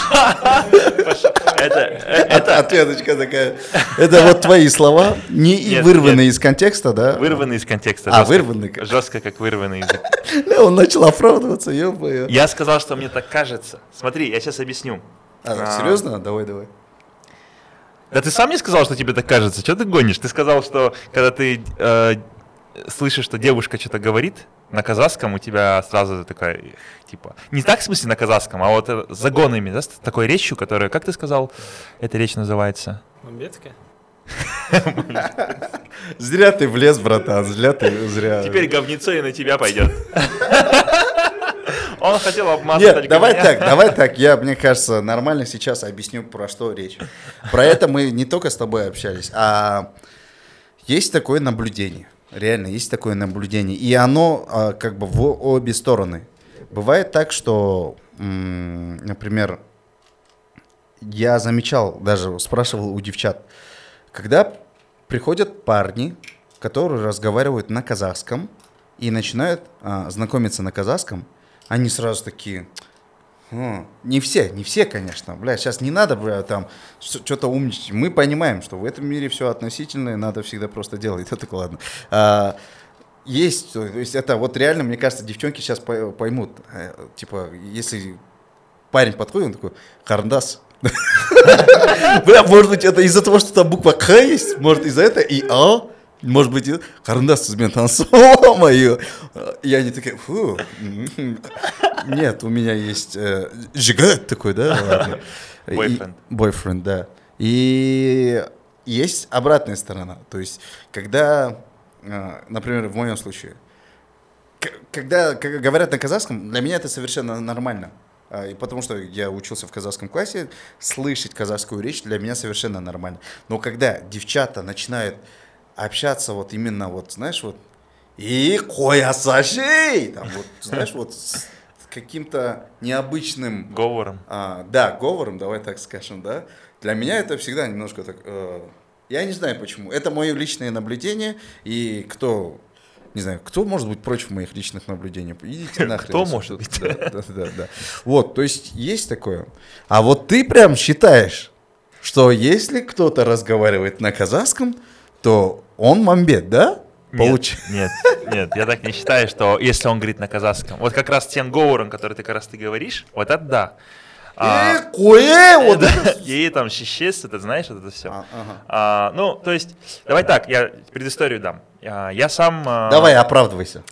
Это ответочка такая. Это вот твои слова, не вырванные из контекста, да? Вырванный из контекста. Вырванный. Жестко, как вырванный язык. Он начал оправдываться, ё-моё. Я сказал, что мне так кажется. Смотри, я сейчас объясню. Серьезно? Давай. Да ты сам не сказал, что тебе так кажется. Что ты гонишь? Ты сказал, что когда ты слышишь, что девушка что-то говорит на казахском, у тебя сразу такая, типа, не так в смысле на казахском, а вот загонами, да, с такой речью, которая, как ты сказал, эта речь называется? Мамбетская? Зря ты влез, братан, зря. Теперь говнецо и на тебя пойдет. Он хотел обмазать. Нет, давай так, я, мне кажется, нормально сейчас объясню, про что речь. Про это мы не только с тобой общались, а есть такое наблюдение. Реально, есть такое наблюдение. И оно как бы в обе стороны. Бывает так, что, например, я замечал, даже спрашивал у девчат, когда приходят парни, которые разговаривают на казахском и начинают знакомиться на казахском, они сразу такие... Не все, конечно. Бля, сейчас не надо, бля, там что-то умничать. Мы понимаем, что в этом мире все относительное, надо всегда просто делать. Это так ладно. Есть, то есть это вот реально, мне кажется, девчонки сейчас поймут. Типа, если парень подходит, он такой, Карндас. Бля, может быть, это из-за того, что там буква К есть, может, из-за этого и А. Может быть, Карндас сізбен танцевал мою. И они такие, фу. Нет, у меня есть жигат такой, да? Ладно. Бойфренд, да. И есть обратная сторона. То есть, когда, например, в моем случае, когда говорят на казахском, для меня это совершенно нормально. И потому что я учился в казахском классе, слышать казахскую речь для меня совершенно нормально. Но когда девчата начинают общаться вот именно вот, знаешь, вот и коясашей, там вот, знаешь, вот с каким-то необычным говором. Да, говором, давай так скажем, да. Для меня это всегда немножко так. Я не знаю почему. Это мое личное наблюдение, и кто... Не знаю, кто может быть против моих личных наблюдений? Идите нахрен. Кто может быть? Да. Вот, то есть такое. А вот ты прям считаешь, что если кто-то разговаривает на казахском, то он мамбет, да? Нет, я так не считаю, что если он говорит на казахском. Вот как раз тем говором, который ты как раз говоришь, вот это да. И там шишес, это знаешь, вот это все. Ну, то есть, давай так, я предысторию дам. Я сам... Давай, оправдывайся.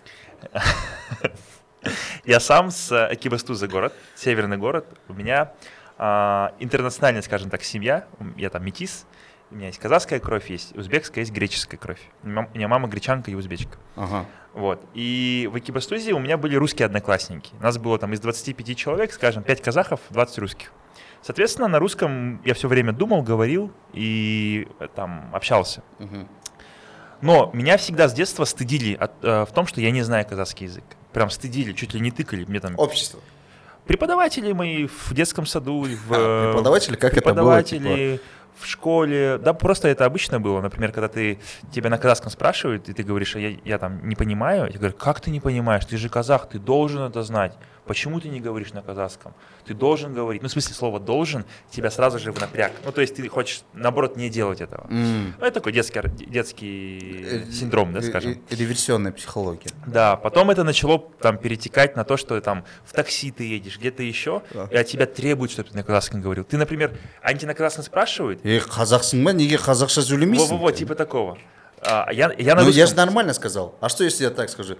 Я сам с Экибастуза город, северный город. У меня интернациональная, скажем так, семья. Я там метис. У меня есть казахская кровь, есть узбекская, есть греческая кровь. У меня мама гречанка и узбечка. Вот. И в Экибастузе у меня были русские одноклассники. У нас было там из 25 человек, скажем, 5 казахов, 20 русских. Соответственно, на русском я все время думал, говорил и там общался. Но меня всегда с детства стыдили в том, что я не знаю казахский язык. Прям стыдили, чуть ли не тыкали. Мне там... Общество. Преподаватели мои в детском саду. Преподаватели, как это было? Типа... В школе, да, просто это обычно было. Например, когда тебя на казахском спрашивают, и ты говоришь, я там не понимаю, я говорю, как ты не понимаешь, ты же казах, ты должен это знать. Почему ты не говоришь на казахском? Ты должен говорить. Ну, в смысле, слово «должен» тебя сразу же в напряг. Ну, то есть ты хочешь, наоборот, не делать этого. Ну, это такой детский синдром, да, скажем. Реверсионная психология. Да, потом это начало там перетекать на то, что там в такси ты едешь, где-то еще, и от тебя требуют, чтобы ты на казахском говорил. Ты, например, они тебя на казахском спрашивают. Казахсың ба, неге қазақша сөйлемейсің? Вот, типа такого. Я же нормально сказал. А что, если я так скажу?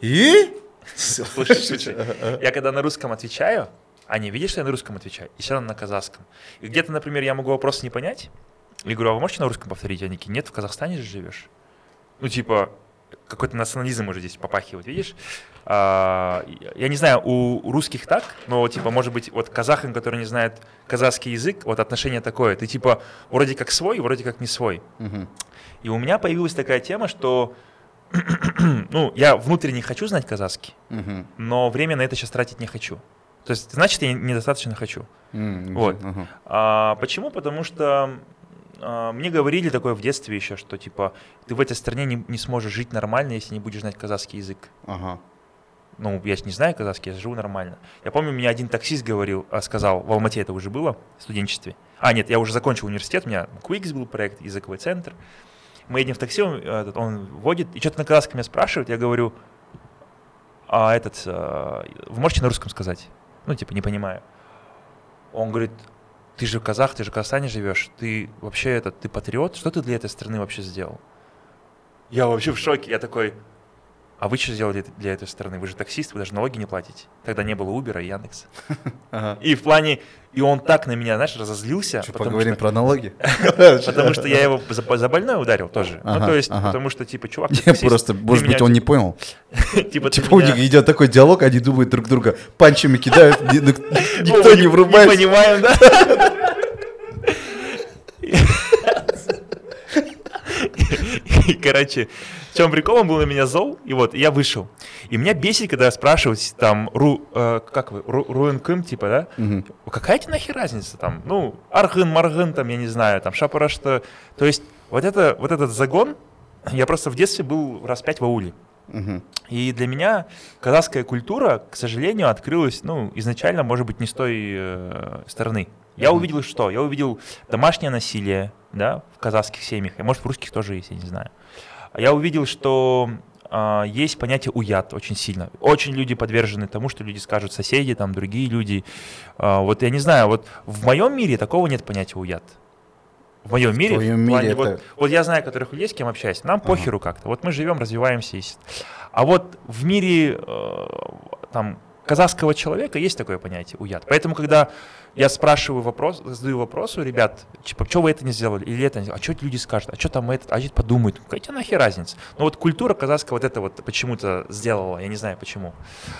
Слушай, я когда на русском отвечаю, они видят, что я на русском отвечаю, и все равно на казахском. И где-то, например, я могу вопрос не понять, и говорю, а вы можете на русском повторить? Они такие, нет, в Казахстане же живешь. Ну, типа, какой-то национализм уже здесь попахивает, видишь? Я не знаю, у русских так, но, типа, может быть, вот казахам, которые не знают казахский язык, вот отношение такое, ты, типа, вроде как свой, вроде как не свой. И у меня появилась такая тема, что ну, я внутренне хочу знать казахский, но время на это сейчас тратить не хочу. То есть, значит, я недостаточно хочу. Вот. Почему? Потому что мне говорили такое в детстве еще, что, типа, ты в этой стране не сможешь жить нормально, если не будешь знать казахский язык. Ну, я же не знаю казахский, я живу нормально. Я помню, мне один таксист сказал, в Алмате это уже было, в студенчестве. Нет, я уже закончил университет, у меня Quix был проект, языковой центр. Мы едем в такси, он водит, и что-то на казахском меня спрашивает, я говорю, вы можете на русском сказать? Ну, типа, не понимаю. Он говорит, ты же казах, ты же в Казахстане живешь, ты вообще ты патриот, что ты для этой страны вообще сделал? Я вообще в шоке, я такой, а вы что сделали для этой страны? Вы же таксист, вы даже налоги не платите. Тогда не было Uber и Яндекса. И в плане, и он так на меня, знаешь, разозлился. Поговорим про налоги? Потому что я его за больное ударил тоже. Ну, то есть, потому что, типа, чувак, ты таксист. Просто, может быть, он не понял. Типа у них идет такой диалог, они думают друг друга, панчами кидают, никто не врубается. Не понимаем, да? И, короче, в чем прикол, он был на меня зол, и вот, я вышел. И меня бесит, когда спрашивают, там, руэнкым, типа, да? Какая тебе нахер разница, там, ну, аргын, маргын, там, я не знаю, там, шапарашта. То есть, вот этот загон, я просто в детстве был раз 5 в ауле. И для меня казахская культура, к сожалению, открылась, ну, изначально, может быть, не с той стороны. Я увидел что? Я увидел домашнее насилие, да, в казахских семьях, и может в русских тоже есть, я не знаю. Я увидел, что есть понятие уят очень сильно. Очень люди подвержены тому, что люди скажут, соседи, там, другие люди. Вот я не знаю, вот в моем мире такого нет понятия уят. В моем мире, это... вот я знаю, которых людей, с кем общаюсь, нам похеру как-то. Вот мы живем, развиваемся. А вот в мире там казахского человека есть такое понятие уят. Поэтому, когда я задаю вопрос у ребят, типа, что вы это не сделали, или это не сделали, а что люди скажут, а что там это, а что подумают, какая тебе нахер разница? Но вот культура казахская вот это вот почему-то сделала, я не знаю почему.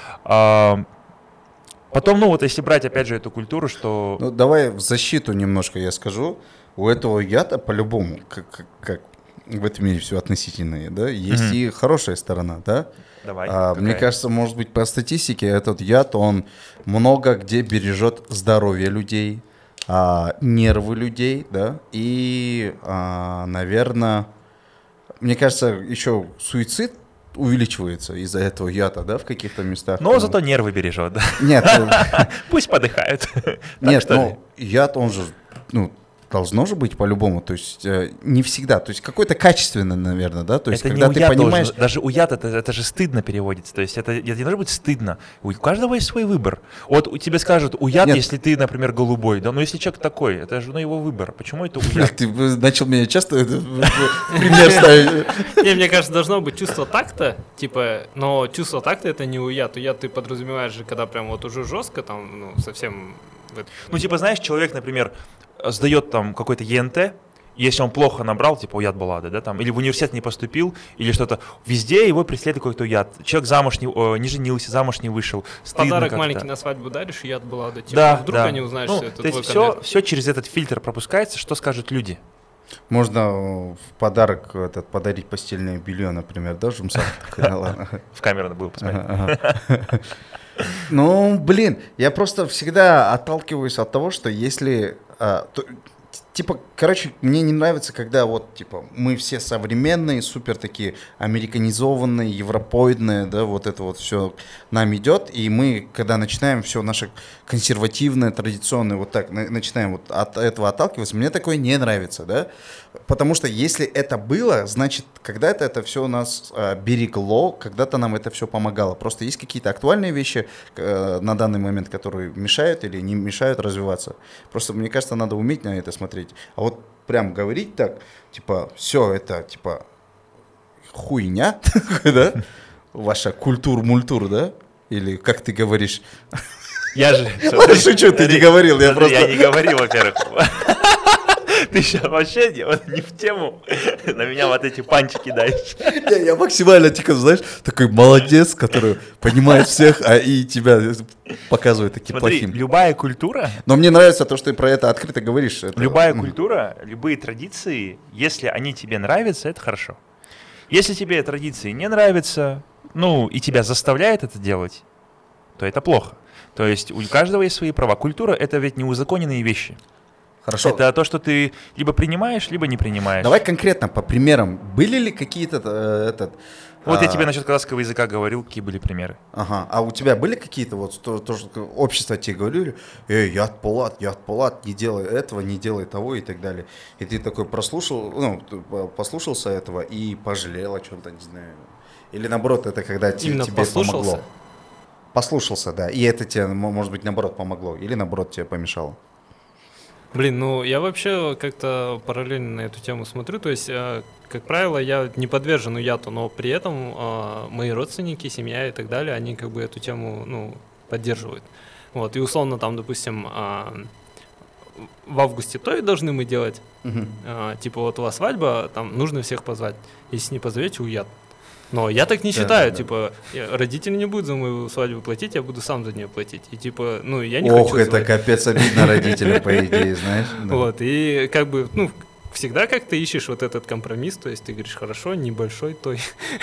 Потом, ну вот если брать опять же эту культуру, что... Ну давай в защиту немножко я скажу. У этого уята по-любому, как в этом мире все относительное, да, есть и хорошая сторона, да? Давай. Мне кажется, может быть, по статистике этот яд, он много где бережет здоровье людей, нервы людей, да, и, наверное, мне кажется, еще суицид увеличивается из-за этого яда, да, в каких-то местах. Но зато нервы бережет, да? Нет. Пусть подыхают. Нет, ну, яд, он же, ну, должно же быть по-любому, то есть не всегда, то есть какой-то качественный, наверное, да, то есть это когда не ты уяд понимаешь... должен, даже уяд это же стыдно переводится, то есть это не должно быть стыдно, у каждого есть свой выбор. Вот у тебя скажут уяд, если ты, например, голубой, да, но если человек такой, это же его выбор, почему это уяд? Ты начал меня часто пример ставить. Не, мне кажется, должно быть чувство такта, типа, но чувство такта это не уяд, уяд ты подразумеваешь же, когда прям вот уже жестко, там, ну, совсем... Ну, типа, знаешь, человек, например, сдает там какой-то ЕНТ, если он плохо набрал, типа уяд баллады, да, там, или в университет не поступил, или что-то, везде его преследует какой-то уяд. Человек замуж не женился, замуж не вышел, стыдно подарок как-то. маленький на свадьбу даришь, уяд баллады, типа, Да, вдруг да. они узнают, Ну, что это то твой есть конверт. все через этот фильтр пропускается, что скажут люди. Можно в подарок подарить постельное белье, например, да, Жумсак? В камеру надо было посмотреть. Ну, блин, я просто всегда отталкиваюсь от того, что если... Типа, короче, мне не нравится, когда вот, типа, мы все современные, супер такие американизованные, европоидные, да, вот это вот все нам идет, и мы, когда начинаем все наше консервативное, традиционное, вот так, начинаем вот от этого отталкиваться, мне такое не нравится, да, потому что если это было, значит, когда-то это все нас берегло, когда-то нам это все помогало, просто есть какие-то актуальные вещи на данный момент, которые мешают или не мешают развиваться, просто, мне кажется, надо уметь на это смотреть. А вот прям говорить так, типа, все это, типа, хуйня, да, ваша культур-мультур, да, или как ты говоришь? Я же... Шучу, ты не говорил, я просто... Я не говорил, во-первых. Ты сейчас вообще не в тему на меня вот эти панчи кидаешь. Я максимально, типа, знаешь, такой молодец, который понимает всех, и тебя показывает таким плохим. Смотри, любая культура... Но мне нравится то, что ты про это открыто говоришь. Любая культура, любые традиции, если они тебе нравятся, это хорошо. Если тебе традиции не нравятся, ну, и тебя заставляет это делать, то это плохо. То есть у каждого есть свои права. Культура — это ведь не узаконенные вещи. Хорошо. Это то, что ты либо принимаешь, либо не принимаешь. Давай конкретно по примерам. Были ли какие-то... Вот я тебе насчет казахского языка говорил, какие были примеры. Ага. А у тебя были какие-то вот то, что общество тебе говорили, яд полат, не делай этого, не делай того и так далее. И ты такой послушался этого и пожалел о чем-то, не знаю. Или наоборот, это когда тебе помогло. Послушался, да. И это тебе, может быть, наоборот помогло. Или наоборот тебе помешало. Блин, ну я вообще как-то параллельно на эту тему смотрю, то есть, как правило, я не подвержен уяту, но при этом мои родственники, семья и так далее, они как бы эту тему, ну, поддерживают. Вот, и условно там, допустим, в августе то и должны мы делать, типа вот у вас свадьба, там нужно всех позвать, если не позовете, уят. Но я так не считаю, типа, родители не будут за мою свадьбу платить, я буду сам за нее платить. И типа, ну, я не хочу звать. Это капец обидно родителям, по идее, знаешь. Вот, и как бы, ну, всегда как-то ищешь вот этот компромисс, то есть ты говоришь, хорошо, небольшой той.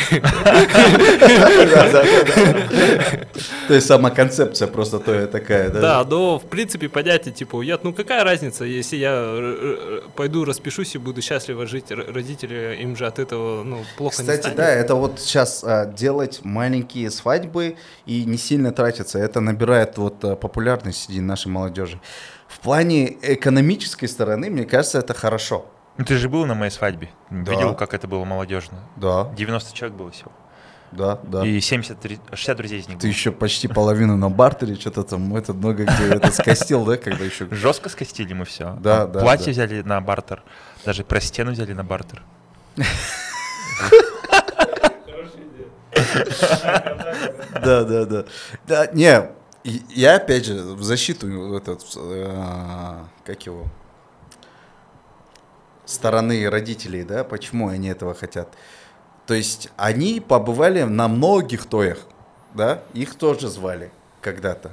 То есть сама концепция просто тоя такая, да? Да, но в принципе понятие типа уят, ну какая разница, если я пойду распишусь и буду счастливо жить, родители им же от этого, ну, плохо не станет. Кстати, да, это вот сейчас делать маленькие свадьбы и не сильно тратиться, это набирает вот популярность среди нашей молодежи. В плане экономической стороны, мне кажется, это хорошо. Ну, ты же был на моей свадьбе, видел, как это было молодежно. Да. 90 человек было всего. Да. И 60 друзей из них было. Ты еще почти половину на бартере, что-то там, это много где это скостил, да, когда еще... Жестко скостили мы все. Да. Платье взяли на бартер, даже про стену взяли на бартер. Да. Да, не, я опять же в защиту стороны родителей, да, почему они этого хотят. То есть они побывали на многих тоях, да, их тоже звали когда-то.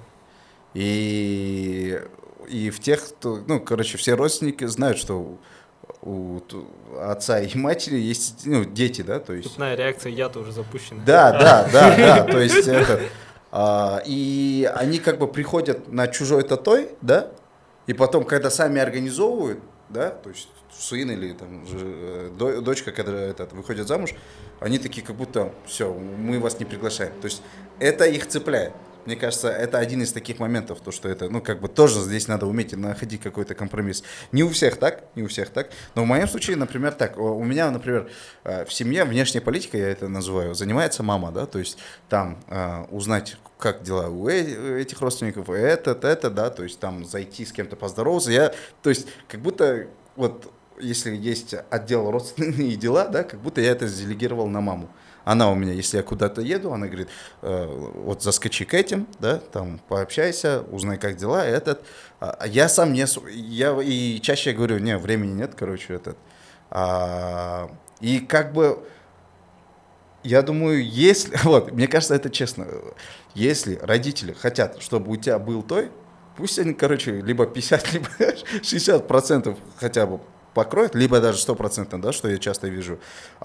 И в тех, ну, короче, все родственники знают, что у отца и матери есть, ну, дети, да, то есть... Цепная реакция яд уже запущена. Да, то есть это... И они как бы приходят на чужой татой, да, И потом, когда сами организовывают, да, то есть сын или там дочка, когда выходит замуж, они такие, как будто, все, мы вас не приглашаем. То есть это их цепляет. Мне кажется, это один из таких моментов, то, что это, ну, как бы тоже здесь надо уметь находить какой-то компромисс. Не у всех так, но в моем случае, например, так, у меня, например, в семье внешняя политика, я это называю, занимается мама, да, то есть там узнать, как дела у этих родственников, это, да, то есть там зайти с кем-то поздороваться, то есть как будто вот если есть отдел родственные дела, да, как будто я это делегировал на маму. Она у меня, если я куда-то еду, она говорит, вот заскочи к этим, да, там пообщайся, узнай, как дела, я сам и чаще говорю, не, времени нет, короче, и как бы, я думаю, если, вот, мне кажется, это честно, если родители хотят, чтобы у тебя был той, пусть они, короче, либо 50, либо 60% хотя бы покроют, либо даже 100%, да, что я часто вижу,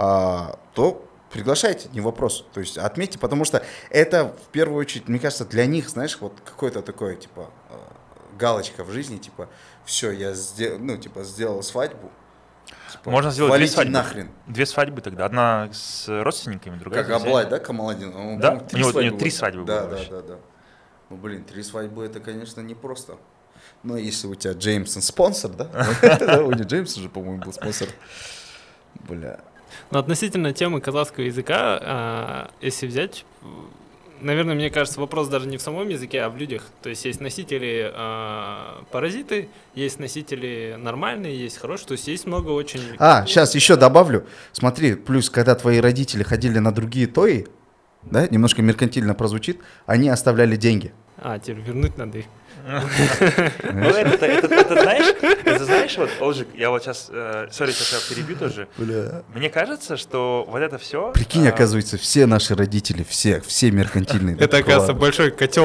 то приглашайте, не вопрос. То есть отметьте, потому что это в первую очередь, мне кажется, для них, знаешь, вот какое-то такое, типа, галочка в жизни, типа, все, я сделал свадьбу. Типа, можно сделать 2 свадьбы. Нахрен. 2 свадьбы тогда. Одна с родственниками, другая как Аблай, да, Камаладдин? Да, у него 3 свадьбы да, было. Да. Ну, блин, 3 свадьбы, это, конечно, непросто. Но если у тебя Джеймсон спонсор, да? У него Джеймсон же, по-моему, был спонсор. Бля. Но относительно темы казахского языка, если взять, наверное, мне кажется, вопрос даже не в самом языке, а в людях. То есть есть носители паразиты, есть носители нормальные, есть хорошие, то есть есть много очень... Сейчас еще добавлю. Смотри, плюс, когда твои родители ходили на другие тои, да, немножко меркантильно прозвучит, они оставляли деньги. Теперь вернуть надо их. Ну, это знаешь, вот, Олжик, я вот сейчас, сейчас я перебью тоже. Бля. Мне кажется, что вот это все... Прикинь, оказывается, все наши родители, все меркантильные. Это, оказывается, большой котел.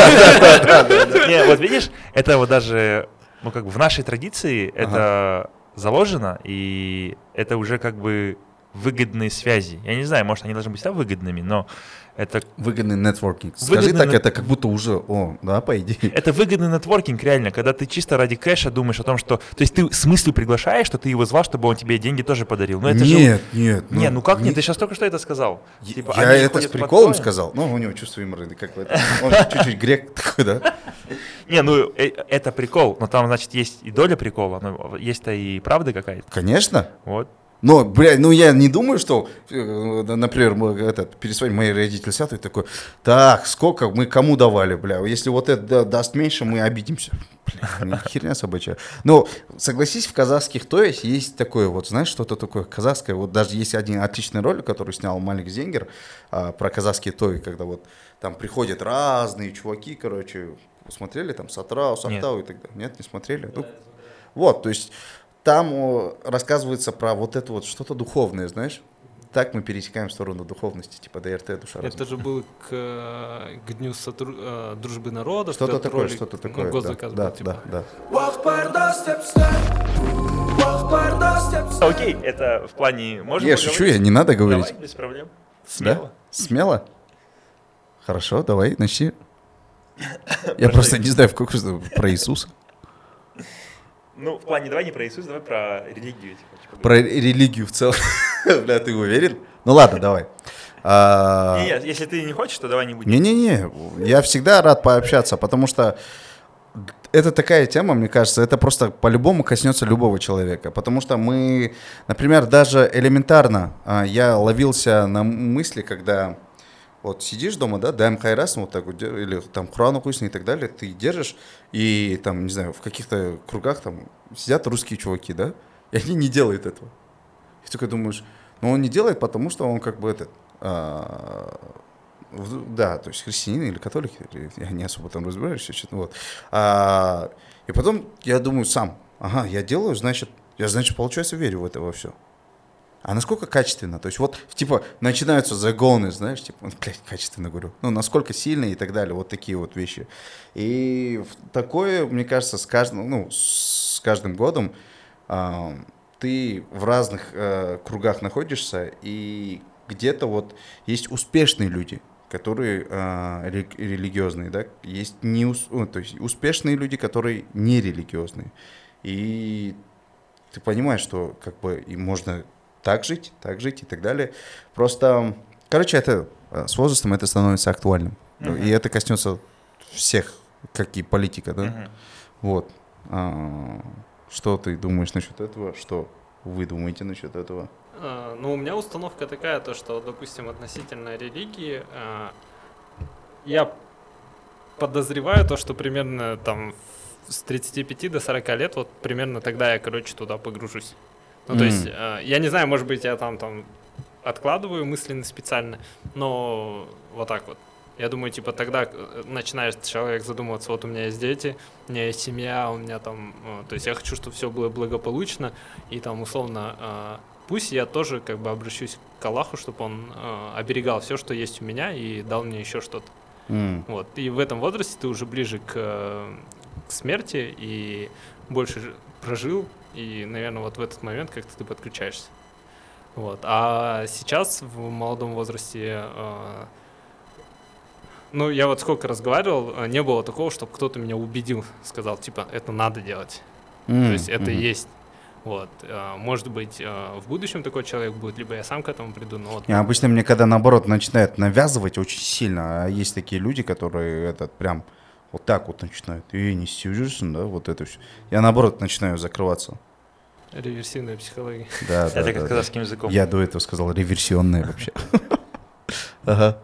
Не, вот видишь, это вот даже, ну, как бы в нашей традиции это заложено, и это уже как бы выгодные связи. Я не знаю, может, они должны быть всегда выгодными, но это... Выгодный нетворкинг. Скажи так, это как будто уже, да, по идее. Это выгодный нетворкинг, реально, когда ты чисто ради кэша думаешь о том, что... То есть ты с мыслью приглашаешь, что ты его звал, чтобы он тебе деньги тоже подарил. Но это нет. Не, ну как нет? Ты сейчас только что это сказал. Типа, я это с приколом сказал. Ну, у него чувство юмора, как бы это. Он чуть-чуть грек такой, да? Не, ну это прикол, но там, значит, есть и доля прикола, но есть-то и правда какая-то. Конечно. Вот. Но, я не думаю, что, например, перед своим мои родители сядут и такой, так, сколько мы кому давали, бля, если вот это даст меньше, мы обидимся. Бля, херня собачья. Но, согласись, в казахских тоях есть такое вот, знаешь, что-то такое казахское. Вот даже есть один отличный ролик, который снял Малик Зенгер про казахские тои, когда вот там приходят разные чуваки, короче, смотрели там Сатрау и так далее. Нет, не смотрели? Ну, вот, то есть... Там рассказывается про вот это вот что-то духовное, знаешь. Так мы пересекаем в сторону духовности, типа ДРТ, душа разума. Это же было к Дню дружбы народов. Что-то такое, госзаказ был, типа. Да. Окей, это в плане... Можно я шучу, не надо говорить. Давай, без проблем. Смело. Да? Смело? Хорошо, давай, начни. Я просто не знаю, про Иисуса. Ну, в плане, давай не про Иисуса, давай про религию. Про религию в целом. Бля, ты уверен? Ну ладно, давай. Нет, если ты не хочешь, то давай не будем. Не-не-не, я всегда рад пообщаться, потому что это такая тема, мне кажется, это просто по-любому коснется любого человека. Потому что мы, например, даже элементарно, я ловился на мысли, когда... Вот сидишь дома, да, даем хайрас, вот так вот, или там Куран укусни и так далее, ты держишь, и там, не знаю, в каких-то кругах там сидят русские чуваки, да, и они не делают этого. И ты такой думаешь, ну он не делает, потому что он как бы да, то есть христианин или католик, я не особо там разбираюсь, вот. И потом я думаю сам, я делаю, значит, получается, верю в это во все. А насколько качественно? То есть вот, типа, начинаются загоны, знаешь, типа, качественно говорю, ну, насколько сильно и так далее, вот такие вот вещи. И такое, мне кажется, с каждым годом ты в разных кругах находишься, и где-то вот есть успешные люди, которые религиозные, да, есть то есть успешные люди, которые не религиозные. И ты понимаешь, что как бы и можно так жить и так далее. Просто, короче, это с возрастом это становится актуальным. И это коснется всех, как и политика, да? Вот. Что ты думаешь насчет этого? Что вы думаете насчет этого? Ну, у меня установка такая, то, что, допустим, относительно религии, я подозреваю то, что примерно там с 35 до 40 лет, вот примерно тогда я, короче, туда погружусь. Ну, то есть, я не знаю, может быть, я там откладываю мысленно специально, но вот так вот. Я думаю, типа, тогда начинает человек задумываться, вот у меня есть дети, у меня есть семья, у меня там, то есть я хочу, чтобы все было благополучно, и там, условно, пусть я тоже как бы обращусь к Аллаху, чтобы он оберегал все, что есть у меня, и дал мне еще что-то. Вот. И в этом возрасте ты уже ближе к смерти и больше прожил, и, наверное, вот в этот момент как-то ты подключаешься. Вот. А сейчас в молодом возрасте, ну, я вот сколько разговаривал, не было такого, чтобы кто-то меня убедил, сказал, типа, это надо делать. То есть это есть. Вот. Может быть, в будущем такой человек будет, либо я сам к этому приду. Но вот... Обычно мне, когда наоборот начинают навязывать очень сильно, а есть такие люди, которые прям вот так вот начинают, не стюжишься, да, вот это все. Я наоборот начинаю закрываться. Реверсивная психология. Да, это как казахским языком. Я до этого сказал реверсионная вообще. Ага.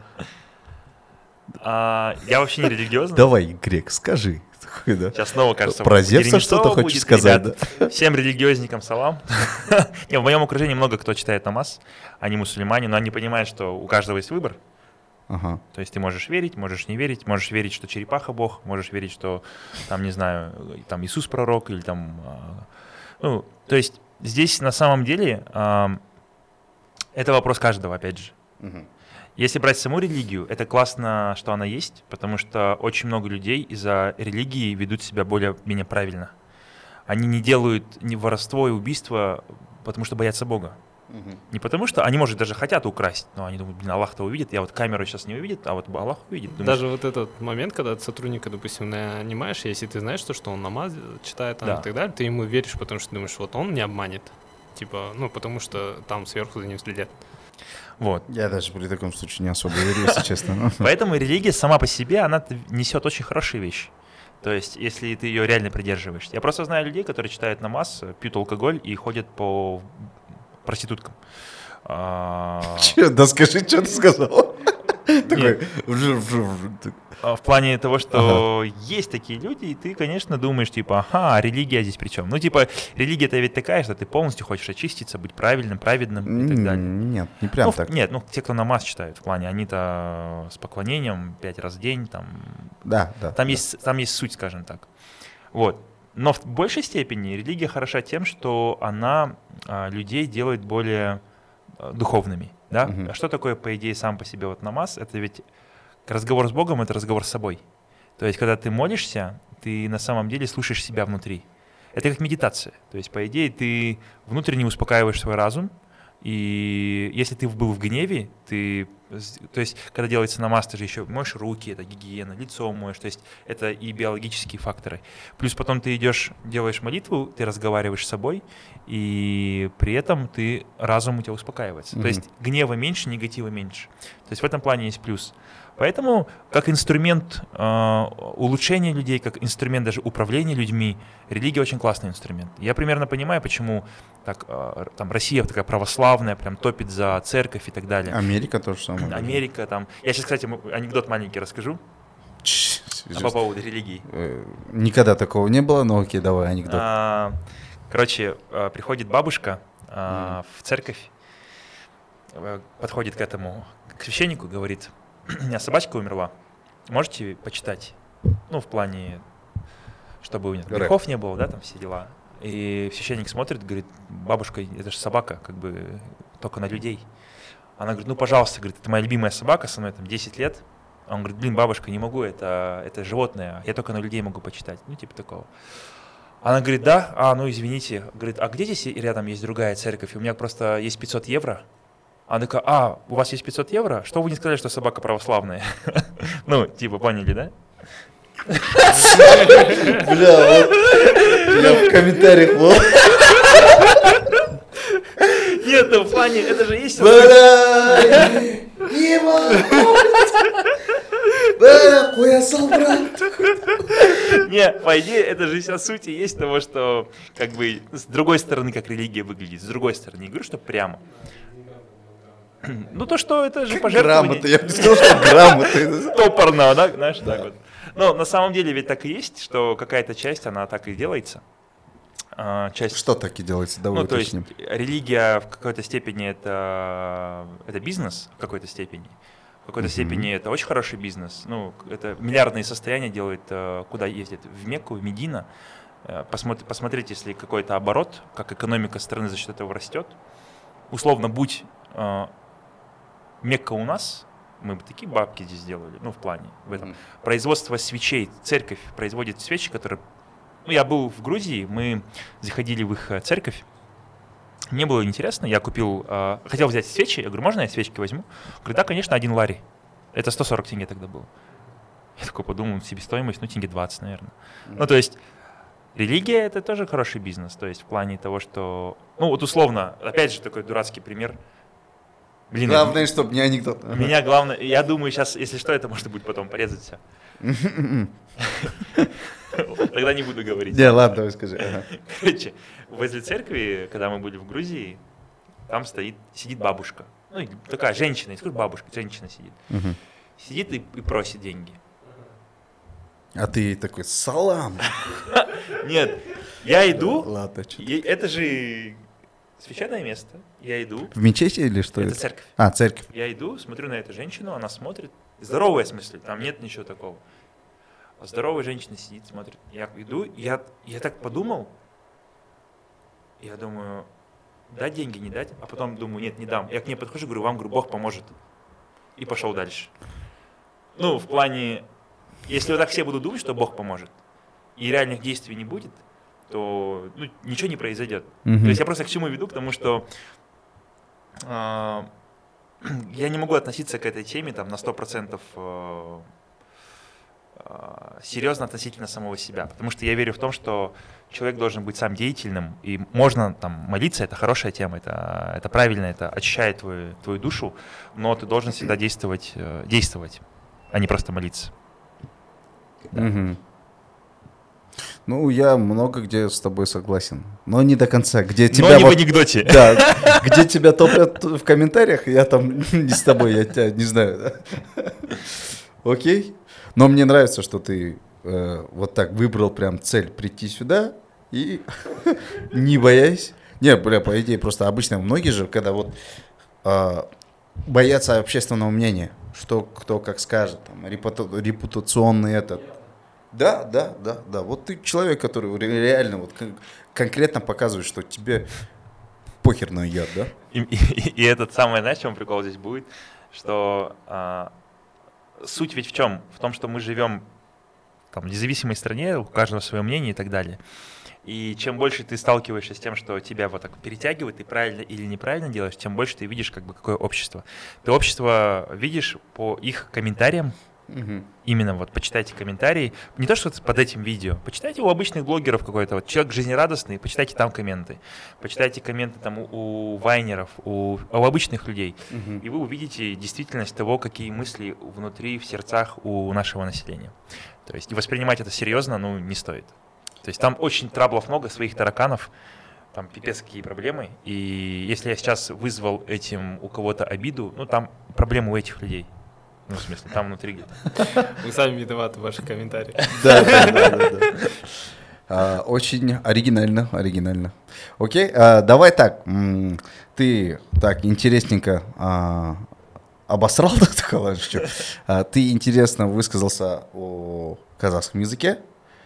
Я вообще не религиозный. Давай, Грек, скажи. Сейчас снова, кажется, про Зевса что-то хочешь сказать, да? Всем религиозникам салам. В моем окружении много кто читает намаз, они мусульмане, но они понимают, что у каждого есть выбор. То есть ты можешь верить, можешь не верить, можешь верить, что черепаха Бог, можешь верить, что там, не знаю, там Иисус пророк или там... Ну, то есть здесь на самом деле это вопрос каждого, опять же. Если брать саму религию, это классно, что она есть, потому что очень много людей из-за религии ведут себя более-менее правильно. Они не делают ни воровство и убийство, потому что боятся Бога. Не потому что они, может, даже хотят украсть, но они думают, блин, Аллах-то увидит, я вот камеру сейчас не увидит, а вот Аллах увидит. Думаешь, даже вот этот момент, когда ты сотрудника, допустим, нанимаешь, если ты знаешь, что он намаз читает там, и так далее, ты ему веришь, потому что думаешь, вот он не обманет. Типа, ну, потому что там сверху за ним следят. Вот. Я даже при таком случае не особо верю, если честно. Поэтому религия сама по себе, она несет очень хорошие вещи. То есть, если ты ее реально придерживаешься. Я просто знаю людей, которые читают намаз, пьют алкоголь и ходят по проституткам. Да скажи, что ты сказал? В плане того, что есть такие люди, и ты, конечно, думаешь, типа, ага, религия здесь при чем? Ну, типа, религия-то ведь такая, что ты полностью хочешь очиститься, быть правильным, праведным и так далее. Нет, не прям так. Нет, те, кто намаз читают, в плане, они-то с поклонением 5 раз в день, там... Да. Там есть суть, скажем так. Вот. Но в большей степени религия хороша тем, что она людей делает более духовными. Да? А что такое, по идее, сам по себе вот намаз? Это ведь разговор с Богом — это разговор с собой. То есть, когда ты молишься, ты на самом деле слушаешь себя внутри. Это как медитация. То есть, по идее, ты внутренне успокаиваешь свой разум, и если ты был в гневе, то есть, когда делается намаз, ты же еще моешь руки, это гигиена, лицо моешь, то есть это и биологические факторы. Плюс потом ты идешь, делаешь молитву, ты разговариваешь с собой, и при этом разум у тебя успокаивается. То есть гнева меньше, негатива меньше. То есть в этом плане есть плюс. Поэтому как инструмент улучшения людей, как инструмент даже управления людьми, религия очень классный инструмент. Я примерно понимаю, почему там Россия такая православная, прям топит за церковь и так далее. Америка тоже самое. Америка там. Я сейчас, кстати, анекдот маленький расскажу по поводу религии. Никогда такого не было, но окей, давай анекдот. Короче, приходит бабушка в церковь, подходит к священнику, говорит: у меня собачка умерла, можете почитать? Ну, в плане, чтобы у нее грехов не было, да, там все дела. И священник смотрит, говорит: бабушка, это же собака, как бы только на людей. Она говорит: ну, пожалуйста, говорит, это моя любимая собака, со мной там 10 лет. Он говорит: блин, бабушка, не могу, это животное, я только на людей могу почитать. Ну, типа такого. Она говорит: да, ну, извините. Говорит: а где здесь рядом есть другая церковь? У меня просто есть 500 евро, Она такая, у вас есть 500 евро? Что вы не сказали, что собака православная? Ну, типа, поняли, да? Бля, вот я в комментариях вот. Нет, ну в плане, это же есть... Не, по идее, это же вся суть и есть того, что как бы с другой стороны, как религия выглядит, с другой стороны. Не говорю, что прямо. Ну то, что это же пожертвование. Грамота, я бы сказал, что грамота. Топорно, да, знаешь, так вот. Но на самом деле ведь так и есть, что какая-то часть, она так и делается. Часть... Что так и делается? Давай уточним. То есть религия в какой-то степени это бизнес, в какой-то степени. В какой-то степени это очень хороший бизнес. Ну, это миллиардные состояния делает, куда ездят? В Мекку, в Медина. Посмотрите, если какой-то оборот, как экономика страны за счет этого растет. Условно, будь Мекка у нас, мы бы такие бабки здесь сделали, ну, в плане в этом. Производство свечей, церковь производит свечи, которые... Ну, я был в Грузии, мы заходили в их церковь. Мне было интересно, я купил, хотел взять свечи, я говорю, можно я свечки возьму? Говорю, да, конечно, 1 лари. Это 140 тенге тогда было. Я такой подумал, себестоимость, ну, тенге 20, наверное. Ну, то есть религия — это тоже хороший бизнес, то есть в плане того, что... Ну, вот условно, опять же, такой дурацкий пример. Блин, главное, чтобы не анекдот. Меня главное, я думаю, сейчас, если что, это можно будет потом порезать все. Тогда не буду говорить. Не, ладно, давай скажи. Короче, возле церкви, когда мы были в Грузии, там сидит бабушка. Ну, такая женщина, не скажу бабушка, женщина сидит. Сидит и просит деньги. А ты такой, салам. Нет, я иду, Ладно, это же священное место, я иду. В мечети или что это? Это церковь. А, церковь. Я иду, смотрю на эту женщину, она смотрит, здоровая в смысле, там нет ничего такого. Здоровая женщина сидит, смотрит. Я иду, я так подумал, я думаю, дать деньги, не дать, а потом думаю, нет, не дам. Я к ней подхожу, говорю, вам, Бог поможет. И пошел дальше. Ну, в плане, если вот так все будут думать, что Бог поможет, и реальных действий не будет, то ничего не произойдет. То есть я просто к чему веду, к тому, что я не могу относиться к этой теме там, на 100% серьезно относительно самого себя, потому что я верю в том, что человек должен быть сам деятельным, и можно там молиться, это хорошая тема, это правильно, это очищает твою душу, но ты должен всегда действовать, а не просто молиться. Да. Ну, я много где с тобой согласен, но не до конца. Где тебя но не в анекдоте. Да, где тебя топят в комментариях, я там не с тобой, я тебя не знаю. Окей? Но мне нравится, что ты вот так выбрал прям цель прийти сюда и не боясь. Не, бля, по идее, просто обычно многие же, когда вот боятся общественного мнения, что кто как скажет, там, репутационный этот. Да. Вот ты человек, который реально вот конкретно показывает, что тебе похер на яд, да? И этот самый, знаешь, в чем прикол здесь будет? Что суть ведь в чем? В том, что мы живем там, в независимой стране, у каждого свое мнение и так далее. И чем больше ты сталкиваешься с тем, что тебя вот так перетягивает, ты правильно или неправильно делаешь, тем больше ты видишь, как бы, какое общество. Ты общество видишь по их комментариям. Именно вот почитайте комментарии. Не то, что под этим видео. Почитайте у обычных блогеров какой-то. Вот человек жизнерадостный, почитайте там комменты. Почитайте комменты там у вайнеров, у обычных людей. И вы увидите действительность того, какие мысли внутри, в сердцах у нашего населения. То есть и воспринимать это серьезно, не стоит. То есть там очень траблов много, своих тараканов. Там пипец какие проблемы. И если я сейчас вызвал этим у кого-то обиду, там проблемы у этих людей. В смысле, там внутри где-то. Вы сами виноваты в ваших комментариях. Да. Очень оригинально. Окей, давай так. Ты так интересненько обосрал, ты интересно высказался о казахском языке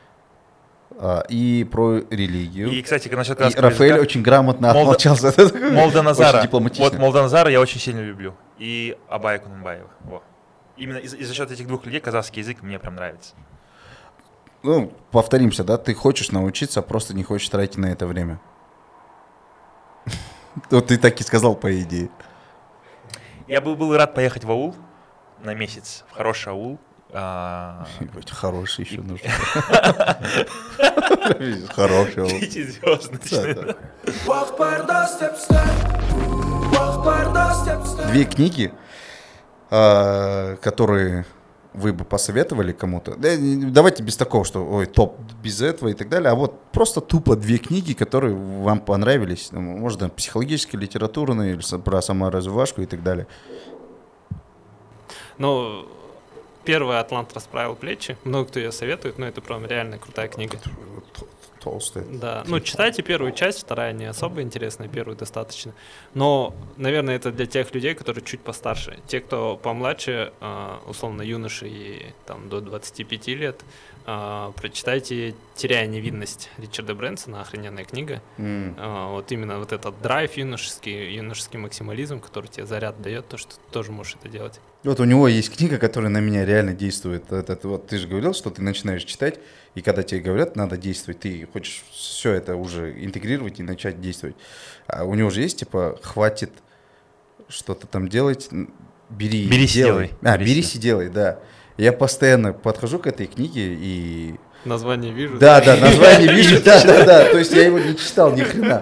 и про религию. И, кстати, насчет казахского Рафаэль языка, очень грамотно отмолчался. Молданазара. Очень дипломатично. Вот Молданазара я очень сильно люблю. И Абая Кунанбаева. Именно и за счет этих двух людей казахский язык мне прям нравится. Повторимся, да? Ты хочешь научиться, просто не хочешь тратить на это время. Вот ты так и сказал, по идее. Я был рад поехать в аул на месяц, в хороший аул. Хороший еще нужно. Хороший аул. 5-звездочный. Две книги, которые вы бы посоветовали кому-то. Давайте без такого, что ой, топ без этого и так далее, а вот просто тупо две книги, которые вам понравились. Можно психологические, литературные, или про саморазвивашку и так далее. Ну, первый «Атлант расправил плечи». Много кто ее советует, но это прям реально крутая книга. Толстая. Да, ну читайте первую часть, вторая не особо интересная, первую достаточно. Но, наверное, это для тех людей, которые чуть постарше. Те, кто помладше, условно юноши и там до 25 лет, прочитайте «Теряя невинность» Ричарда Брэнсона, охрененная книга. Вот именно вот этот драйв юношеский максимализм, который тебе заряд дает, то, что ты тоже можешь это делать. Вот у него есть книга, которая на меня реально действует. Вот ты же говорил, что ты начинаешь читать, и когда тебе говорят, надо действовать, ты хочешь все это уже интегрировать и начать действовать. А у него же есть, типа, хватит что-то там делать, берись и делай. Берись и делай, да. Я постоянно подхожу к этой книге и... Название вижу. Да, название вижу, да. То есть я его не читал ни хрена.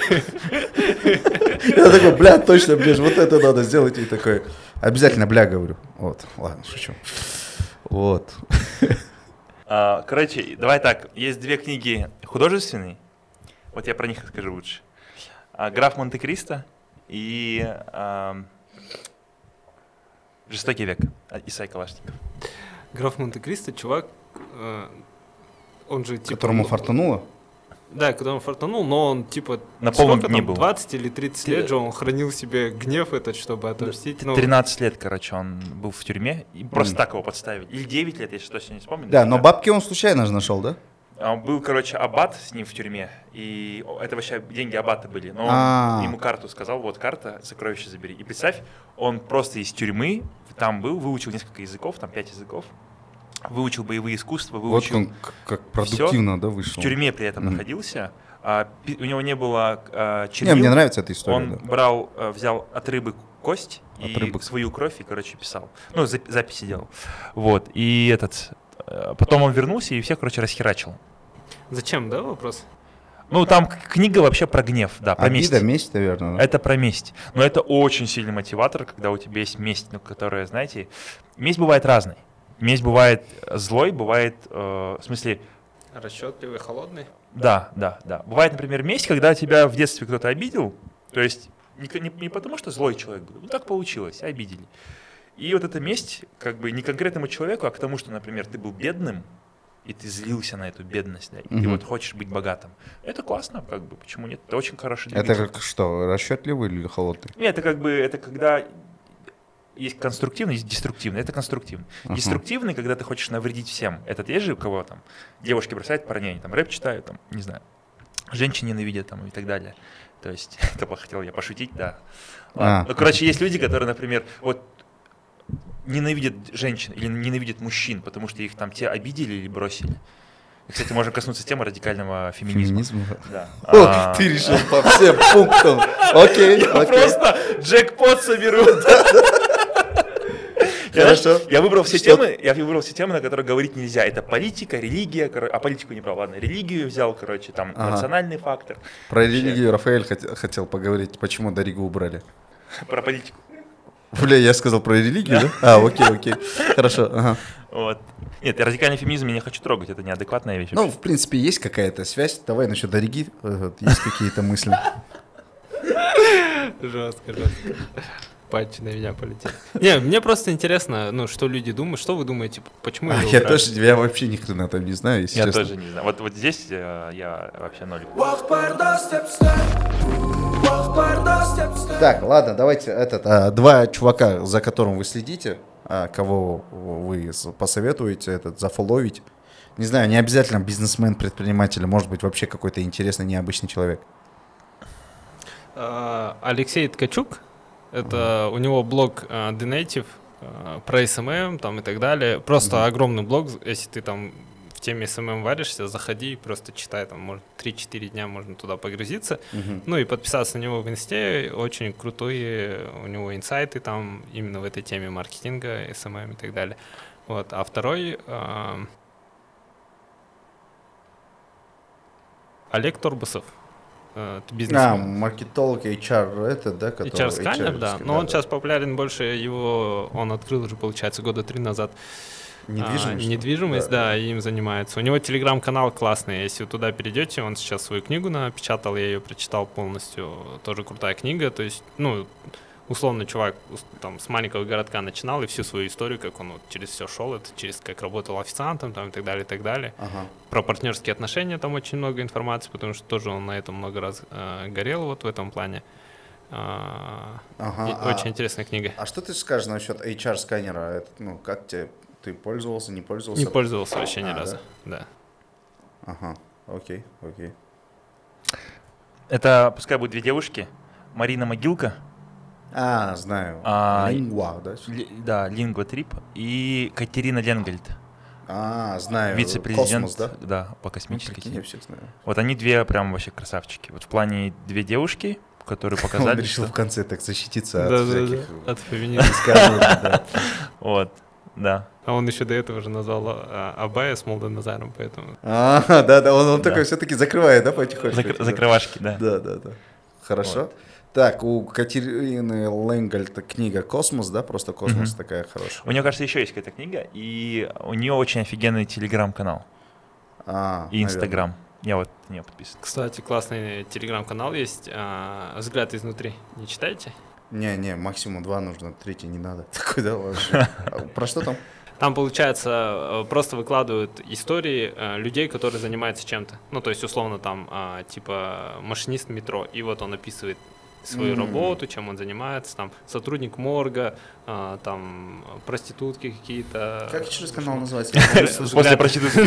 Я такой, бля, точно, мне же вот это надо сделать. И такой, обязательно бля говорю. Вот, ладно, шучу. Вот. Короче, давай так, есть две книги художественные, вот я про них расскажу лучше. «Граф Монте-Кристо» и «Жестокий век» Исай Калашников. «Граф Монте-Кристо», чувак, он же типа... Которому фартануло? Да, когда он фартанул, но он типа... На полном дне был. 20 или 30 лет же он хранил в себе гнев этот, чтобы отомстить. 13 лет, короче, он был в тюрьме, и просто так его подставили. Или 9 лет, если точно не вспомню. Да, но бабки он случайно же нашел, да? Был, короче, аббат с ним в тюрьме, и это вообще деньги аббата были. Но он ему карту сказал, вот карта, сокровище забери. И представь, он просто из тюрьмы там был, выучил несколько языков, там 5 языков. Выучил боевые искусства, выучил... Вот он как продуктивно, да, вышел. В тюрьме при этом находился. У него не было чернил. Мне нравится эта история. Он взял от рыбы кость и свою кровь и, короче, писал. Ну, записи делал. Вот. И потом он вернулся и всех, короче, расхерачил. Зачем, да, вопрос? Ну, там книга вообще про гнев, да, про месть. Месть, наверное. Да? Это про месть. Но это очень сильный мотиватор, когда у тебя есть месть, ну, которая, знаете... Месть бывает разной. Месть бывает злой, бывает, в смысле... Расчетливый, холодный? Да. Бывает, например, месть, когда тебя в детстве кто-то обидел, то есть не потому, что злой человек был, ну так получилось, обидели. И вот эта месть как бы не конкретному человеку, а к тому, что, например, ты был бедным, и ты злился на эту бедность, да, и ты вот хочешь быть богатым. Это классно, как бы, почему нет? Это очень хороший двигатель. Это как что, расчетливый или холодный? Нет, это когда... Есть конструктивный, есть деструктивный. Это конструктивный. Деструктивный, когда ты хочешь навредить всем. Этот есть же у кого там? Девушки бросают парней, там рэп читают, там, не знаю, женщин ненавидят там и так далее. То есть, это хотел я пошутить, да. Ну, короче, есть люди, которые, например, вот ненавидят женщин или ненавидят мужчин, потому что их там те обидели или бросили. И, кстати, можем коснуться темы радикального феминизма. Да. О, ты решил по всем пунктам. Окей. Я просто джекпот соберу. Хорошо. Я выбрал все темы, на которые говорить нельзя. Это политика, религия, а политику не брал, ладно. Религию взял, короче, там национальный фактор. Про религию Рафаэль хотел поговорить, почему Даригу убрали. Про политику. Бля, я сказал про религию, да? Окей. Хорошо, ага. Вот. Нет, радикальный феминизм я не хочу трогать, это неадекватная вещь. Ну, в принципе, есть какая-то связь. Давай насчет Дариги, есть какие-то мысли. Жестко. Патчи на меня полетели. Не, мне просто интересно, ну, что люди думают, что вы думаете, почему я вообще ни хрена там не знаю, если честно. Я тоже не знаю. Вот здесь я вообще ноль. Так, ладно, давайте два чувака, за которым вы следите, кого вы посоветуете зафоловить. Не знаю, не обязательно бизнесмен, предприниматель, может быть вообще какой-то интересный, необычный человек. Алексей Ткачук, это у него блог The Native про SMM там и так далее. Просто огромный блог, если ты там теме SMM варишься, заходи, просто читай, там, может, 3-4 дня можно туда погрузиться. Мгм. Ну и подписаться на него в инсте, очень крутые у него инсайты там именно в этой теме маркетинга, SMM и так далее. Вот. А второй Олег Торбусов, бизнесмен. Маркетолог, HR, это, да, который... HR-сканер, да. HR-ский, Но он сейчас популярен больше, он открыл уже, получается, года 3 назад. Недвижимость, да, им занимается. У него телеграм-канал классный, если вы туда перейдете, он сейчас свою книгу напечатал, я ее прочитал полностью, тоже крутая книга, то есть, ну, условно, чувак там с маленького городка начинал и всю свою историю, как он вот через все шел, это через как работал официантом там, и так далее, и так далее. Ага. Про партнерские отношения там очень много информации, потому что тоже он на этом много раз горел вот в этом плане. Очень интересная книга. А что ты скажешь насчет HR-сканера? Это, ну, как тебе? Ты пользовался, не пользовался? Не пользовался вообще ни разу, да. Ага, окей. Это, пускай будут 2 девушки, Марина Могилка. Знаю. Лингва, да? Да, Lingua Trip. И Катерина Ленгельд. Знаю. Вице-президент, Космос, да? Да, по космической Прикинь, теме. я всех знаю. Вот они 2 прям вообще красавчики. Вот в плане 2 девушки, которые Он показали, решил что... в конце так защититься Да, от всяких от феминизма. высказываний, да. Вот, да. А он еще до этого же назвал Абая с Молдоназаром, поэтому... Да, он Да. такой все-таки закрывает, да, потихоньку? Закрывашки, да. Да. Хорошо. Так, у Катерины Ленгельд книга «Космос», да, просто «Космос» Мгм. такая хорошая. У нее, кажется, еще есть какая-то книга, и у нее очень офигенный телеграм-канал и Инстаграм. Я вот на нее подписан. Кстати, классный телеграм-канал есть, «Взгляд изнутри». Не читаете? Не, максимум 2 нужно, 3 не надо. Такой, да, ладно. Про что там? Там, получается, просто выкладывают истории людей, которые занимаются чем-то. Ну, то есть, условно, там, типа, машинист метро, и вот он описывает свою работу, чем он занимается, там, сотрудник морга, там, проститутки какие-то. Как еще раз канал называется? После проститутки.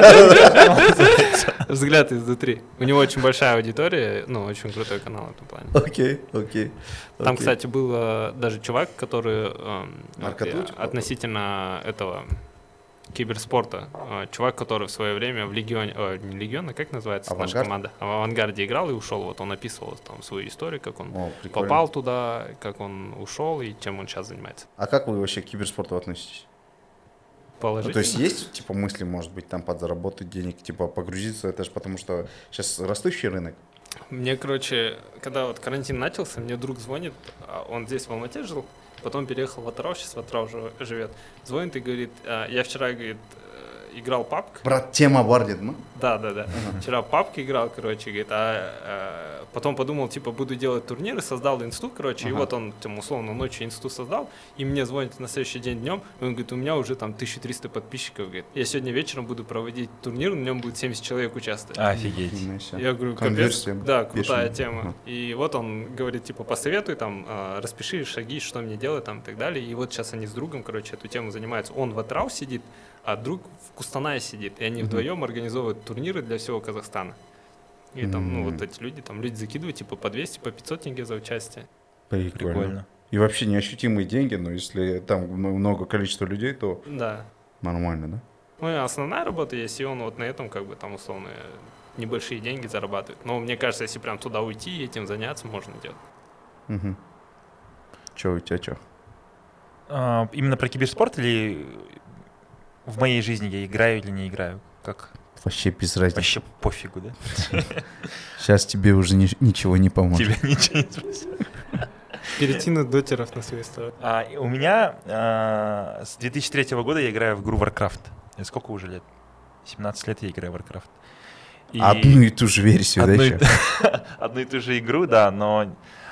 «Взгляд изнутри». У него очень большая аудитория, ну, очень крутой канал в этом плане. Окей. Там, кстати, был даже чувак, который Наркоту? относительно этого киберспорта, чувак, который в свое время в Легионе, не Легион, а как называется наша «Авангард»? команда? В «Авангарде» играл и ушел. Вот он описывал там свою историю, как он Прикольно. попал туда, как он ушел и чем он сейчас занимается. А как вы вообще к киберспорту относитесь? Ну, Положительно. то есть есть, типа, мысли, может быть, там подзаработать денег, типа, погрузиться, это же потому что сейчас растущий рынок. Мне, короче, когда вот карантин начался, мне друг звонит, он здесь в Алмате жил, потом переехал в Атырау, сейчас в Атырау живет. Звонит и говорит, я вчера, говорит, играл PUBG. Брат, тема вардит, ну? Да. Вчера PUBG играл, короче, говорит, потом подумал, типа, буду делать турниры, создал инсту, короче, и вот он, там, условно, ночью инсту создал, и мне звонит на следующий день днем, и он говорит, у меня уже там 1300 подписчиков, говорит, я сегодня вечером буду проводить турнир, на нем будет 70 человек участвовать. Офигеть. Я говорю, капец, Конверсия да, крутая бешеная. тема. И вот он говорит, типа, посоветуй, там, распиши шаги, что мне делать, там, и так далее. И вот сейчас они с другом, короче, эту тему занимаются. Он в Атырау сидит, а друг в Кустанае сидит. И они вдвоем организовывают турниры для всего Казахстана. И там, ну, вот эти люди закидывают, типа, по 200, по 500 тенге за участие. Прикольно. И вообще неощутимые деньги, но если там много количества людей, то Да. нормально, да? Ну, и основная работа есть, и он вот на этом, как бы, там, условно, небольшие деньги зарабатывает. Но мне кажется, если прям туда уйти и этим заняться, можно делать. Угу. Че у тебя, че? Именно про киберспорт или в моей жизни я играю или не играю? Как? Вообще без разницы. Вообще пофигу, да? Сейчас тебе уже ничего не поможет. Тебе ничего не спросил. Перейти на дотеров на свою сторону. У меня с 2003 года я играю в игру Warcraft. Это сколько уже лет? 17 лет я играю в Warcraft. Одну и ту же версию, да, еще? Одну и ту же игру, да, но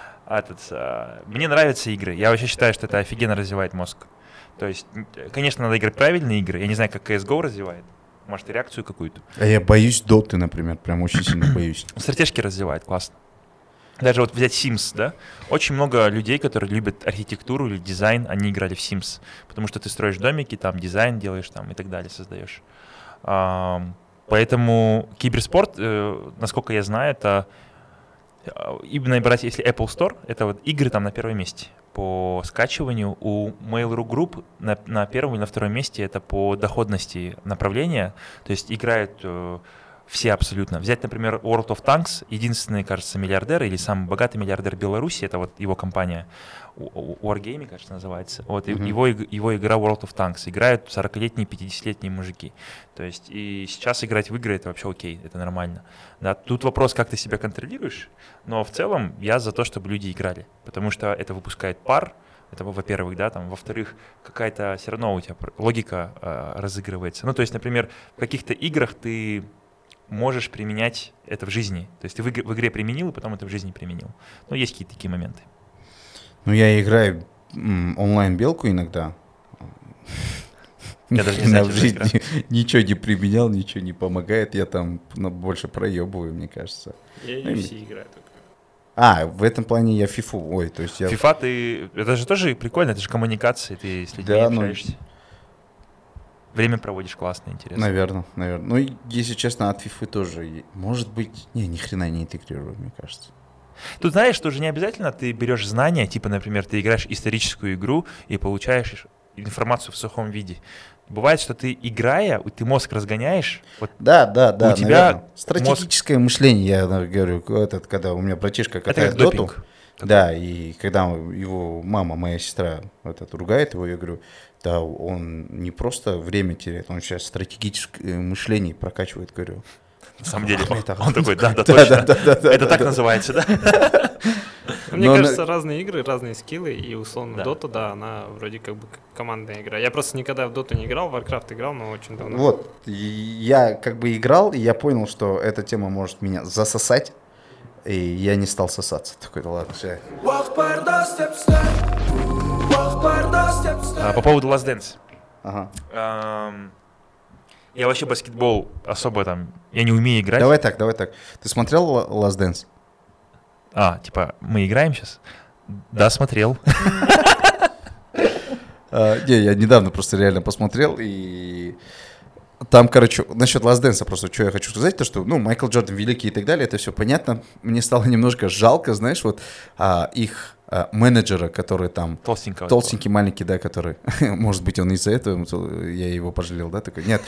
мне нравятся игры. Я вообще считаю, что это офигенно развивает мозг. То есть, конечно, надо играть правильные игры. Я не знаю, как CSGO развивает. Может, и реакцию какую-то. А я боюсь доты, например, прям очень сильно боюсь. Стратежки развивает, классно. Даже вот взять Sims, да? Очень много людей, которые любят архитектуру или дизайн, они играли в Sims. Потому что ты строишь домики, там дизайн делаешь там и так далее, создаешь. Поэтому киберспорт, насколько я знаю, это Именно брать, если Apple Store, это вот игры там на первом месте по скачиванию. У Mail.ru Group на первом или на втором месте это по доходности направления. То есть играют все абсолютно. Взять, например, World of Tanks, единственный, кажется, миллиардер или самый богатый миллиардер Беларуси, это вот его компания Wargaming, кажется, называется. Вот его игра World of Tanks. Играют 40-летние, 50-летние мужики. То есть и сейчас играть в игры — это вообще окей, это нормально. Да, тут вопрос, как ты себя контролируешь, но в целом я за то, чтобы люди играли, потому что это выпускает пар, это, во-первых, да, там, во-вторых, какая-то все равно у тебя логика разыгрывается. Ну, то есть, например, в каких-то играх ты можешь применять это в жизни. То есть ты в игре применил, и потом это в жизни применил. Ну, есть какие-то такие моменты. Ну, я играю онлайн-белку иногда. Я даже не знаю, в жизни ничего не применял, ничего не помогает. Я там больше проебываю, мне кажется. Я UFC играю только. В этом плане я FIFA. Ой, то есть я... FIFA это же тоже прикольно, это же коммуникация, ты с людьми общаешься. Время проводишь классно, интересно. Наверное. Ну, если честно, от FIFA тоже, может быть, ни хрена не интегрирую, мне кажется. Тут знаешь, что же не обязательно ты берешь знания, типа, например, ты играешь историческую игру и получаешь информацию в сухом виде. Бывает, что ты, играя, ты мозг разгоняешь. Вот да, у тебя стратегическое мышление, я говорю, когда у меня братишка катает доту. Да, и когда его мама, моя сестра, ругает его, я говорю, да, он не просто время теряет, он сейчас стратегическое мышление прокачивает, говорю. На самом деле, он такой, да, точно. Это так называется, да? Мне кажется, разные игры, разные скиллы, и условно Dota, да, она вроде как бы командная игра. Я просто никогда в Dota не играл, в Warcraft играл, но очень давно. Вот, я как бы играл, и я понял, что эта тема может меня засосать, и я не стал сосаться. Такой, ладно, все. По поводу Last Dance. Ага. Я вообще баскетбол особо там, я не умею играть. Давай так. Ты смотрел Last Dance? Типа, мы играем сейчас? Да, смотрел. Не, я недавно просто реально посмотрел, и там, короче, насчет Last Dance просто, что я хочу сказать, то, что, Майкл Джордан великий и так далее, это все понятно. Мне стало немножко жалко, знаешь, вот их менеджера, который там... Толстенький, маленький, да, который... Может быть, он из-за этого, я его пожалел, да, такой? Нет.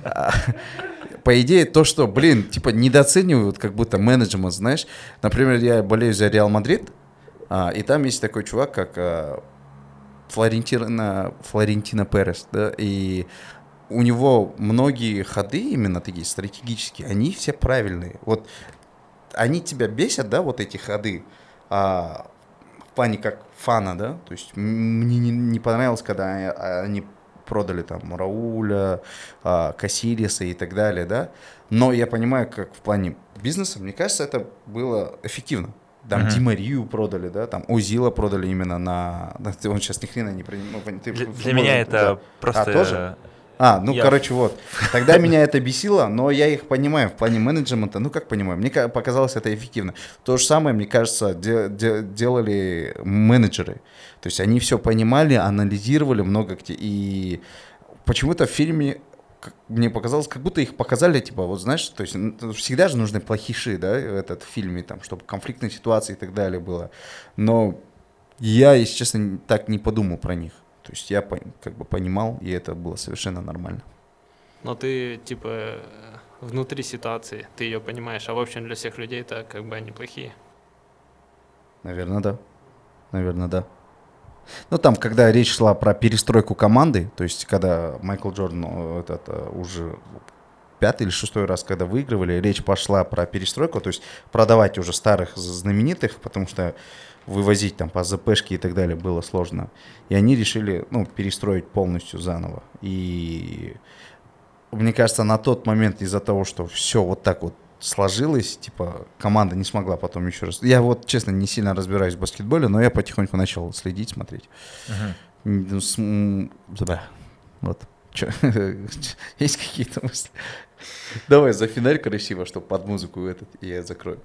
По идее, то, что, типа, недооценивают как будто менеджмент, знаешь. Например, я болею за Реал Мадрид, и там есть такой чувак, как Флорентино Перес, да, и у него многие ходы именно такие стратегические, они все правильные. Вот они тебя бесят, да, вот эти ходы, в плане как фана, да, то есть мне не понравилось, когда они продали там Рауля, Касилиса и так далее, да, но я понимаю, как в плане бизнеса, мне кажется, это было эффективно. Там Ди Марию продали, да, там Озила продали именно он сейчас ни хрена не принимал. Для меня это просто... тоже? Короче, вот. Тогда меня это бесило, но я их понимаю в плане менеджмента. Как понимаю? Мне показалось это эффективно. То же самое, мне кажется, делали менеджеры. То есть они все понимали, анализировали много где. И почему-то в фильме мне показалось, как будто их показали, типа, вот знаешь, то есть всегда же нужны плохиши, да, в фильме, там, чтобы конфликтные ситуации и так далее было. Но я, если честно, так не подумал про них. То есть я как бы понимал, и это было совершенно нормально. Но ты, типа, внутри ситуации, ты ее понимаешь, а в общем для всех людей это как бы они плохие. Наверное, да. Там, когда речь шла про перестройку команды, то есть когда Майкл Джордан уже 5-й или 6-й раз, когда выигрывали, речь пошла про перестройку, то есть продавать уже старых знаменитых, потому что вывозить там по ЗПшке и так далее было сложно. И они решили, перестроить полностью заново. И мне кажется, на тот момент из-за того, что все вот так вот сложилось, типа, команда не смогла потом еще раз. Я вот, честно, не сильно разбираюсь в баскетболе, но я потихоньку начал следить, смотреть. Да, вот. Есть какие-то мысли? Давай, зафиналь красиво, чтобы под музыку я закрою.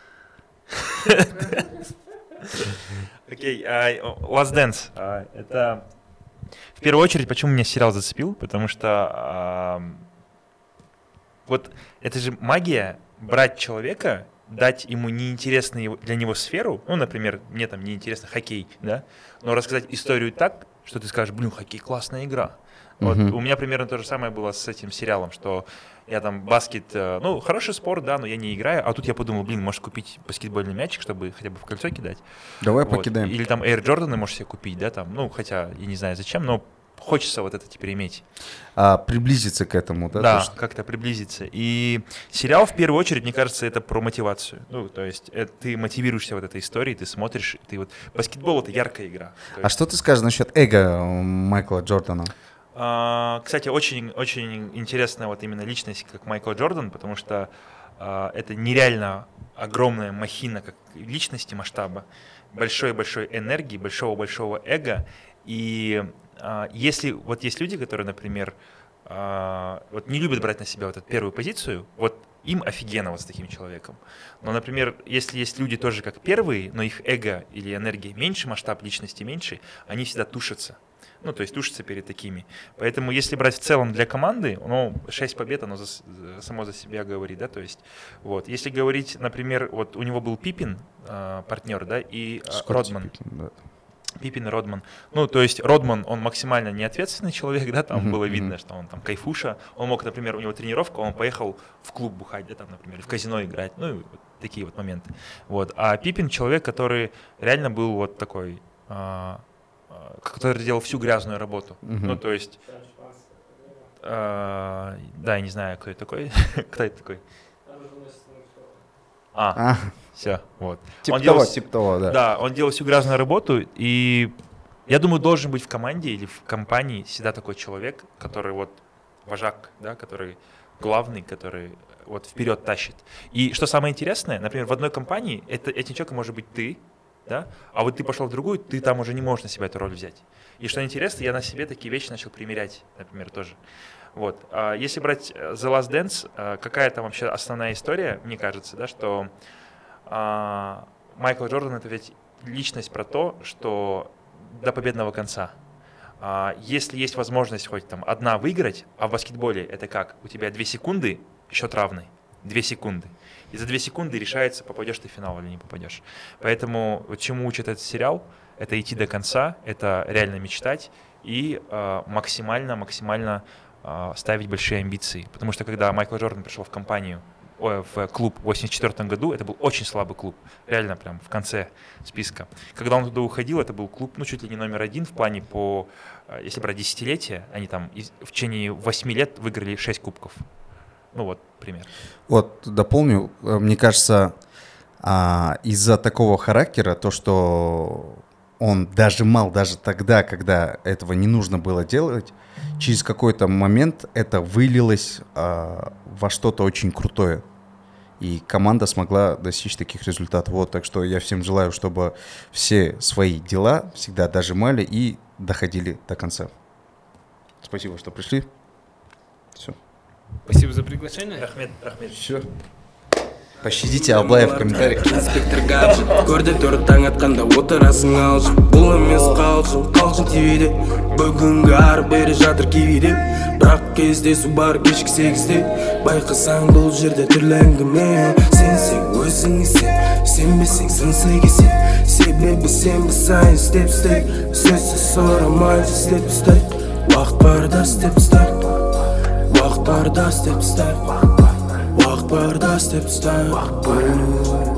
Окей, Last Dance. Это в первую очередь, почему меня сериал зацепил, потому что вот это же магия брать человека дать ему неинтересную для него сферу, ну, например, мне там неинтересно хоккей, да, но рассказать историю так, что ты скажешь, блин, хоккей классная игра. Вот, у меня примерно то же самое было с этим сериалом, что я там баскет, ну, хороший спорт, да, но я не играю, а тут я подумал, блин, может купить баскетбольный мячик, чтобы хотя бы в кольцо кидать. Давай вот. покидаем. Или там Air Jordan можешь себе купить, да, там, ну, хотя я не знаю зачем, но хочется вот это теперь иметь. Приблизиться к этому, да? Да, как-то приблизиться. И сериал, в первую очередь, мне кажется, это про мотивацию. Ну, то есть ты мотивируешься вот этой историей, ты смотришь, ты вот... Баскетбол — это яркая игра. А что ты скажешь насчет эго Майкла Джордана? Кстати, очень интересная вот именно личность, как Майкл Джордан, потому что это нереально огромная махина как личности масштаба, большой-большой энергии, большого-большого эго. И если вот есть люди, которые, например, вот не любят брать на себя вот эту первую позицию, вот им офигенно вот с таким человеком. Но, например, если есть люди тоже как первые, но их эго или энергия меньше, масштаб личности меньше, они всегда тушатся. Ну, то есть тушатся перед такими. Поэтому, если брать в целом для команды, ну, 6 побед, оно само за себя говорит, да, то есть, вот. Если говорить, например, вот у него был Пиппин, партнер, да, и Родман. Пиппин и Родман. Ну, то есть Родман, он максимально неответственный человек, да, там было видно, что он там кайфуша. Он мог, например, у него тренировка, он поехал в клуб бухать, да, там, например, в казино играть, ну, и вот такие вот моменты. Вот. А Пиппин человек, который реально был вот такой, который делал всю грязную работу. Ну, то есть, да, я не знаю, кто это такой. Кто это такой? Все, вот. Типа того, да. Да, он делал всю грязную работу, и я думаю, должен быть в команде или в компании всегда такой человек, который вот вожак, да, который главный, который вот вперед тащит. И что самое интересное, например, в одной компании этим человеком может быть ты, да, а вот ты пошел в другую, ты там уже не можешь на себя эту роль взять. И что интересно, я на себе такие вещи начал примерять, например, тоже. Вот. Если брать The Last Dance, какая там вообще основная история, мне кажется, да, что Майкл Джордан — это ведь личность про то, что до победного конца. Если есть возможность хоть там одна выиграть, а в баскетболе это как? У тебя 2 секунды, счет равный, 2 секунды. И за 2 секунды решается, попадешь ты в финал или не попадешь. Поэтому вот чему учит этот сериал, это идти до конца, это реально мечтать и максимально ставить большие амбиции. Потому что когда Майкл Джордан пришел в компанию, в клуб в 1984 году, это был очень слабый клуб, реально прям в конце списка. Когда он туда уходил, это был клуб, ну, чуть ли не номер 1 в плане по, если брать десятилетия, они там в течение 8 лет выиграли 6 кубков. Ну вот, пример. Вот, дополню, мне кажется, из-за такого характера, то, что он дожимал даже тогда, когда этого не нужно было делать, через какой-то момент это вылилось во что-то очень крутое. И команда смогла достичь таких результатов. Вот, так что я всем желаю, чтобы все свои дела всегда дожимали и доходили до конца. Спасибо, что пришли. Все. Спасибо за приглашение. Рахмет. Все. Пощадите Аблаев в комментариях. Инспектор гаджет көрді тұрып таң атқанда отырасың алшып. Бұл емес қалшын тивиде. Бүгінгі ары бері жатыр кивиде. Бірақ кездесу бар кешкі 8-де. Байқасаң бұл жерде түрлі әңгіме. Сенсең өзіңе сенбесең сынсыз кесек. Себебі сен сайын степ сөзсіз сұрамайды степ ұстайық. Уақыт барда степ ұстайық. Уақыт барда степ ұстайық. Вақ барда степ ұстайық.